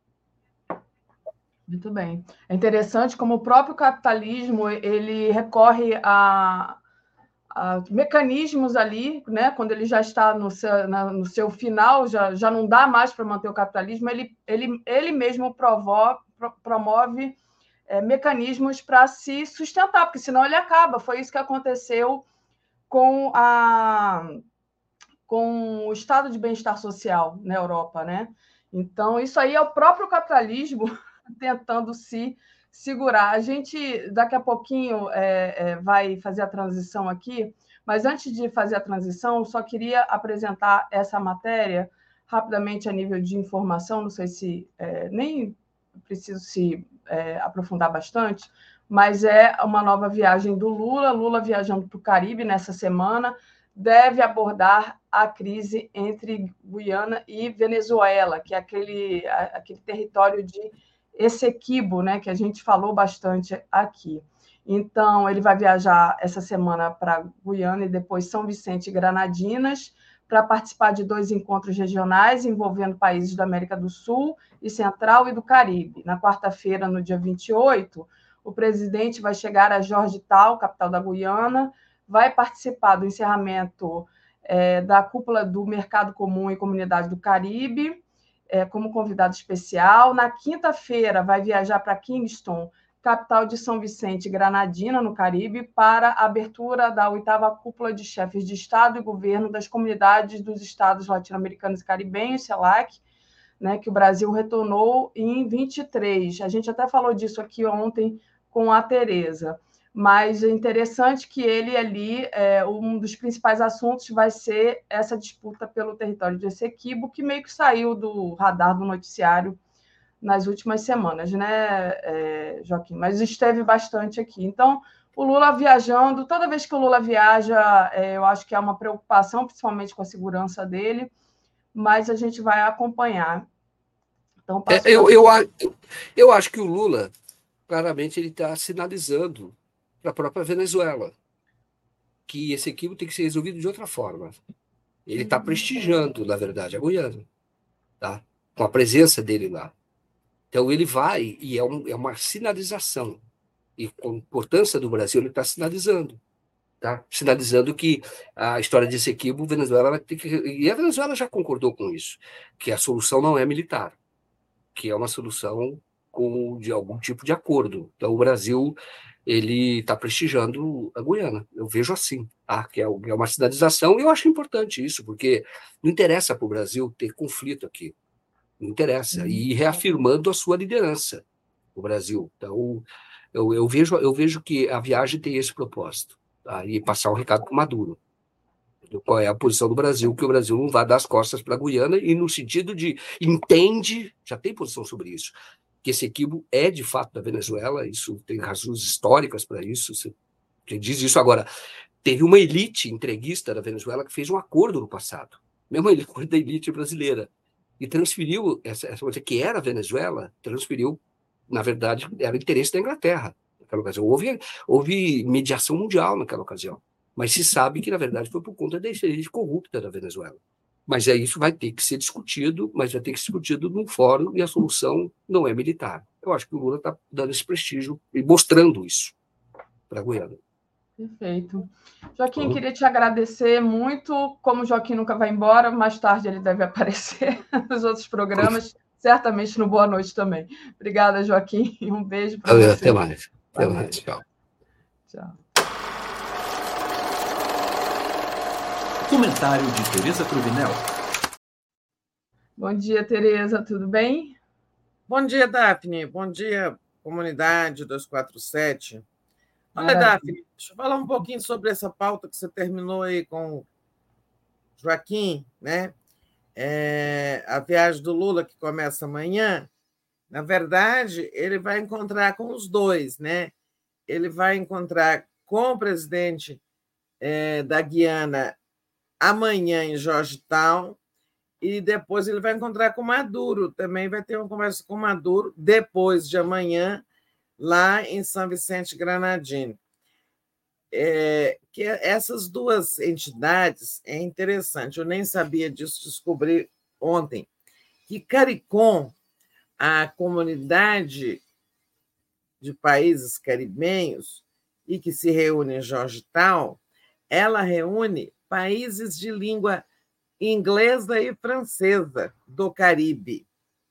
Muito bem. É interessante como o próprio capitalismo, ele recorre a... Uh, mecanismos ali, né, quando ele já está no seu, na, no seu final, já, já não dá mais para manter o capitalismo, ele, ele, ele mesmo provo, pro, promove é, mecanismos para se sustentar, porque senão ele acaba. Foi isso que aconteceu com, a, com o estado de bem-estar social na Europa, né? Então, isso aí é o próprio capitalismo tentando se segurar. A gente, daqui a pouquinho, é, é, vai fazer a transição aqui, mas antes de fazer a transição, eu só queria apresentar essa matéria rapidamente a nível de informação, não sei se é, nem preciso se é, aprofundar bastante, mas é uma nova viagem do Lula, Lula viajando para o Caribe nessa semana, deve abordar a crise entre Guiana e Venezuela, que é aquele, aquele território de Essequibo, né, que a gente falou bastante aqui. Então, ele vai viajar essa semana para Guiana e depois São Vicente e Granadinas para participar de dois encontros regionais envolvendo países da América do Sul e Central e do Caribe. Na quarta-feira, no dia vinte e oito, o presidente vai chegar a Georgetown, capital da Guiana, vai participar do encerramento é, da cúpula do Mercado Comum e Comunidade do Caribe, É, como convidado especial. Na quinta-feira, vai viajar para Kingston, capital de São Vicente e Granadina, no Caribe, para a abertura da oitava cúpula de chefes de Estado e governo das comunidades dos estados latino-americanos e caribenhos, CELAC, né, que o Brasil retornou em vinte e três. A gente até falou disso aqui ontem com a Tereza. Mas é interessante que ele ali, é, um dos principais assuntos vai ser essa disputa pelo território de Essequibo, que meio que saiu do radar do noticiário nas últimas semanas, né, é, Joaquim? Mas esteve bastante aqui. Então, o Lula viajando, toda vez que o Lula viaja, é, eu acho que é uma preocupação, principalmente com a segurança dele, mas a gente vai acompanhar. Então, é, eu, eu, eu acho que o Lula, claramente, ele está sinalizando para a própria Venezuela que esse equívoco tem que ser resolvido de outra forma. Ele está prestigiando, na verdade, a Guiana, tá? Com a presença dele lá. Então, ele vai, e é, um, é uma sinalização. E com a importância do Brasil, ele está sinalizando. Tá? Sinalizando que a história de Essequibo, a Venezuela vai ter que... E a Venezuela já concordou com isso, que a solução não é militar, que é uma solução com, de algum tipo de acordo. Então, o Brasil ele está prestigiando a Guiana. Eu vejo assim, tá? Que é uma sinalização, e eu acho importante isso, porque não interessa para o Brasil ter conflito aqui. Não interessa. E reafirmando a sua liderança, o Brasil. Então, eu, eu, vejo, eu vejo que a viagem tem esse propósito, tá? E passar um recado para o Maduro. Qual é a posição do Brasil, que o Brasil não vai dar as costas para a Guiana, e no sentido de entende, já tem posição sobre isso, que Essequibo é de fato da Venezuela, isso tem razões históricas para isso, quem diz isso agora. Teve uma elite entreguista da Venezuela que fez um acordo no passado, mesmo a acordo da elite brasileira, e transferiu essa, essa coisa que era a Venezuela, transferiu, na verdade, era interesse da Inglaterra naquela ocasião. Houve, houve mediação mundial naquela ocasião, mas se sabe que, na verdade, foi por conta da elite corrupta da Venezuela. Mas é isso vai ter que ser discutido, mas vai ter que ser discutido num fórum, e a solução não é militar. Eu acho que o Lula está dando esse prestígio e mostrando isso para a Guiana. Perfeito. Joaquim, queria te agradecer muito. Como o Joaquim nunca vai embora, mais tarde ele deve aparecer nos outros programas, certamente no Boa Noite também. Obrigada, Joaquim. Um beijo para você. Até mais. Até mais. Tchau. Tchau. Comentário de Tereza Cruvinel. Bom dia, Tereza. Tudo bem? Bom dia, Daphne. Bom dia, comunidade dois quatro sete. Olha, Maravilha. Daphne, deixa eu falar um pouquinho sobre essa pauta que você terminou aí com o Joaquim, né? É, a viagem do Lula, que começa amanhã, na verdade, ele vai encontrar com os dois, né? Ele vai encontrar com o presidente é, da Guiana amanhã em Georgetown, e depois ele vai encontrar com Maduro, também vai ter uma conversa com Maduro depois de amanhã, lá em São Vicente Granadino. É, que essas duas entidades é interessante, eu nem sabia disso, descobri ontem, que CARICOM, a comunidade de países caribenhos, e que se reúne em Georgetown, ela reúne países de língua inglesa e francesa do Caribe.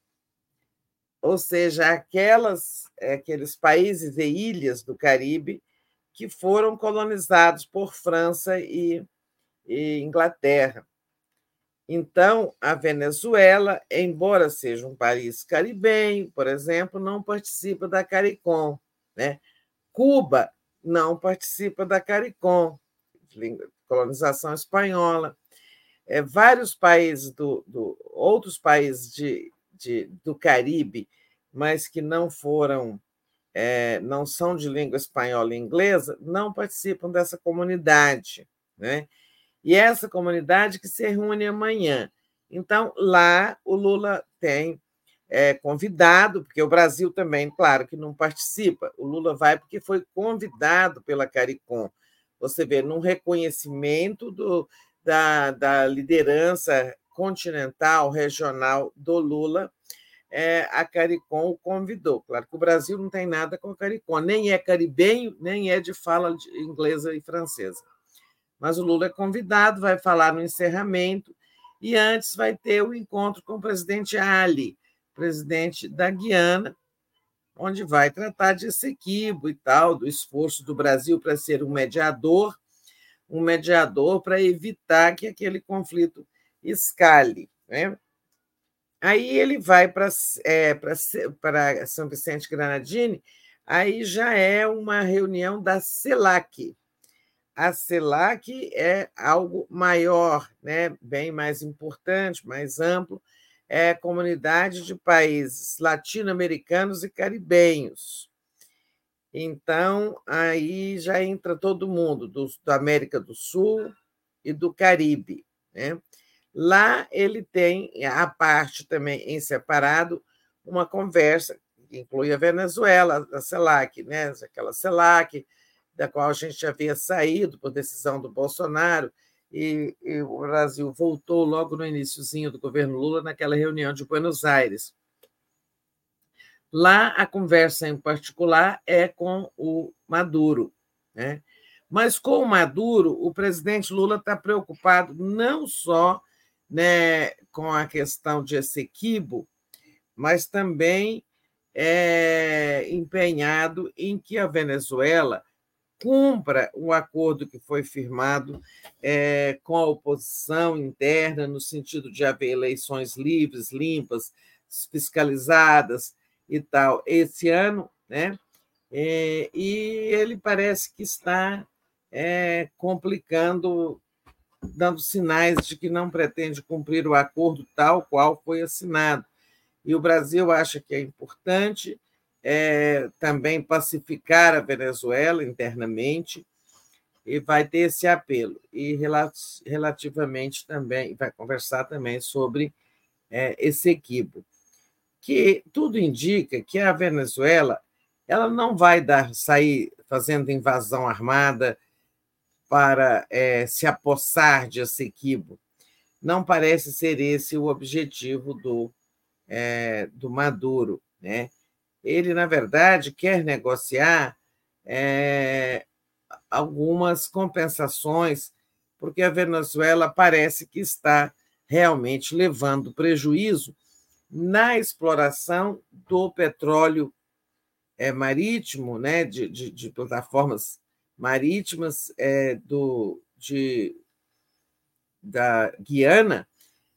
Ou seja, aquelas, aqueles países e ilhas do Caribe que foram colonizados por França e, e Inglaterra. Então, a Venezuela, embora seja um país caribenho, por exemplo, não participa da CARICOM, né? Cuba não participa da CARICOM, colonização espanhola. É, vários países, do, do, outros países de, de, do Caribe, mas que não foram, é, não são de língua espanhola e inglesa, não participam dessa comunidade, né? E essa comunidade que se reúne amanhã. Então, lá o Lula tem é, convidado, porque o Brasil também, claro, que não participa, o Lula vai porque foi convidado pela CARICOM. Você vê, num reconhecimento do, da, da liderança continental, regional do Lula, é, a CARICOM o convidou. Claro que o Brasil não tem nada com a CARICOM, nem é caribenho, nem é de fala de inglesa e francesa. Mas o Lula é convidado, vai falar no encerramento, e antes vai ter o encontro com o presidente Ali, presidente da Guiana, onde vai tratar de Essequibo e tal, do esforço do Brasil para ser um mediador, um mediador para evitar que aquele conflito escale, né? Aí ele vai para é, para São Vicente Granadini, aí já é uma reunião da CELAC. A CELAC é algo maior, né? Bem mais importante, mais amplo, é a comunidade de países latino-americanos e caribenhos. Então, aí já entra todo mundo, do, da América do Sul e do Caribe, né? Lá ele tem, a parte também em separado, uma conversa, que inclui a Venezuela, a CELAC, né? Aquela CELAC, da qual a gente já havia saído por decisão do Bolsonaro, e, e o Brasil voltou logo no iniciozinho do governo Lula, naquela reunião de Buenos Aires. Lá, a conversa em particular é com o Maduro, né? Mas com o Maduro, o presidente Lula está preocupado não só, né, com a questão de Essequibo, mas também é empenhado em que a Venezuela cumpra o acordo que foi firmado é, com a oposição interna, no sentido de haver eleições livres, limpas, fiscalizadas e tal, esse ano, né? É, e ele parece que está é, complicando, dando sinais de que não pretende cumprir o acordo tal qual foi assinado. E o Brasil acha que é importante é, também pacificar a Venezuela internamente e vai ter esse apelo. E relativamente também, vai conversar também sobre é, Essequibo, que tudo indica que a Venezuela ela não vai dar, sair fazendo invasão armada para é, se apossar de Essequibo. Não parece ser esse o objetivo do, é, do Maduro, né? Ele, na verdade, quer negociar é, algumas compensações, porque a Venezuela parece que está realmente levando prejuízo na exploração do petróleo é, marítimo, né, de, de, de plataformas marítimas é, do, de, da Guiana,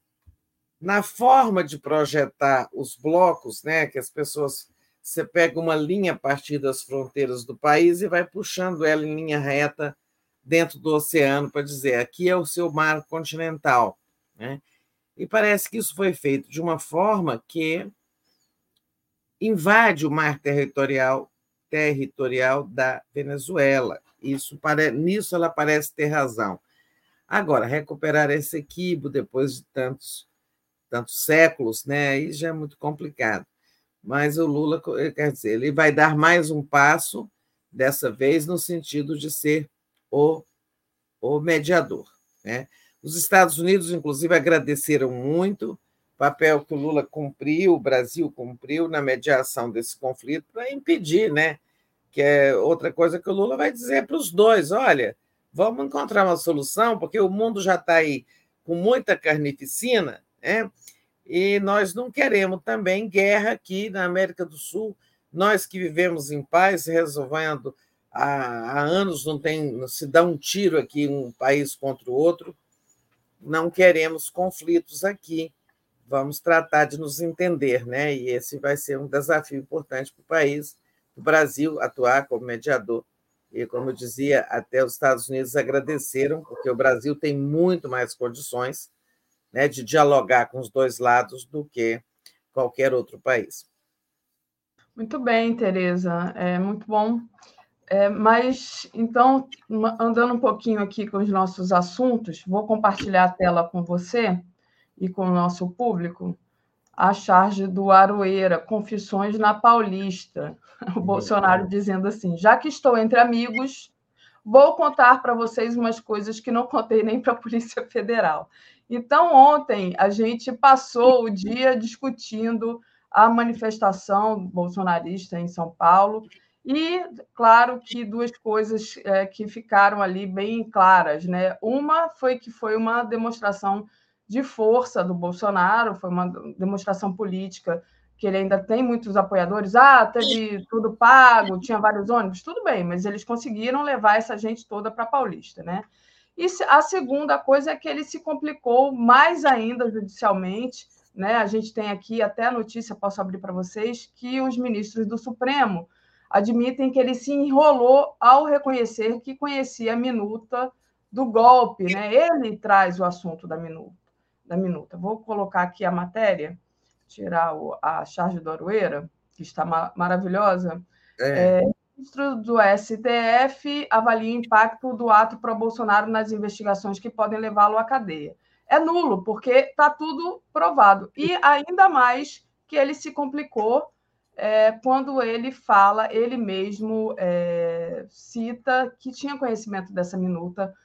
na forma de projetar os blocos, né, que as pessoas... Você pega uma linha a partir das fronteiras do país e vai puxando ela em linha reta dentro do oceano para dizer aqui é o seu mar continental, né? E parece que isso foi feito de uma forma que invade o mar territorial, territorial da Venezuela. Isso, nisso ela parece ter razão. Agora, recuperar Essequibo depois de tantos, tantos séculos, né, aí já é muito complicado. Mas o Lula, quer dizer, ele vai dar mais um passo, dessa vez no sentido de ser o, o mediador, né? Os Estados Unidos, inclusive, agradeceram muito o papel que o Lula cumpriu, o Brasil cumpriu na mediação desse conflito para impedir, né? Que é outra coisa que o Lula vai dizer para os dois, olha, vamos encontrar uma solução, porque o mundo já está aí com muita carnificina, né? E nós não queremos também guerra aqui na América do Sul. Nós que vivemos em paz, resolvendo há, há anos, não, tem, não se dá um tiro aqui um país contra o outro, não queremos conflitos aqui. Vamos tratar de nos entender, né? E esse vai ser um desafio importante para o país, o Brasil atuar como mediador. E, como eu dizia, até os Estados Unidos agradeceram, porque o Brasil tem muito mais condições, né, de dialogar com os dois lados do que qualquer outro país. Muito bem, Tereza, é muito bom. É, mas, então, andando um pouquinho aqui com os nossos assuntos, vou compartilhar a tela com você e com o nosso público a charge do Aroeira, Confissões na Paulista. O Bolsonaro dizendo assim, já que estou entre amigos, vou contar para vocês umas coisas que não contei nem para a Polícia Federal. Então, ontem, a gente passou o dia discutindo a manifestação bolsonarista em São Paulo e, claro, que duas coisas é, que ficaram ali bem claras, né? Uma foi que foi uma demonstração de força do Bolsonaro, foi uma demonstração política que ele ainda tem muitos apoiadores. Ah, teve tudo pago, tinha vários ônibus, tudo bem, mas eles conseguiram levar essa gente toda para a Paulista, né? E a segunda coisa é que ele se complicou mais ainda judicialmente, né? A gente tem aqui até a notícia, posso abrir para vocês, que os ministros do Supremo admitem que ele se enrolou ao reconhecer que conhecia a minuta do golpe, né? Ele traz o assunto da minuta. Da minuta. Vou colocar aqui a matéria, tirar o, a charge do Aroeira, que está ma maravilhosa. É. É, o ministro do S T F avalia o impacto do ato pró-Bolsonaro nas investigações que podem levá-lo à cadeia. É nulo, porque está tudo provado. E ainda mais que ele se complicou é, quando ele fala, ele mesmo é, cita que tinha conhecimento dessa minuta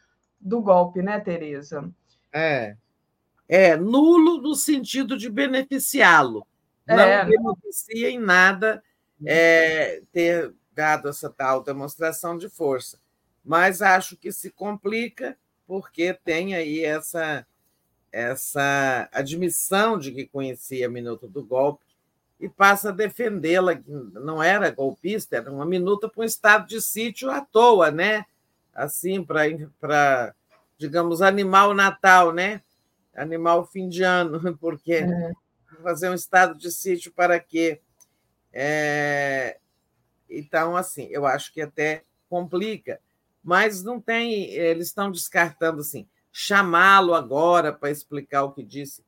do golpe, né, Tereza? É. É nulo no sentido de beneficiá-lo. Não É, beneficia em nada é, ter dado essa tal demonstração de força. Mas acho que se complica porque tem aí essa, essa admissão de que conhecia a minuta do golpe e passa a defendê-la, que não era golpista, era uma minuta para um estado de sítio à toa, né? Assim, para, digamos, animar o Natal, né? Animar o fim de ano, porque é. fazer um estado de sítio para quê? É... Então, assim, eu acho que até complica, mas não tem, eles estão descartando assim, chamá-lo agora para explicar o que disse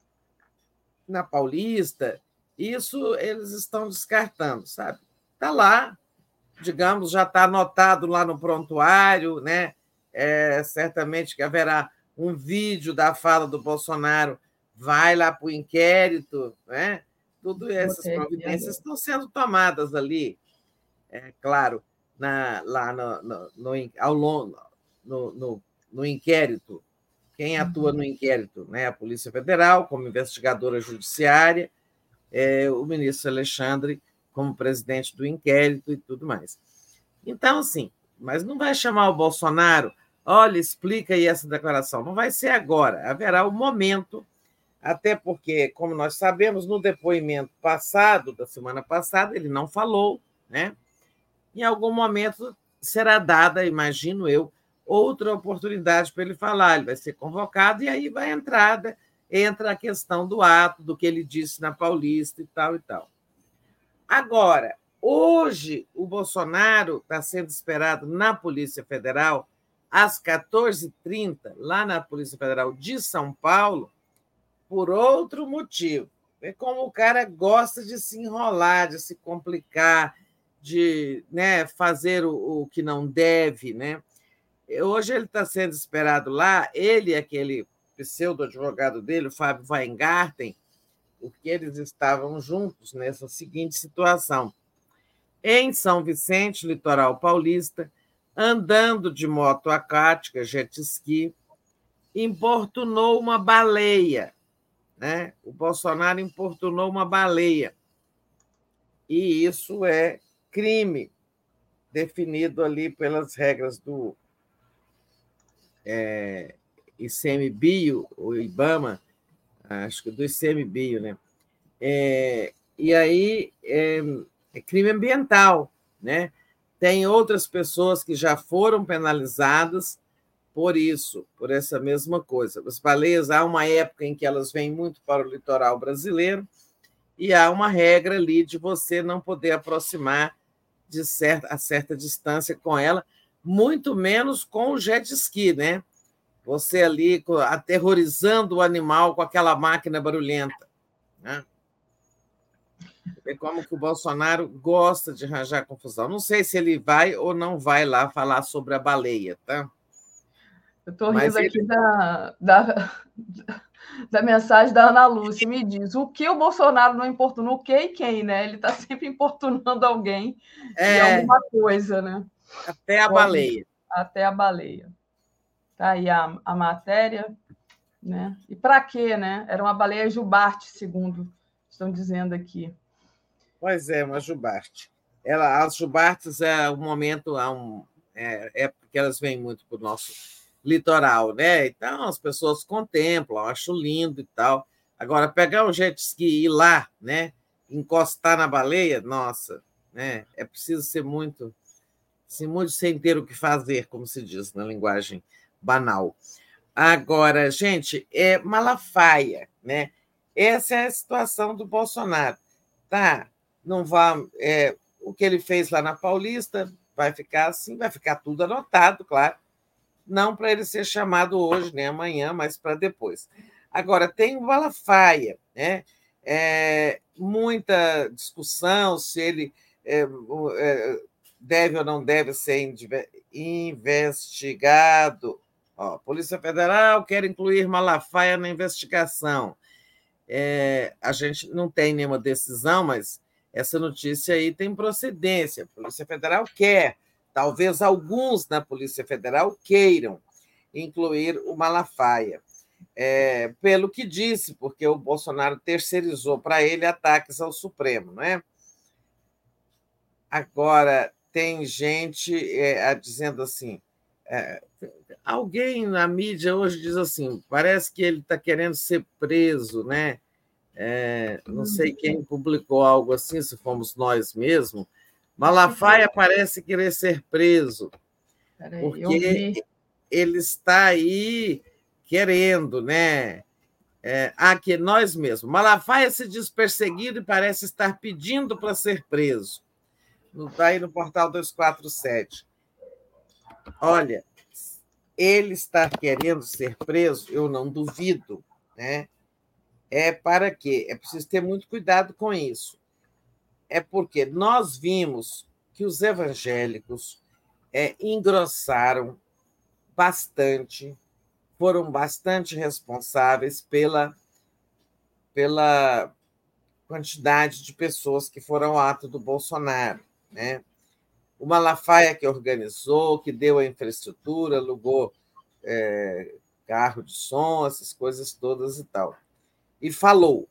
na Paulista, isso eles estão descartando, sabe? Está lá, digamos, já está anotado lá no prontuário, né? É, certamente que haverá um vídeo da fala do Bolsonaro, vai lá para o inquérito, né? Tudo essas providências estão sendo tomadas ali, é claro, na, lá no, no, no, ao longo, no, no, no inquérito. Quem atua no inquérito? Né? A Polícia Federal, como investigadora judiciária, é, o ministro Alexandre, como presidente do inquérito e tudo mais. Então, assim, mas não vai chamar o Bolsonaro, olha, explica aí essa declaração. Não vai ser agora, haverá um momento, até porque, como nós sabemos, no depoimento passado, da semana passada, ele não falou, né? Em algum momento será dada, imagino eu, outra oportunidade para ele falar. Ele vai ser convocado e aí vai entrar, entra a questão do ato, do que ele disse na Paulista e tal e tal. Agora, hoje, o Bolsonaro está sendo esperado na Polícia Federal às quatorze e trinta, lá na Polícia Federal de São Paulo, por outro motivo. É como o cara gosta de se enrolar, de se complicar, de, né, fazer o, o que não deve, né? Hoje ele está sendo esperado lá, ele e aquele pseudo-advogado dele, o Fábio Weingarten, porque eles estavam juntos nessa seguinte situação. Em São Vicente, litoral paulista, andando de moto aquática, jet ski, importunou uma baleia, né? O Bolsonaro importunou uma baleia. E isso é crime, definido ali pelas regras do é, ICMBio, o IBAMA, acho que do ICMBio, né? É, e aí é, é crime ambiental, né? Tem outras pessoas que já foram penalizadas por isso, por essa mesma coisa. As baleias, há uma época em que elas vêm muito para o litoral brasileiro e há uma regra ali de você não poder aproximar de certa, a certa distância com ela, muito menos com o jet ski, né? Você ali aterrorizando o animal com aquela máquina barulhenta, né? É como que o Bolsonaro gosta de arranjar confusão. Não sei se ele vai ou não vai lá falar sobre a baleia, tá? Eu estou rindo ele... aqui da, da, da mensagem da Ana Lúcia. Me diz, o que o Bolsonaro não importunou? O que e quem, né? Ele está sempre importunando alguém é... de alguma coisa, né? Até a baleia. Até a baleia. Tá aí a, a matéria, né? E para quê, né? Era uma baleia jubarte, segundo estão dizendo aqui. Pois é, uma jubarte. Ela, as jubartes é um momento, é, um, é, é porque elas vêm muito para o nosso litoral, né? Então as pessoas contemplam, acham lindo e tal. Agora, pegar um jet ski e ir lá, né? Encostar na baleia, nossa, né? É preciso ser muito, assim, muito sem ter o que fazer, como se diz na linguagem banal. Agora, gente, é Malafaia, né? Essa é a situação do Bolsonaro, tá? Não vá, é, o que ele fez lá na Paulista vai ficar assim, vai ficar tudo anotado, claro. Não para ele ser chamado hoje, nem amanhã, mas para depois. Agora, tem o Malafaia, né? É, muita discussão se ele é, é, deve ou não deve ser investigado. Ó, Polícia Federal quer incluir Malafaia na investigação. É, a gente não tem nenhuma decisão, mas essa notícia aí tem procedência. A Polícia Federal quer, talvez alguns na Polícia Federal queiram. incluir o Malafaia. É, pelo que disse, porque o Bolsonaro terceirizou para ele ataques ao Supremo, não é? Agora, tem gente é, dizendo assim, é, alguém na mídia hoje diz assim, parece que ele está querendo ser preso, né? É, não sei quem publicou algo assim, se fomos nós mesmos. Malafaia parece querer ser preso, porque ele está aí querendo, né? É, aqui nós mesmos. Malafaia se diz perseguido e parece estar pedindo para ser preso. Está aí no portal duzentos e quarenta e sete. Olha, ele estar querendo ser preso, eu não duvido, né? É para quê? É preciso ter muito cuidado com isso. É porque nós vimos que os evangélicos é, engrossaram bastante, foram bastante responsáveis pela, pela quantidade de pessoas que foram ao ato do Bolsonaro, né? O Malafaia que organizou, que deu a infraestrutura, alugou é, carro de som, essas coisas todas e tal. E falou.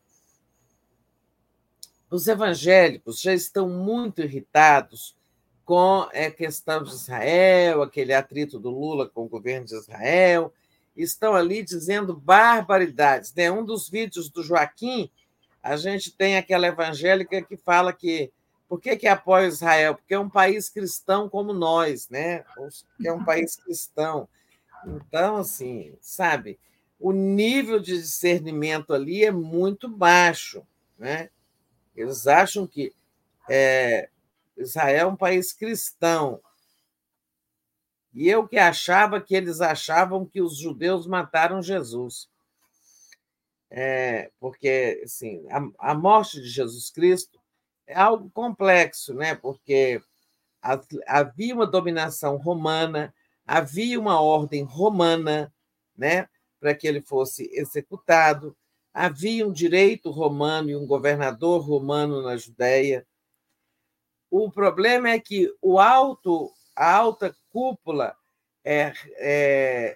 Os evangélicos já estão muito irritados com a questão de Israel, aquele atrito do Lula com o governo de Israel, estão ali dizendo barbaridades. Né? Um dos vídeos do Joaquim, a gente tem aquela evangélica que fala que por que, que apoia Israel? Porque é um país cristão como nós, né? Que é um país cristão. Então, assim, sabe, o nível de discernimento ali é muito baixo, né? Eles acham que é, Israel é um país cristão. E eu que achava que eles achavam que os judeus mataram Jesus. É, porque assim, a, a morte de Jesus Cristo é algo complexo, né? Porque havia uma dominação romana, havia uma ordem romana, né? Para que ele fosse executado, havia um direito romano e um governador romano na Judéia. O problema é que o alto, a alta cúpula é, é,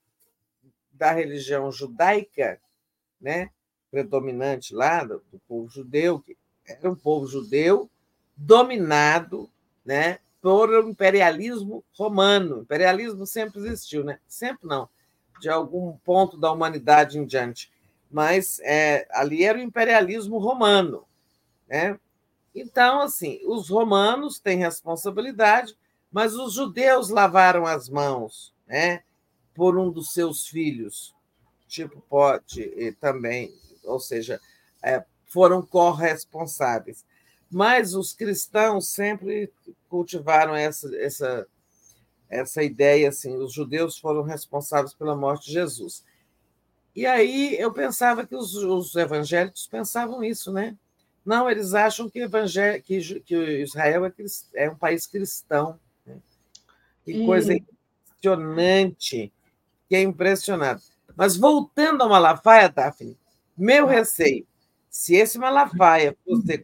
da religião judaica, né? Predominante lá, do, do povo judeu, que era um povo judeu dominado, né, por um imperialismo romano. O imperialismo sempre existiu, né? Sempre não, de algum ponto da humanidade em diante. Mas é, ali era o imperialismo romano, né? Então, assim, os romanos têm responsabilidade, mas os judeus lavaram as mãos, né, por um dos seus filhos, tipo Pote também, ou seja, é, foram corresponsáveis. Mas os cristãos sempre cultivaram essa, essa, essa ideia, assim, os judeus foram responsáveis pela morte de Jesus. E aí eu pensava que os, os evangélicos pensavam isso, né? Não, eles acham que, evangé... que, que Israel é, crist... é um país cristão. Né? Que e... coisa impressionante, que é impressionante. Mas voltando ao Malafaia, Daphne, meu receio, se esse Malafaia fosse ser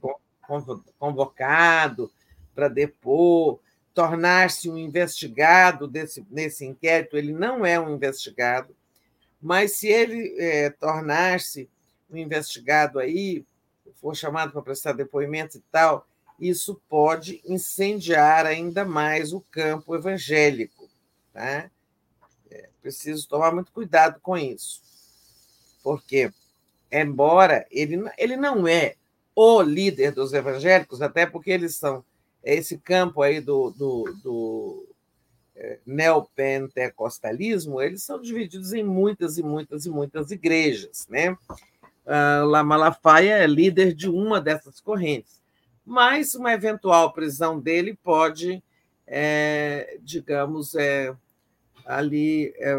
convocado para depor, tornar-se um investigado desse, nesse inquérito, ele não é um investigado, mas se ele é, tornar-se um investigado aí, for chamado para prestar depoimento e tal, isso pode incendiar ainda mais o campo evangélico. Tá? É preciso tomar muito cuidado com isso, porque, embora ele, ele não é o líder dos evangélicos, até porque eles são esse campo aí do, do, do é, neopentecostalismo, eles são divididos em muitas e muitas e muitas igrejas, né? Uh, Malafaia é líder de uma dessas correntes, mas uma eventual prisão dele pode, é, digamos, é, ali é,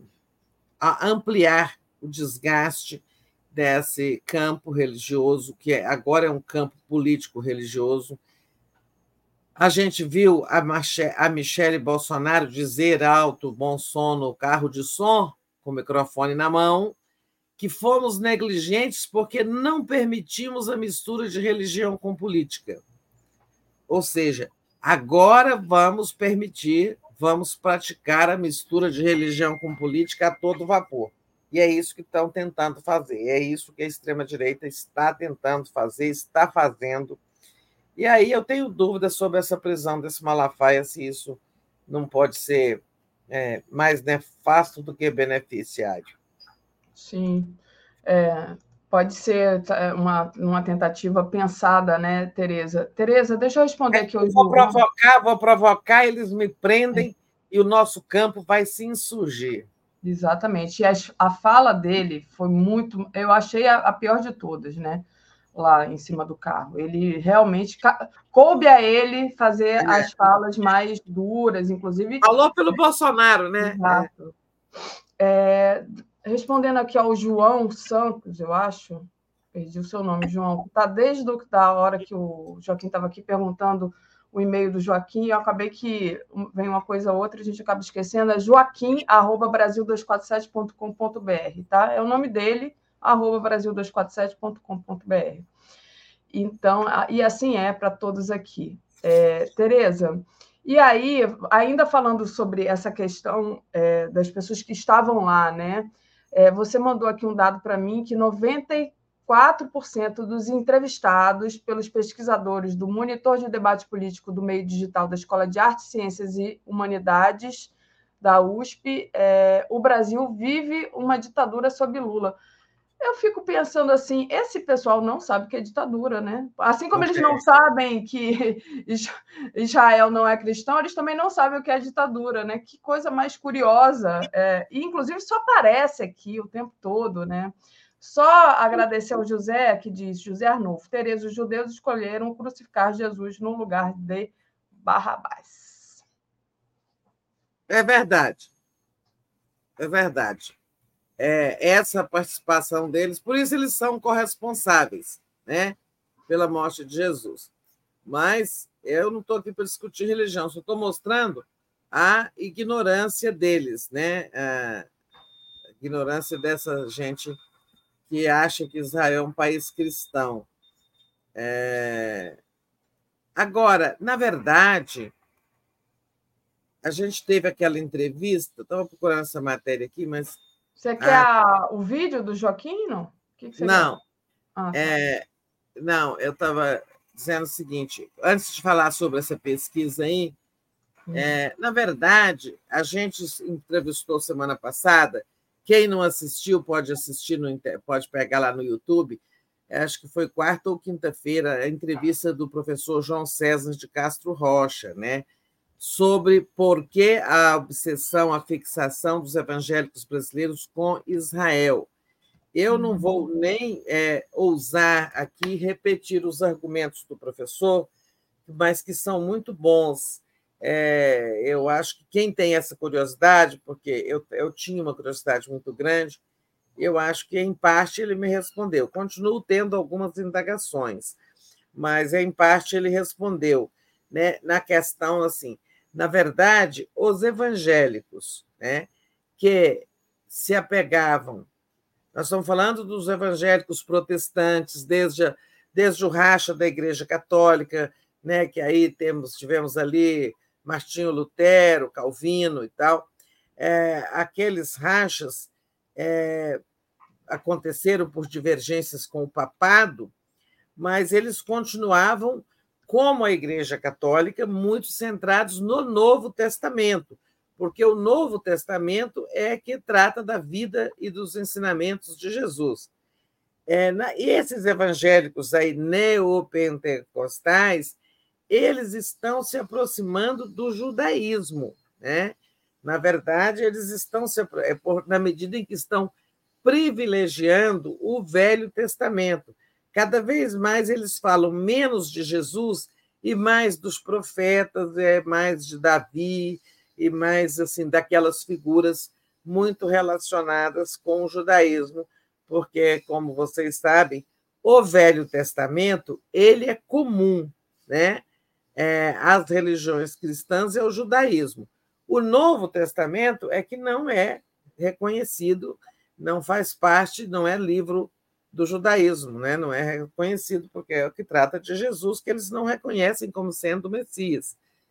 ampliar o desgaste desse campo religioso, que agora é um campo político-religioso. A gente viu a, a Michele Bolsonaro dizer alto, bom som no carro de som, com o microfone na mão, que fomos negligentes porque não permitimos a mistura de religião com política. Ou seja, agora vamos permitir, vamos praticar a mistura de religião com política a todo vapor. E é isso que estão tentando fazer, é isso que a extrema-direita está tentando fazer, está fazendo. E aí eu tenho dúvidas sobre essa prisão desse Malafaia, se isso não pode ser é, mais nefasto do que beneficiário. Sim, é, pode ser uma, uma tentativa pensada, né, Tereza? Tereza, deixa eu responder aqui. Eu vou provocar, vou provocar, eles me prendem é. e o nosso campo vai se insurgir. Exatamente. E a, a fala dele foi muito... Eu achei a, a pior de todas, né? Lá em cima do carro. Ele realmente... Coube a ele fazer é. as falas mais duras, inclusive... Falou pelo Bolsonaro, né? Exato. É, respondendo aqui ao João Santos, eu acho... Perdi o seu nome, João. Está desde a hora que o Joaquim estava aqui perguntando o e-mail do Joaquim, eu acabei que vem uma coisa ou outra, a gente acaba esquecendo, é joaquim arroba brasil duzentos e quarenta e sete ponto com ponto br, tá? É o nome dele, arroba brasil duzentos e quarenta e sete ponto com ponto br. Então, e assim é para todos aqui. É, Tereza, e aí, ainda falando sobre essa questão é, das pessoas que estavam lá, né? É, você mandou aqui um dado para mim que noventa e quatro por cento dos entrevistados pelos pesquisadores do Monitor de Debate Político do Meio Digital da Escola de Artes, Ciências e Humanidades da U S P, é, o Brasil vive uma ditadura sob Lula. Eu fico pensando assim, esse pessoal não sabe o que é ditadura, né? Assim como eles não sabem que Israel não é cristão, eles também não sabem o que é ditadura, né? Que coisa mais curiosa. É, e, inclusive, só aparece aqui o tempo todo, né? Só agradecer ao José, que diz, José Arnulfo, Tereza, os judeus escolheram crucificar Jesus no lugar de Barrabás. É verdade. É verdade. É, essa participação deles, por isso eles são corresponsáveis, né, pela morte de Jesus. Mas eu não estou aqui para discutir religião, só estou mostrando a ignorância deles, né, a ignorância dessa gente que acha que Israel é um país cristão. É... Agora, na verdade, a gente teve aquela entrevista, estava procurando essa matéria aqui, mas... Você quer ah, o vídeo do Joaquim, não? Que que você não, ah, tá. é, não, eu estava dizendo o seguinte, antes de falar sobre essa pesquisa aí, hum. é, na verdade, a gente entrevistou semana passada. Quem não assistiu pode assistir, no, pode pegar lá no YouTube, acho que foi quarta ou quinta-feira, a entrevista do professor João César de Castro Rocha, né, sobre por que a obsessão, a fixação dos evangélicos brasileiros com Israel. Eu não vou nem é, ousar aqui repetir os argumentos do professor, mas que são muito bons. É, eu acho que quem tem essa curiosidade, porque eu, eu tinha uma curiosidade muito grande, eu acho que, em parte, ele me respondeu. Continuo tendo algumas indagações, mas, em parte, ele respondeu, né, na questão, assim, na verdade, os evangélicos, né, que se apegavam, nós estamos falando dos evangélicos protestantes, desde, a, desde o racha da Igreja Católica, né, que aí temos, tivemos ali Martinho Lutero, Calvino e tal, é, aqueles rachas é, aconteceram por divergências com o papado, mas eles continuavam, como a Igreja Católica, muito centrados no Novo Testamento, porque o Novo Testamento é que trata da vida e dos ensinamentos de Jesus. É, na, e esses evangélicos aí neopentecostais, eles estão se aproximando do judaísmo, né? Na verdade, eles estão se na medida em que estão privilegiando o Velho Testamento. Cada vez mais eles falam menos de Jesus e mais dos profetas, é mais de Davi e mais assim daquelas figuras muito relacionadas com o judaísmo, porque, como vocês sabem, o Velho Testamento ele é comum, né? É, às religiões cristãs e ao judaísmo. O Novo Testamento é que não é reconhecido, não faz parte, não é livro do judaísmo, né? Não é reconhecido porque é o que trata de Jesus, que eles não reconhecem como sendo o Messias.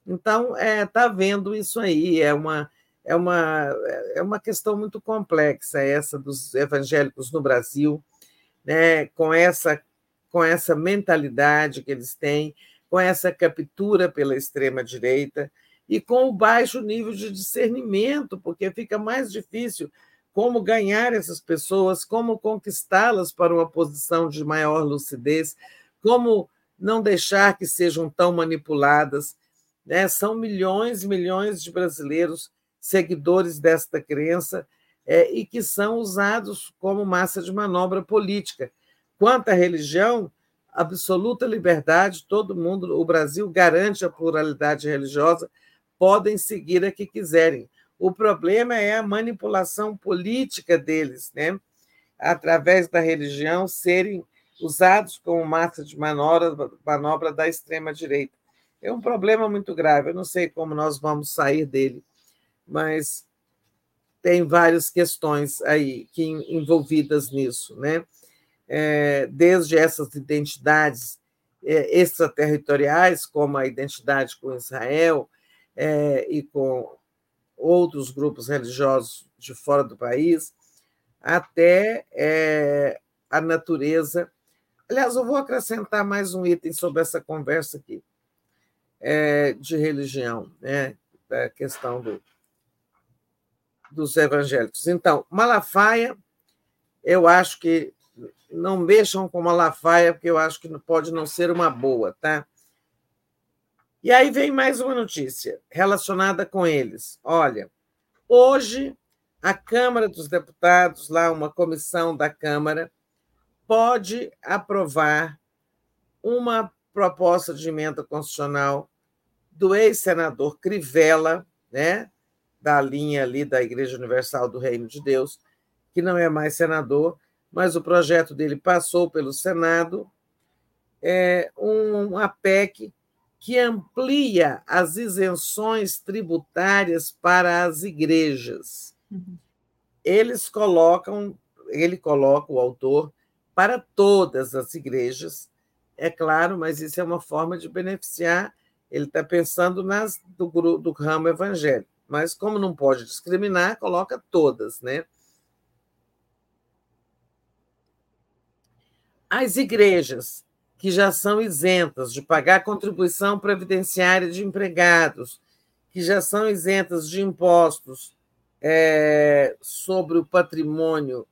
Então, está vendo isso aí, é uma, é, uma, é uma questão muito complexa essa dos evangélicos no Brasil, né? com, essa, com essa mentalidade que eles têm, com essa captura pela extrema-direita e com o baixo nível de discernimento, porque fica mais difícil como ganhar essas pessoas, como conquistá-las para uma posição de maior lucidez, como não deixar que sejam tão manipuladas. Né? São milhões e milhões de brasileiros seguidores desta crença é, e que são usados como massa de manobra política. Quanto à religião, absoluta liberdade, todo mundo, o Brasil garante a pluralidade religiosa, podem seguir a que quiserem. O problema é a manipulação política deles, né? Através da religião, serem usados como massa de manobra, manobra da extrema-direita. É um problema muito grave, eu não sei como nós vamos sair dele, mas tem várias questões aí que, envolvidas nisso, né? É, desde essas identidades é, extraterritoriais, como a identidade com Israel é, e com outros grupos religiosos de fora do país, até é, a natureza. Aliás, eu vou acrescentar mais um item sobre essa conversa aqui, é, de religião, né? A questão do, dos evangélicos. Então, Malafaia, eu acho que não mexam com Malafaia, porque eu acho que pode não ser uma boa, tá? E aí vem mais uma notícia relacionada com eles. Olha, hoje a Câmara dos Deputados, lá uma comissão da Câmara, pode aprovar uma proposta de emenda constitucional do ex-senador Crivella, né, da linha ali da Igreja Universal do Reino de Deus, que não é mais senador, mas o projeto dele passou pelo Senado, é uma P E C que amplia as isenções tributárias para as igrejas. Uhum. Eles colocam, ele coloca, o autor, para todas as igrejas, é claro, mas isso é uma forma de beneficiar, ele está pensando nas, do, do ramo evangélico, mas como não pode discriminar, coloca todas, né? As igrejas que já são isentas de pagar contribuição previdenciária de empregados, que já são isentas de impostos é, sobre o patrimônio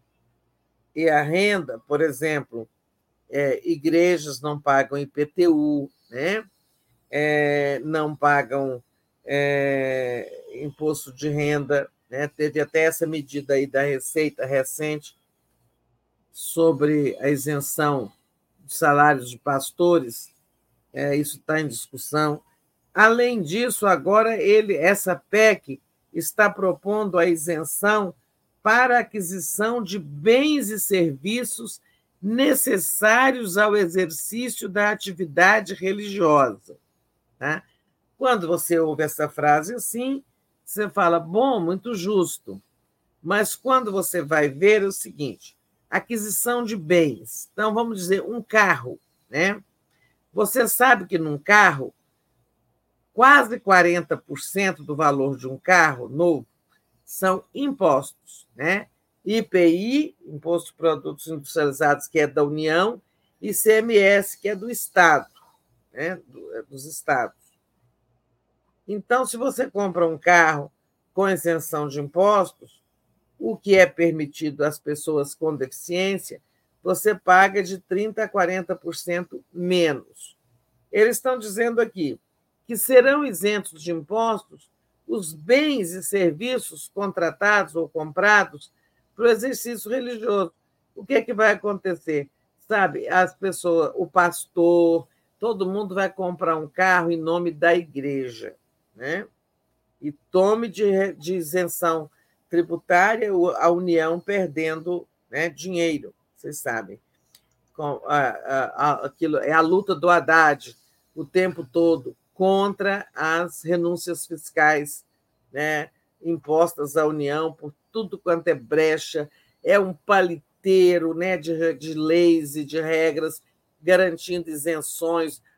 e a renda, por exemplo, é, igrejas não pagam I P T U, né? É, não pagam é, imposto de renda, né? Teve até essa medida aí da Receita recente sobre a isenção dos salários de pastores, é, isso está em discussão. Além disso, agora ele, essa P E C está propondo a isenção para a aquisição de bens e serviços necessários ao exercício da atividade religiosa. Tá? Quando você ouve essa frase assim, você fala, bom, muito justo. Mas quando você vai ver é o seguinte, aquisição de bens. Então, vamos dizer, um carro, né? Você sabe que num carro, quase quarenta por cento do valor de um carro novo são impostos, né? I P I, Imposto de Produtos Industrializados, que é da União, e I C M S, que é do Estado, né? Dos estados. Então, se você compra um carro com isenção de impostos, o que é permitido às pessoas com deficiência, você paga de trinta por cento a quarenta por cento menos. Eles estão dizendo aqui que serão isentos de impostos os bens e serviços contratados ou comprados para o exercício religioso. O que é que vai acontecer? Sabe, as pessoas, o pastor, todo mundo vai comprar um carro em nome da igreja, né? E tome de, de isenção tributária, a União perdendo, né, dinheiro, vocês sabem. Com, a, a, a, aquilo, é a luta do Haddad o tempo todo contra as renúncias fiscais, né, impostas à União por tudo quanto é brecha, é um paliteiro, né, de, de leis e de regras garantindo isenções,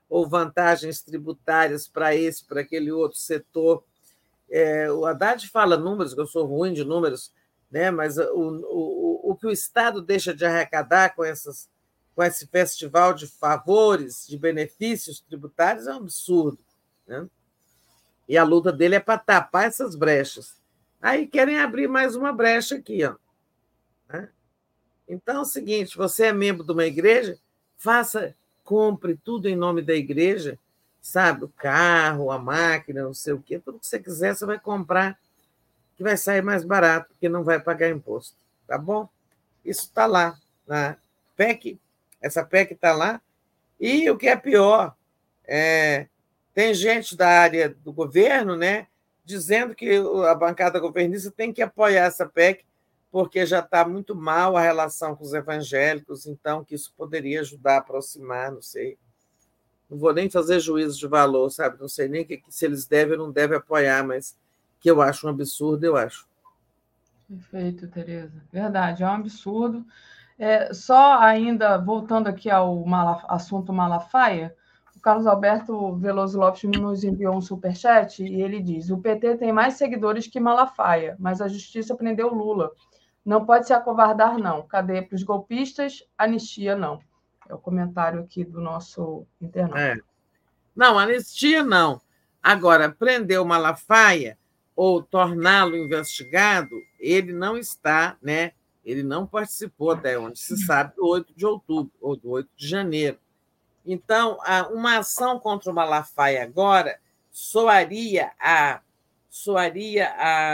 ou vantagens tributárias para esse, para aquele outro setor. É, o Haddad fala números, que eu sou ruim de números, né? Mas o, o, o que o Estado deixa de arrecadar com, essas, com esse festival de favores, de benefícios tributários, é um absurdo, né? E a luta dele é para tapar essas brechas. Aí querem abrir mais uma brecha aqui, ó, né? Então é o seguinte: você é membro de uma igreja, faça, compre tudo em nome da igreja, sabe? O carro, a máquina, não sei o quê, tudo que você quiser, você vai comprar, que vai sair mais barato, porque não vai pagar imposto, tá bom? Isso está lá, na P E C, essa P E C está lá, e o que é pior, é, tem gente da área do governo, né, dizendo que a bancada governista tem que apoiar essa P E C, porque já está muito mal a relação com os evangélicos, então que isso poderia ajudar a aproximar, não sei. Não vou nem fazer juízo de valor, sabe? Não sei nem que, se eles devem ou não devem apoiar, mas que eu acho um absurdo, eu acho. Perfeito, Tereza. Verdade, é um absurdo. É, só ainda, voltando aqui ao Malaf- assunto Malafaia, o Carlos Alberto Veloso Lopes nos enviou um superchat e ele diz: o P T tem mais seguidores que Malafaia, mas a justiça prendeu Lula. Não pode se acovardar, não. Cadeia para os golpistas, anistia, não. É o comentário aqui do nosso internauta. É. Não, anistia não. Agora, prender o Malafaia ou torná-lo investigado, ele não está, né? Ele não participou, até onde se sabe, do oito de outubro ou do oito de janeiro. Então, uma ação contra o Malafaia agora soaria a, soaria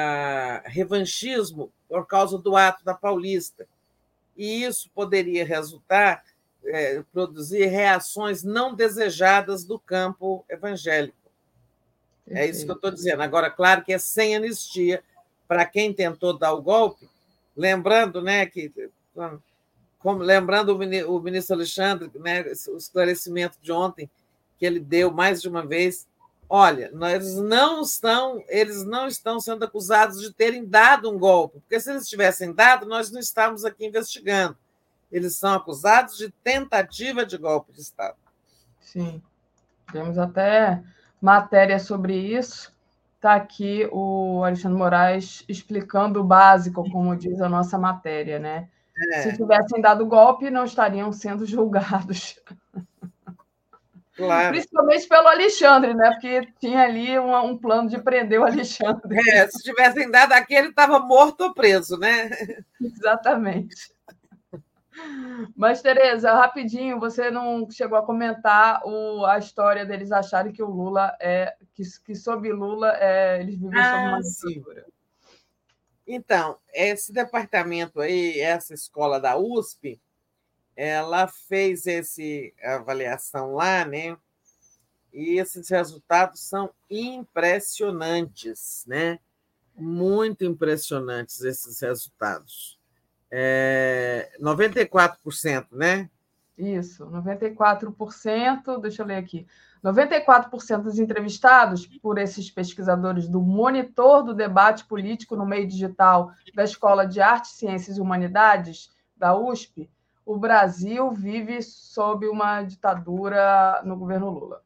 a revanchismo por causa do ato da Paulista. E isso poderia resultar, é, produzir reações não desejadas do campo evangélico. É isso que eu estou dizendo. Agora, claro que é sem anistia para quem tentou dar o golpe, lembrando, né, que, como, lembrando o ministro Alexandre, né, o esclarecimento de ontem que ele deu mais de uma vez. Olha, eles não estão, eles não estão sendo acusados de terem dado um golpe, porque se eles tivessem dado, nós não estávamos aqui investigando. Eles são acusados de tentativa de golpe de Estado. Sim, temos até matéria sobre isso. Está aqui o Alexandre Moraes explicando o básico, como diz a nossa matéria, né? É. Se tivessem dado golpe, não estariam sendo julgados. Claro. Principalmente pelo Alexandre, né? Porque tinha ali um, um plano de prender o Alexandre. É, se tivessem dado aquele, estava morto ou preso, né? Exatamente. Mas, Tereza, rapidinho, você não chegou a comentar o, a história deles acharem que o Lula é. que, que sob Lula é, eles vivem ah, sob uma ditadura. Então, esse departamento aí, essa escola da U S P, ela fez essa avaliação lá, né? E esses resultados são impressionantes, né? Muito impressionantes esses resultados. É, noventa e quatro por cento, né? Isso, noventa e quatro por cento, deixa eu ler aqui. noventa e quatro por cento dos entrevistados por esses pesquisadores do Monitor do Debate Político no Meio Digital da Escola de Artes, Ciências e Humanidades, da U S P, o Brasil vive sob uma ditadura no governo Lula.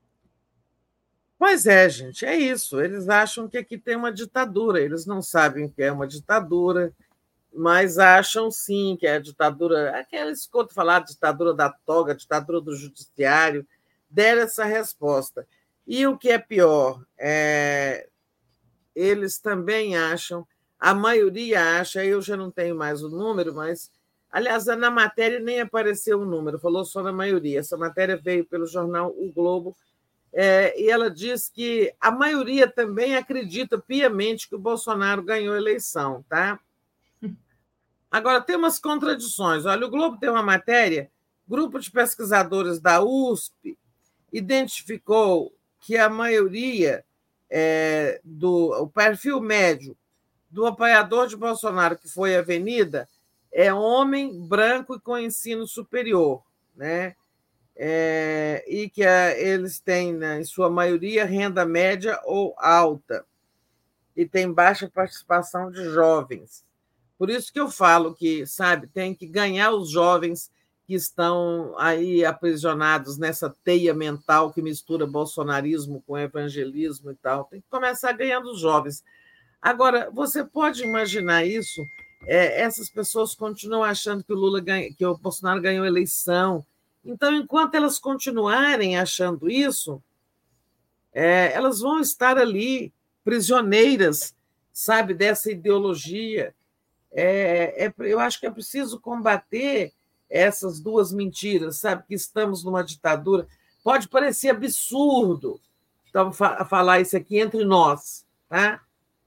Pois é, gente, é isso. Eles acham que aqui tem uma ditadura. Eles não sabem o que é uma ditadura, mas acham sim que é a ditadura. Aqueles que escutam falar ditadura da toga, ditadura do judiciário, deram essa resposta. E o que é pior, é... eles também acham, a maioria acha, eu já não tenho mais o número, mas, aliás, na matéria nem apareceu o número, falou só na maioria. Essa matéria veio pelo jornal O Globo, é, e ela diz que a maioria também acredita piamente que o Bolsonaro ganhou a eleição, tá? Agora, tem umas contradições. Olha, o Globo tem uma matéria, grupo de pesquisadores da U S P identificou que a maioria é, do o perfil médio do apoiador de Bolsonaro que foi à Avenida é homem branco e com ensino superior, né? É, e que a, eles têm, né, em sua maioria, renda média ou alta e tem baixa participação de jovens. Por isso que eu falo que, sabe, tem que ganhar os jovens que estão aí aprisionados nessa teia mental que mistura bolsonarismo com evangelismo e tal. Tem que começar ganhando os jovens. Agora, você pode imaginar isso? É, essas pessoas continuam achando que o Lula ganha, que o Bolsonaro ganhou a eleição. Então, enquanto elas continuarem achando isso, é, elas vão estar ali prisioneiras, sabe, dessa ideologia. É, é, eu acho que é preciso combater essas duas mentiras, sabe, que estamos numa ditadura. Pode parecer absurdo então, fa- falar isso aqui entre nós, tá?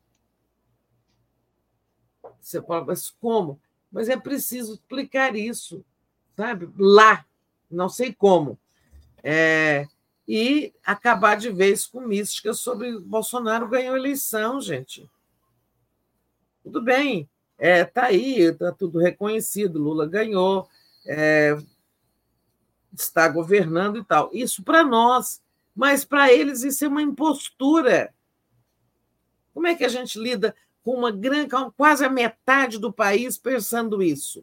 Você fala, mas como? Mas é preciso explicar isso, sabe? Lá, não sei como. É, e acabar de vez com mística sobre Bolsonaro ganhou a eleição, gente. Tudo bem, é, tá aí, está tudo reconhecido, Lula ganhou, é, está governando e tal. Isso para nós, mas para eles isso é uma impostura. Como é que a gente lida com uma grande, quase a metade do país pensando isso?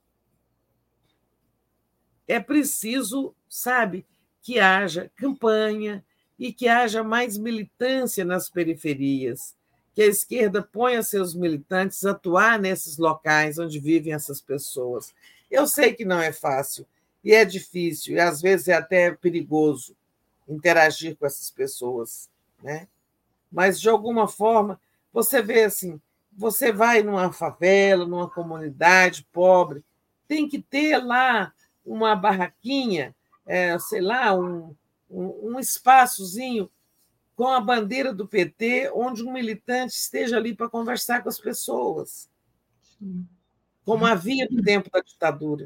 É preciso, sabe, que haja campanha e que haja mais militância nas periferias, que a esquerda ponha seus militantes a atuar nesses locais onde vivem essas pessoas. Eu sei que não é fácil, e é difícil, e às vezes é até perigoso interagir com essas pessoas, né? Mas, de alguma forma, você vê assim, você vai numa favela, numa comunidade pobre, tem que ter lá uma barraquinha, é, sei lá, um, um, um espaçozinho com a bandeira do P T, onde um militante esteja ali para conversar com as pessoas, como havia no tempo da ditadura.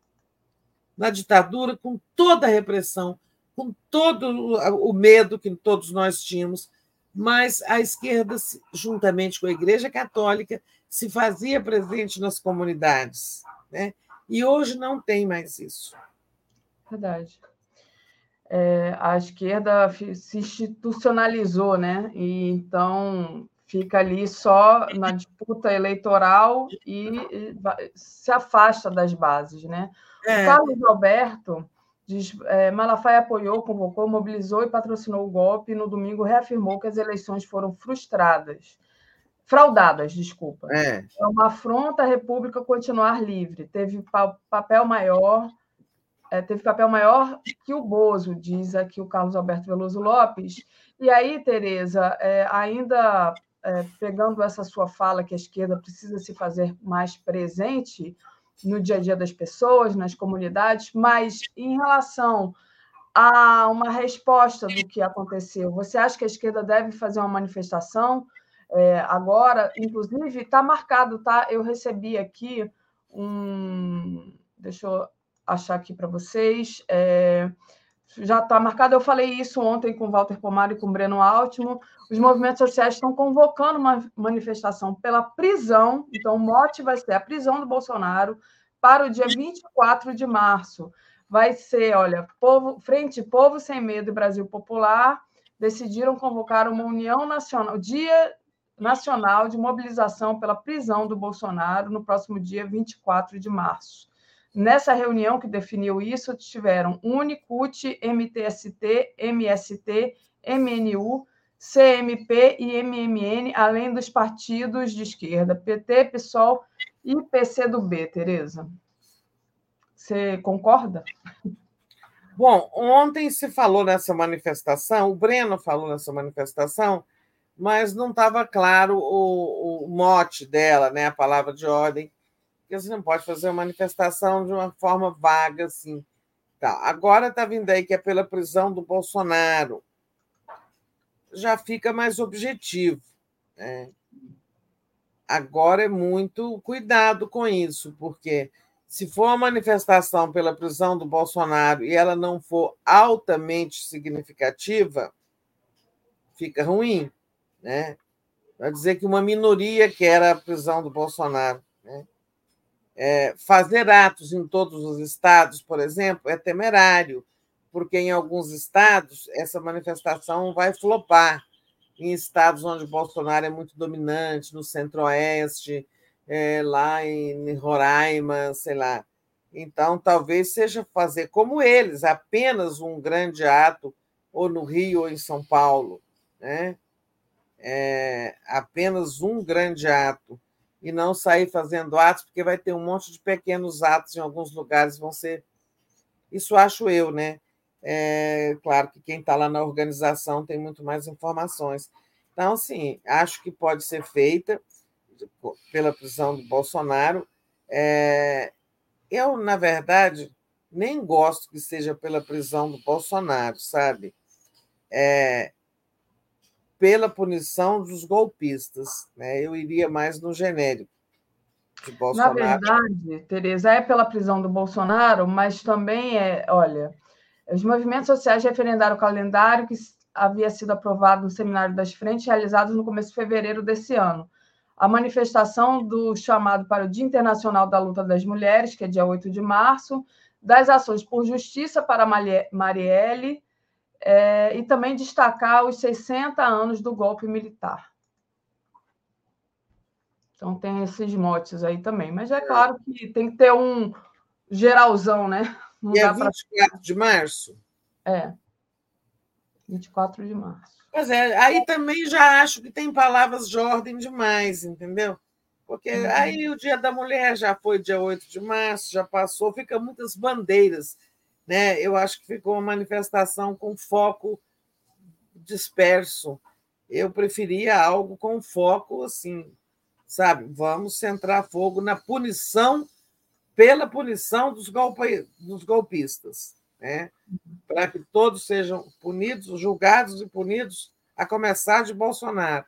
Na ditadura, com toda a repressão, com todo o medo que todos nós tínhamos, mas a esquerda, juntamente com a Igreja Católica, se fazia presente nas comunidades, né? E hoje não tem mais isso. Verdade. É, a esquerda se institucionalizou, né? E então fica ali só na disputa eleitoral e se afasta das bases, né? É. O Carlos Alberto diz, é, Malafaia apoiou, convocou, mobilizou e patrocinou o golpe e no domingo reafirmou que as eleições foram frustradas. Fraudadas, desculpa. É. É uma afronta à República continuar livre. Teve papel maior, é, teve papel maior que o Bozo, diz aqui o Carlos Alberto Veloso Lopes. E aí, Tereza, é, ainda é, pegando essa sua fala que a esquerda precisa se fazer mais presente no dia a dia das pessoas, nas comunidades, mas em relação a uma resposta do que aconteceu, você acha que a esquerda deve fazer uma manifestação? É, agora, inclusive, está marcado, tá? Eu recebi aqui um. Deixa eu achar aqui para vocês. É, já está marcado. Eu falei isso ontem com o Walter Pomar e com o Breno Altimo. Os movimentos sociais estão convocando uma manifestação pela prisão. Então, o mote vai ser a prisão do Bolsonaro para o dia vinte e quatro de março. Vai ser, olha, povo, Frente Povo Sem Medo e Brasil Popular decidiram convocar uma união nacional, dia nacional de mobilização pela prisão do Bolsonaro no próximo dia vinte e quatro de março. Nessa reunião que definiu isso, estiveram Unicute, M T S T, M S T, M N U, C M P e M M N, além dos partidos de esquerda, P T, PSOL e P C do B, Tereza. Você concorda? Bom, ontem se falou nessa manifestação, o Breno falou nessa manifestação, mas não estava claro o, o mote dela, né, a palavra de ordem, porque você não pode fazer uma manifestação de uma forma vaga assim. Tá. Agora está vindo aí que é pela prisão do Bolsonaro. Já fica mais objetivo, né? Agora é muito cuidado com isso, porque se for uma manifestação pela prisão do Bolsonaro e ela não for altamente significativa, fica ruim, né? Vai dizer que uma minoria quer a prisão do Bolsonaro, né? É, fazer atos em todos os estados, por exemplo, é temerário, porque em alguns estados essa manifestação vai flopar. Em estados onde o Bolsonaro é muito dominante, no Centro-Oeste, é, lá em Roraima, sei lá. Então, talvez seja fazer como eles, apenas um grande ato, ou no Rio ou em São Paulo, né? É, apenas um grande ato, e não sair fazendo atos, porque vai ter um monte de pequenos atos em alguns lugares, vão ser... Isso acho eu, né? É, claro que quem está lá na organização tem muito mais informações. Então, sim, acho que pode ser feita pela prisão do Bolsonaro. É, eu, na verdade, nem gosto que seja pela prisão do Bolsonaro, sabe? É, pela punição dos golpistas, né? Eu iria mais no genérico de Bolsonaro. Na verdade, Tereza, é pela prisão do Bolsonaro, mas também é, olha, os movimentos sociais referendaram o calendário que havia sido aprovado no Seminário das Frentes, realizado no começo de fevereiro desse ano. A manifestação do chamado para o Dia Internacional da Luta das Mulheres, que é dia oito de março, das ações por justiça para Marielle, é, e também destacar os sessenta anos do golpe militar. Então, tem esses motes aí também. Mas é claro que tem que ter um geralzão, né? Não e dá é vinte e quatro pra... de março? É, vinte e quatro de março. Pois é, aí também já acho que tem palavras de ordem demais, entendeu? Porque uhum. aí o Dia da Mulher já foi dia oito de março, já passou, fica muitas bandeiras, né? Eu acho que ficou uma manifestação com foco disperso. Eu preferia algo com foco assim, sabe? Vamos centrar fogo na punição, pela punição dos, golpe, dos golpistas, né? Para que todos sejam punidos, julgados e punidos, a começar de Bolsonaro.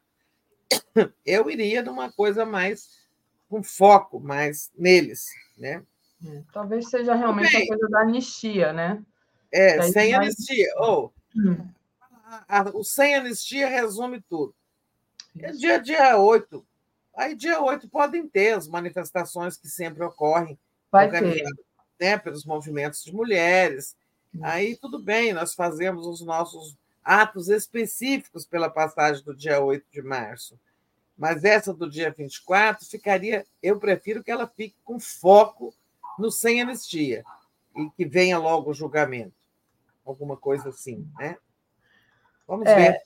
Eu iria numa coisa mais com foco, mais neles, né? Talvez seja realmente Bem, a coisa da anistia, né? É, Daí sem vai... anistia. Ou hum. a, a, o sem anistia resume tudo. É dia, dia oito. Aí, dia oito, podem ter as manifestações que sempre ocorrem, vai organizadas, né, pelos movimentos de mulheres. Aí, tudo bem, nós fazemos os nossos atos específicos pela passagem do dia oito de março. Mas essa do dia vinte e quatro ficaria... Eu prefiro que ela fique com foco no sem anistia e que venha logo o julgamento. Alguma coisa assim, né? Vamos é, ver.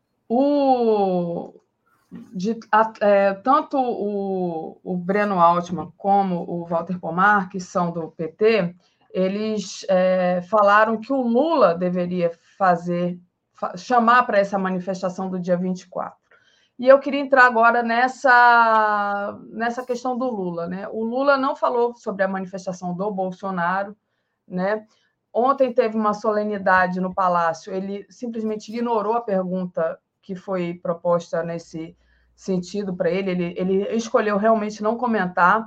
O... De, é, tanto o, o Breno Altman como o Walter Pomar, que são do P T, eles é, falaram que o Lula deveria fazer, fa- chamar para essa manifestação do dia vinte e quatro. E eu queria entrar agora nessa, nessa questão do Lula, né? O Lula não falou sobre a manifestação do Bolsonaro, né? Ontem teve uma solenidade no Palácio, ele simplesmente ignorou a pergunta que foi proposta nesse sentido para ele, ele, ele escolheu realmente não comentar.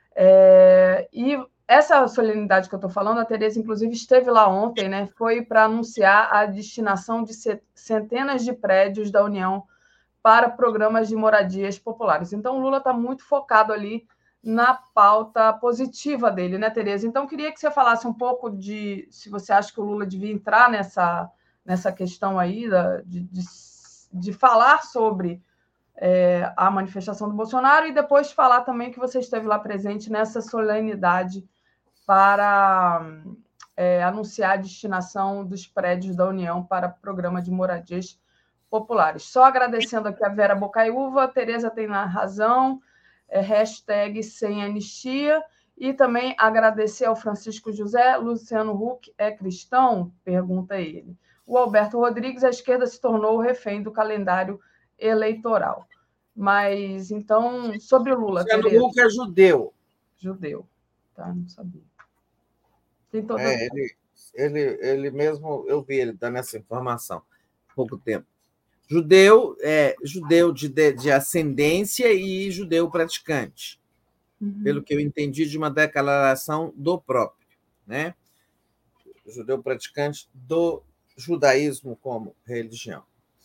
É, e essa solenidade que eu estou falando, a Tereza, inclusive, esteve lá ontem, né? Foi para anunciar a destinação de centenas de prédios da União para programas de moradias populares. Então, o Lula está muito focado ali na pauta positiva dele, né, Tereza? Então, queria que você falasse um pouco de se você acha que o Lula devia entrar nessa, nessa questão aí da, de, de, de falar sobre é, a manifestação do Bolsonaro e depois falar também que você esteve lá presente nessa solenidade para é, anunciar a destinação dos prédios da União para programa de moradias populares. Só agradecendo aqui a Vera Bocaiúva, a Tereza tem razão, é, hashtag sem anistia, e também agradecer ao Francisco José, Luciano Huck é cristão? Pergunta ele. O Alberto Rodrigues, a esquerda se tornou refém do calendário eleitoral. Mas, então, sobre o Lula, Luciano Tereza. Huck é judeu. Judeu, tá? Não sabia. Tem toda... é, ele, ele, ele mesmo, eu vi ele dando essa informação há pouco tempo. Judeu, é, judeu de, de, de ascendência e judeu praticante, uhum. Pelo que eu entendi de uma declaração do próprio, né? Judeu praticante do judaísmo como religião.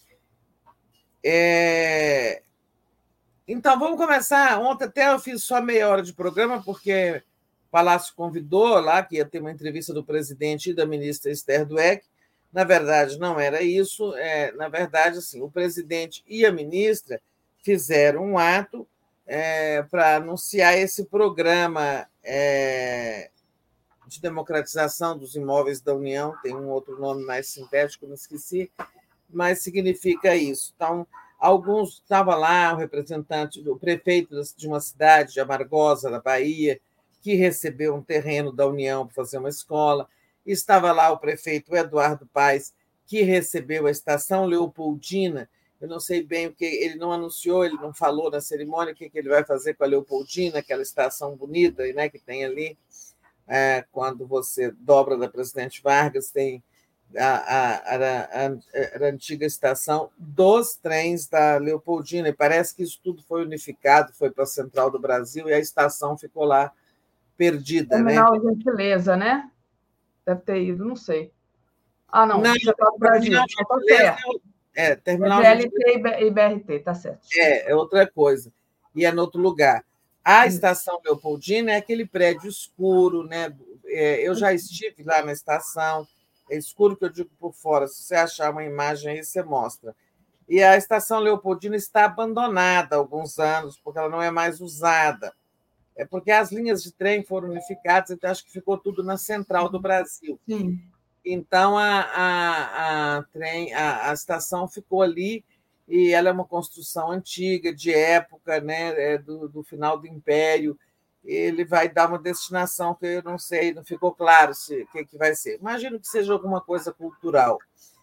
É... Então, vamos começar. Ontem até eu fiz só meia hora de programa, porque o Palácio convidou lá, que ia ter uma entrevista do presidente e da ministra Esther Dweck. Na verdade, não era isso. É, na verdade, assim, o presidente e a ministra fizeram um ato é, para anunciar esse programa é, de democratização dos imóveis da União, tem um outro nome mais sintético, não esqueci, mas significa isso. Então, alguns, estava lá o representante, o prefeito de uma cidade de Amargosa, na Bahia, que recebeu um terreno da União para fazer uma escola, estava lá o prefeito Eduardo Paes, que recebeu a Estação Leopoldina. Eu não sei bem o que, ele não anunciou, ele não falou na cerimônia o que ele vai fazer com a Leopoldina, aquela estação bonita, né, que tem ali, é, quando você dobra da Presidente Vargas, tem a, a, a, a, a antiga estação dos trens da Leopoldina, e parece que isso tudo foi unificado, foi para a Central do Brasil, e a estação ficou lá perdida. Terminal né? Gentileza, né? Deve ter ido, não sei. Ah, não, Não, Central do Brasil. Terminal Então, tá Gentileza certo. é terminal É V L T e B R T, tá certo. É, é outra coisa. E é em outro lugar. A estação Leopoldina é aquele prédio escuro, né? É, eu já estive lá na estação, é escuro que eu digo por fora. Se você achar uma imagem aí, você mostra. E a estação Leopoldina está abandonada há alguns anos, porque ela não é mais usada. É porque as linhas de trem foram unificadas, então acho que ficou tudo na Central do Brasil. Sim. Então, a, a, a, trem, a, a estação ficou ali, e ela é uma construção antiga, de época, né, do, do final do Império. Ele vai dar uma destinação que eu não sei, não ficou claro o que, que vai ser. Imagino que seja alguma coisa cultural.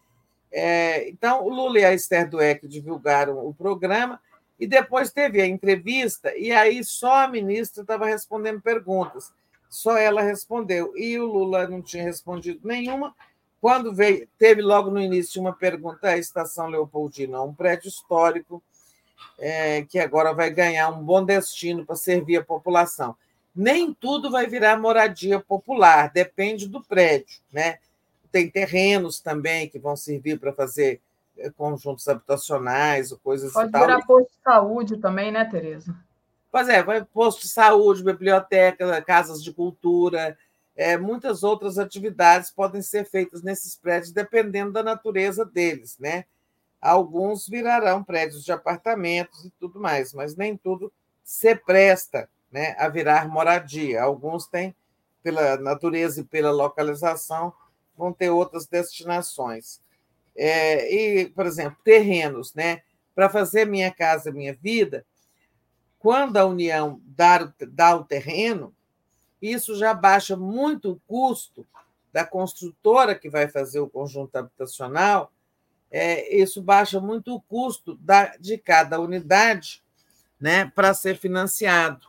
É, então, o Lula e a Esther Dweck divulgaram o programa, e depois teve a entrevista, e aí só a ministra estava respondendo perguntas. Só ela respondeu, e o Lula não tinha respondido nenhuma. Quando veio, teve logo no início uma pergunta à Estação Leopoldina, um prédio histórico é, que agora vai ganhar um bom destino para servir a população. Nem tudo vai virar moradia popular, depende do prédio, né? Tem terrenos também que vão servir para fazer conjuntos habitacionais ou coisas Pode e tal. virar posto de saúde também, né, Tereza? Pois é, vai posto de saúde, biblioteca, casas de cultura, é, muitas outras atividades podem ser feitas nesses prédios, dependendo da natureza deles, né? Alguns virarão prédios de apartamentos e tudo mais, mas nem tudo se presta, né, a virar moradia. Alguns têm, pela natureza e pela localização, vão ter outras destinações. É, e, por exemplo, terrenos, né? Para fazer Minha Casa Minha Vida, quando a União dá, dá o terreno, isso já baixa muito o custo da construtora que vai fazer o conjunto habitacional, é, isso baixa muito o custo da, de cada unidade, né, para ser financiado,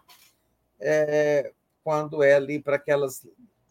é, quando é ali para aquelas...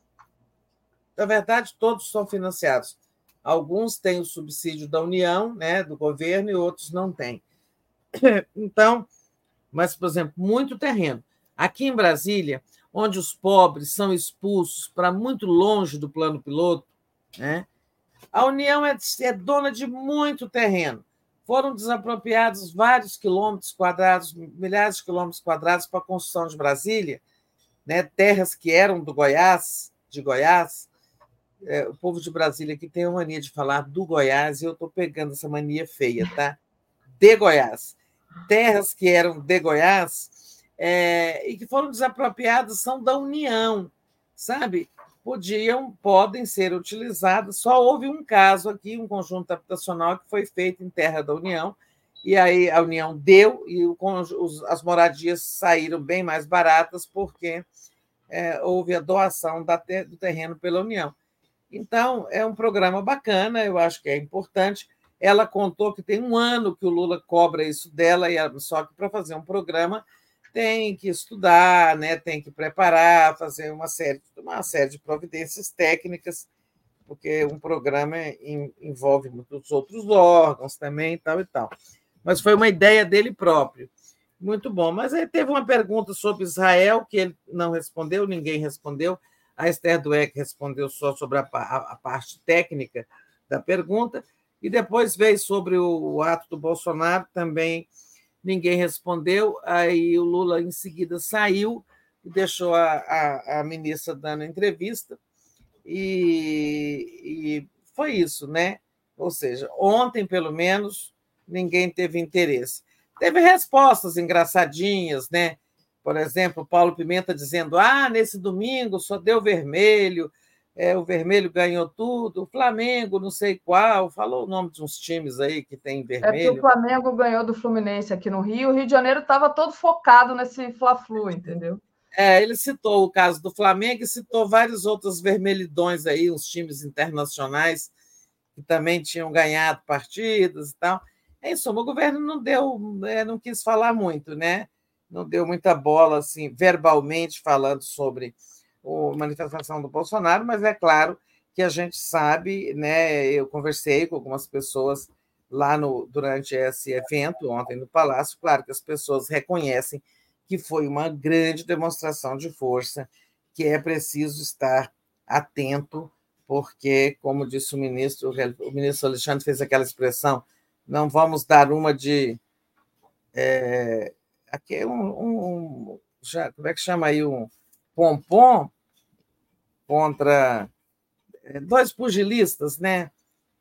Na verdade, todos são financiados. Alguns têm o subsídio da União, né, do governo, e outros não têm. Então, mas, por exemplo, muito terreno. Aqui em Brasília, onde os pobres são expulsos para muito longe do plano piloto, né, a União é, é dona de muito terreno. Foram desapropriados vários quilômetros quadrados, milhares de quilômetros quadrados para a construção de Brasília, né, terras que eram do Goiás, de Goiás. É, o povo de Brasília aqui tem a mania de falar do Goiás, e eu estou pegando essa mania feia, tá? De Goiás. Terras que eram de Goiás é, e que foram desapropriadas são da União, sabe? Podiam, podem ser utilizadas. Só houve um caso aqui, um conjunto habitacional que foi feito em terra da União, e aí a União deu, e o, os, as moradias saíram bem mais baratas porque é, houve a doação da, do terreno pela União. Então, é um programa bacana, eu acho que é importante. Ela contou que tem um ano que o Lula cobra isso dela, e ela, só que para fazer um programa tem que estudar, né, tem que preparar, fazer uma série, uma série de providências técnicas, porque um programa envolve muitos outros órgãos também, e tal e tal. Mas foi uma ideia dele próprio. Muito bom. Mas aí teve uma pergunta sobre Israel, que ele não respondeu, ninguém respondeu. A Esther Dweck respondeu só sobre a, a, a parte técnica da pergunta, e depois veio sobre o, o ato do Bolsonaro, também ninguém respondeu. Aí o Lula, em seguida, saiu e deixou a, a, a ministra dando entrevista, e, e foi isso, né? Ou seja, ontem, pelo menos, ninguém teve interesse. Teve respostas engraçadinhas, né? Por exemplo, Paulo Pimenta dizendo: ah, nesse domingo só deu vermelho, é, o vermelho ganhou tudo, o Flamengo, não sei qual, falou o nome de uns times aí que tem É porque o vermelho. Flamengo ganhou do Fluminense aqui no Rio, o Rio de Janeiro estava todo focado nesse Fla-Flu, entendeu? É, ele citou o caso do Flamengo e citou vários outros vermelhidões aí, uns times internacionais que também tinham ganhado partidas e tal. Em suma, o governo não deu, não quis falar muito, né? Não deu muita bola, assim, verbalmente falando sobre a manifestação do Bolsonaro, mas é claro que a gente sabe, né? Eu conversei com algumas pessoas lá no, durante esse evento, ontem no Palácio, claro que as pessoas reconhecem que foi uma grande demonstração de força, que é preciso estar atento, porque, como disse o ministro, o ministro Alexandre fez aquela expressão, não vamos dar uma de... É, aqui é um, um... Já, como é que chama aí? Um pompom contra dois pugilistas, né?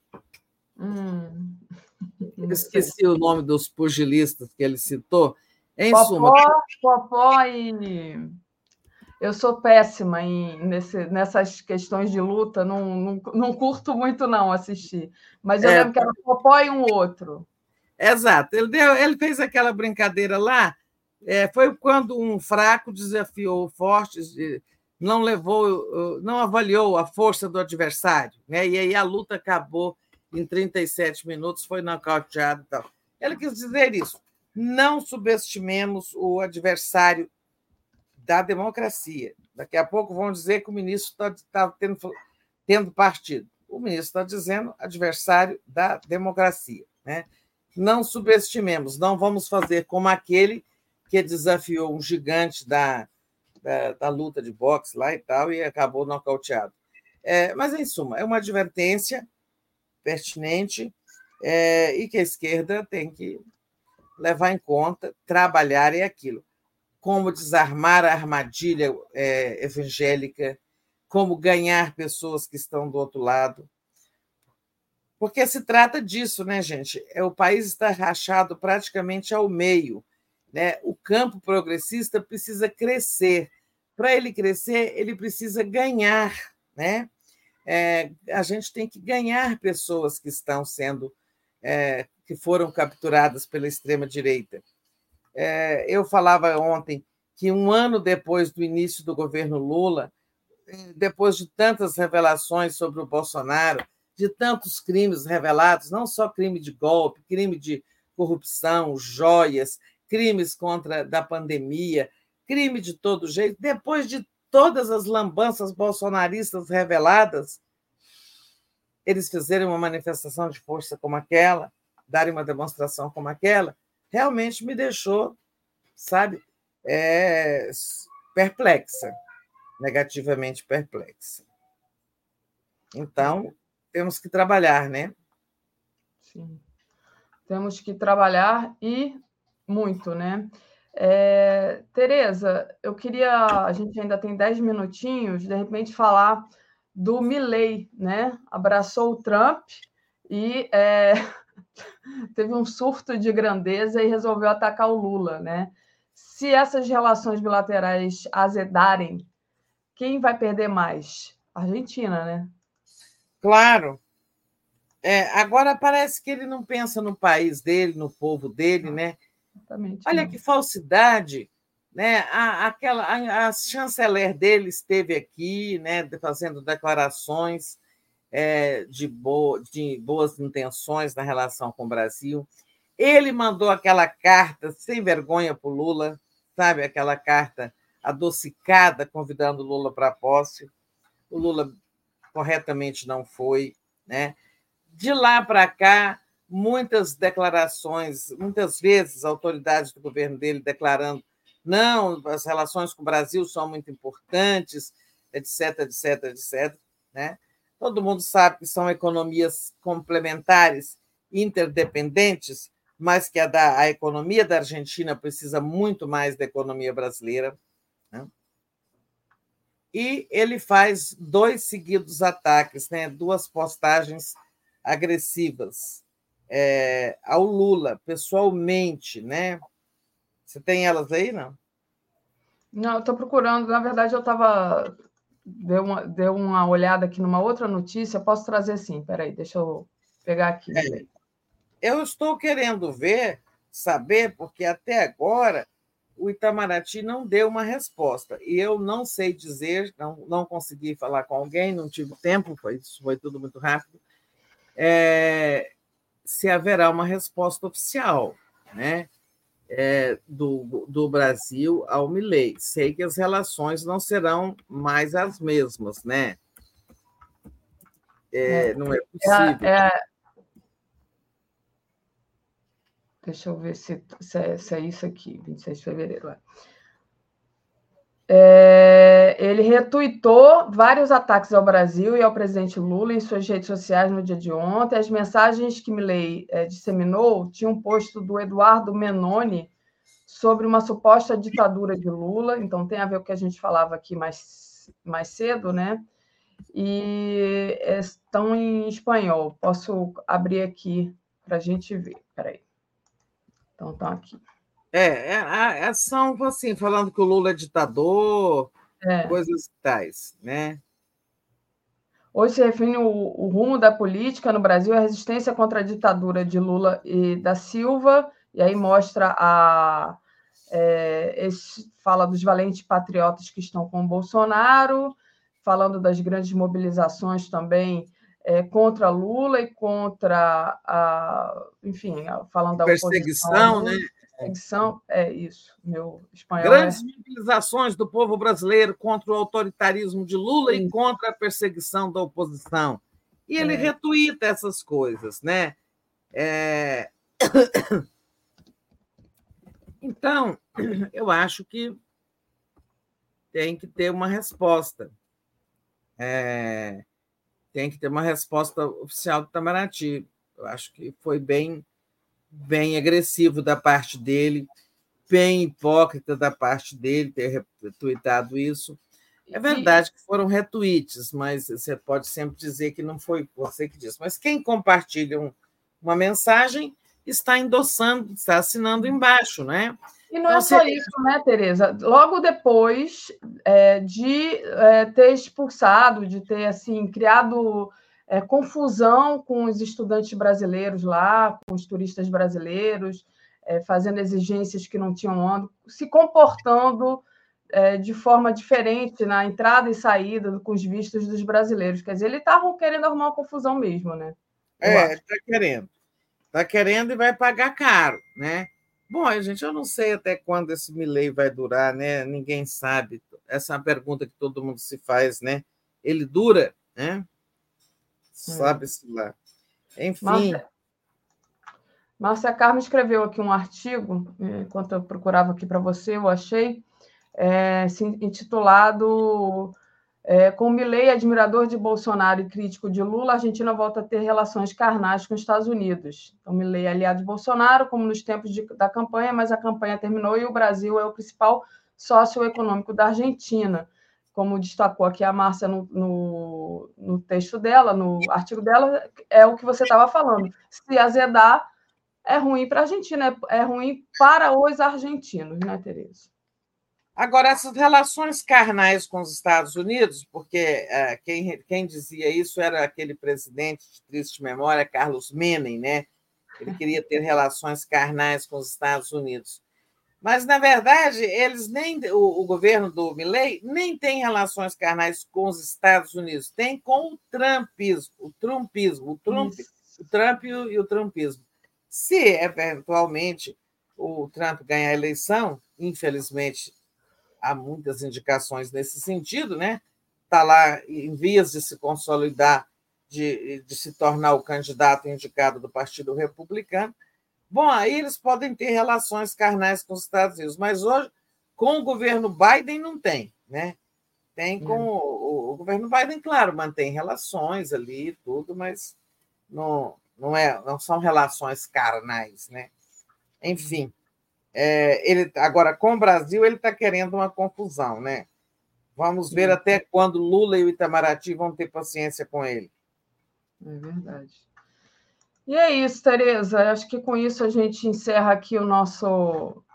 Hum, Eu esqueci o nome dos pugilistas que ele citou. Em Popó, suma... Popó e... Eu sou péssima em, nesse, nessas questões de luta, não, não, não curto muito não assistir. Mas eu É, lembro que era o Popó e um outro. Exato. Ele, deu, ele fez aquela brincadeira lá, é, foi quando um fraco desafiou o forte, não levou, não avaliou a força do adversário, né? E aí a luta acabou em trinta e sete minutos, foi nocauteado e tal. Ele quis dizer isso. Não subestimemos o adversário da democracia. Daqui a pouco vão dizer que o ministro está tá tendo, tendo partido. O ministro está dizendo adversário da democracia, né? Não subestimemos, não vamos fazer como aquele que desafiou um gigante da, da, da luta de boxe lá e tal e acabou nocauteado. É, mas, em suma, é uma advertência pertinente é, e que a esquerda tem que levar em conta, trabalhar é aquilo. Como desarmar a armadilha é, evangélica, como ganhar pessoas que estão do outro lado. Porque se trata disso, né, gente? É, o país está rachado praticamente ao meio, né? O campo progressista precisa crescer. Para ele crescer, ele precisa ganhar, né? É, a gente tem que ganhar pessoas que estão sendo, é, que foram capturadas pela extrema-direita. É, eu falava ontem que um ano depois do início do governo Lula, depois de tantas revelações sobre o Bolsonaro, de tantos crimes revelados, não só crime de golpe, crime de corrupção, joias, crimes contra da pandemia, crime de todo jeito, depois de todas as lambanças bolsonaristas reveladas, eles fizeram uma manifestação de força como aquela, darem uma demonstração como aquela, realmente me deixou, sabe, é, perplexa, negativamente perplexa. Então, temos que trabalhar, né? Sim. Temos que trabalhar e muito, né? É, Tereza, eu queria, a gente ainda tem dez minutinhos, de repente falar do Milei, né? Abraçou o Trump e é, teve um surto de grandeza e resolveu atacar o Lula, né? Se essas relações bilaterais azedarem, quem vai perder mais? A Argentina, né? Claro. É, agora parece que ele não pensa no país dele, no povo dele, né? Exatamente. Olha não. que falsidade, né? A, aquela, a, a chanceler dele esteve aqui, né, fazendo declarações é, de, bo, de boas intenções na relação com o Brasil. Ele mandou aquela carta sem vergonha para o Lula, sabe? Aquela carta adocicada convidando o Lula para a posse. O Lula corretamente não foi, né? De lá para cá, muitas declarações, muitas vezes autoridades do governo dele declarando não, as relações com o Brasil são muito importantes, etc, etc, etc, né? Todo mundo sabe que são economias complementares, interdependentes, mas que a, da, a economia da Argentina precisa muito mais da economia brasileira, né? E ele faz dois seguidos ataques, né? Duas postagens agressivas é, ao Lula, pessoalmente, né? Você tem elas aí, não? Não, eu estou procurando. Na verdade, eu estava... Deu uma, deu uma olhada aqui numa outra notícia. Posso trazer sim. Peraí, deixa eu pegar aqui. É, eu estou querendo ver, saber, porque até agora o Itamaraty não deu uma resposta. E eu não sei dizer, não, não consegui falar com alguém, não tive tempo, foi, foi tudo muito rápido, é, se haverá uma resposta oficial, né? É, do, do Brasil ao Milei. Sei que as relações não serão mais as mesmas, né? É, não é possível. É, é... Deixa eu ver se, se, é, se é isso aqui, vinte e seis de fevereiro. É. É, ele retuitou vários ataques ao Brasil e ao presidente Lula em suas redes sociais no dia de ontem. As mensagens que Milei é, disseminou tinham um post do Eduardo Menoni sobre uma suposta ditadura de Lula, então tem a ver com o que a gente falava aqui mais, mais cedo, né? E estão em espanhol. Posso abrir aqui para a gente ver. Peraí. Então, estão aqui. É, é, é, são assim, falando que o Lula é ditador, é. coisas tais, né? Hoje se define o, o rumo da política no Brasil, a resistência contra a ditadura de Lula e da Silva, e aí mostra a... É, esse, fala dos valentes patriotas que estão com o Bolsonaro, falando das grandes mobilizações também é, contra Lula e contra a... Enfim, falando da perseguição, né? Perseguição, é isso, meu espanhol Grandes é... mobilizações do povo brasileiro contra o autoritarismo de Lula isso. E contra a perseguição da oposição. E ele é. retuita essas coisas, né? É... Então, eu acho que tem que ter uma resposta. É... Tem que ter uma resposta oficial do Itamaraty. Eu acho que foi bem, bem agressivo da parte dele, bem hipócrita da parte dele ter retweetado isso. É verdade que foram retweets, mas você pode sempre dizer que não foi você que disse. Mas quem compartilha um, uma mensagem está endossando, está assinando embaixo, né? E não então, é só você... isso, né, Tereza? Logo depois é, de é, ter expulsado, de ter assim criado é, confusão com os estudantes brasileiros lá, com os turistas brasileiros, é, fazendo exigências que não tinham ando, se comportando é, de forma diferente na entrada e saída com os vistos dos brasileiros. Quer dizer, eles estavam querendo arrumar uma confusão mesmo, né? Eu é, está querendo. Está querendo e vai pagar caro, né? Bom, gente, eu não sei até quando esse Milei vai durar, né? Ninguém sabe. Essa é uma pergunta que todo mundo se faz, né? Ele dura, né? Sabe-se lá. Enfim. Márcia, Márcia Carmo escreveu aqui um artigo, enquanto eu procurava aqui para você, eu achei, é, intitulado é, Com Milei, admirador de Bolsonaro e crítico de Lula, a Argentina volta a ter relações carnais com os Estados Unidos. Então, Milei é aliado de Bolsonaro, como nos tempos de, da campanha, mas a campanha terminou e o Brasil é o principal sócio econômico da Argentina. Como destacou aqui a Márcia no, no, no texto dela, no artigo dela, é o que você estava falando. Se azedar, é ruim para a Argentina, é, é ruim para os argentinos, né, Tereza? Agora, essas relações carnais com os Estados Unidos, porque uh, quem, quem dizia isso era aquele presidente de triste memória, Carlos Menem, né? Ele queria ter relações carnais com os Estados Unidos. Mas, na verdade, eles nem o, o governo do Milei nem tem relações carnais com os Estados Unidos, tem com o trumpismo, o trumpismo, o Trump, o Trump e o, e o trumpismo. Se, eventualmente, o Trump ganhar a eleição, infelizmente, há muitas indicações nesse sentido, né? Está lá em vias de se consolidar, de, de se tornar o candidato indicado do Partido Republicano. Bom, aí eles podem ter relações carnais com os Estados Unidos, mas hoje, com o governo Biden, não tem, né? Tem com o, o, o governo Biden, claro, mantém relações ali e tudo, mas não, não, é, não são relações carnais, né? Enfim. É, ele, agora, com o Brasil, ele está querendo uma confusão, né? Vamos ver Sim. até quando Lula e o Itamaraty vão ter paciência com ele. É verdade. E é isso, Tereza. Acho que com isso a gente encerra aqui o nosso,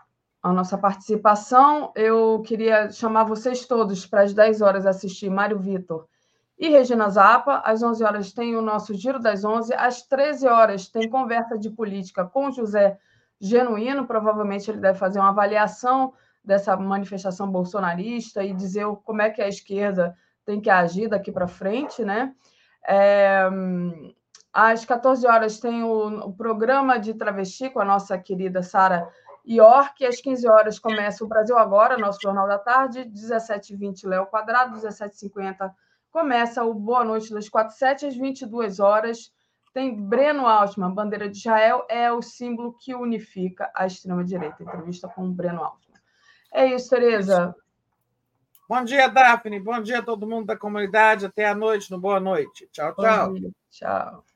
a nossa participação. Eu queria chamar vocês todos para as dez horas assistir Mário Vitor e Regina Zappa. Às onze horas tem o nosso Giro das onze. Às treze horas tem Conversa de Política com José Genuíno. Provavelmente ele deve fazer uma avaliação dessa manifestação bolsonarista e dizer como é que a esquerda tem que agir daqui para frente, né? É... Às quatorze horas tem o, o programa de travesti com a nossa querida Sara York. Às quinze horas começa o Brasil Agora, nosso Jornal da Tarde. dezessete e vinte, Léo Quadrado. dezessete e cinquenta começa o Boa Noite das quarenta e sete. Às vinte e duas horas tem Breno Altman. Bandeira de Israel é o símbolo que unifica a extrema-direita. Entrevista com o Breno Altman. É isso, Tereza. Bom dia, Daphne. Bom dia a todo mundo da comunidade. Até a noite no Boa Noite. Tchau, tchau. Bom dia. Tchau.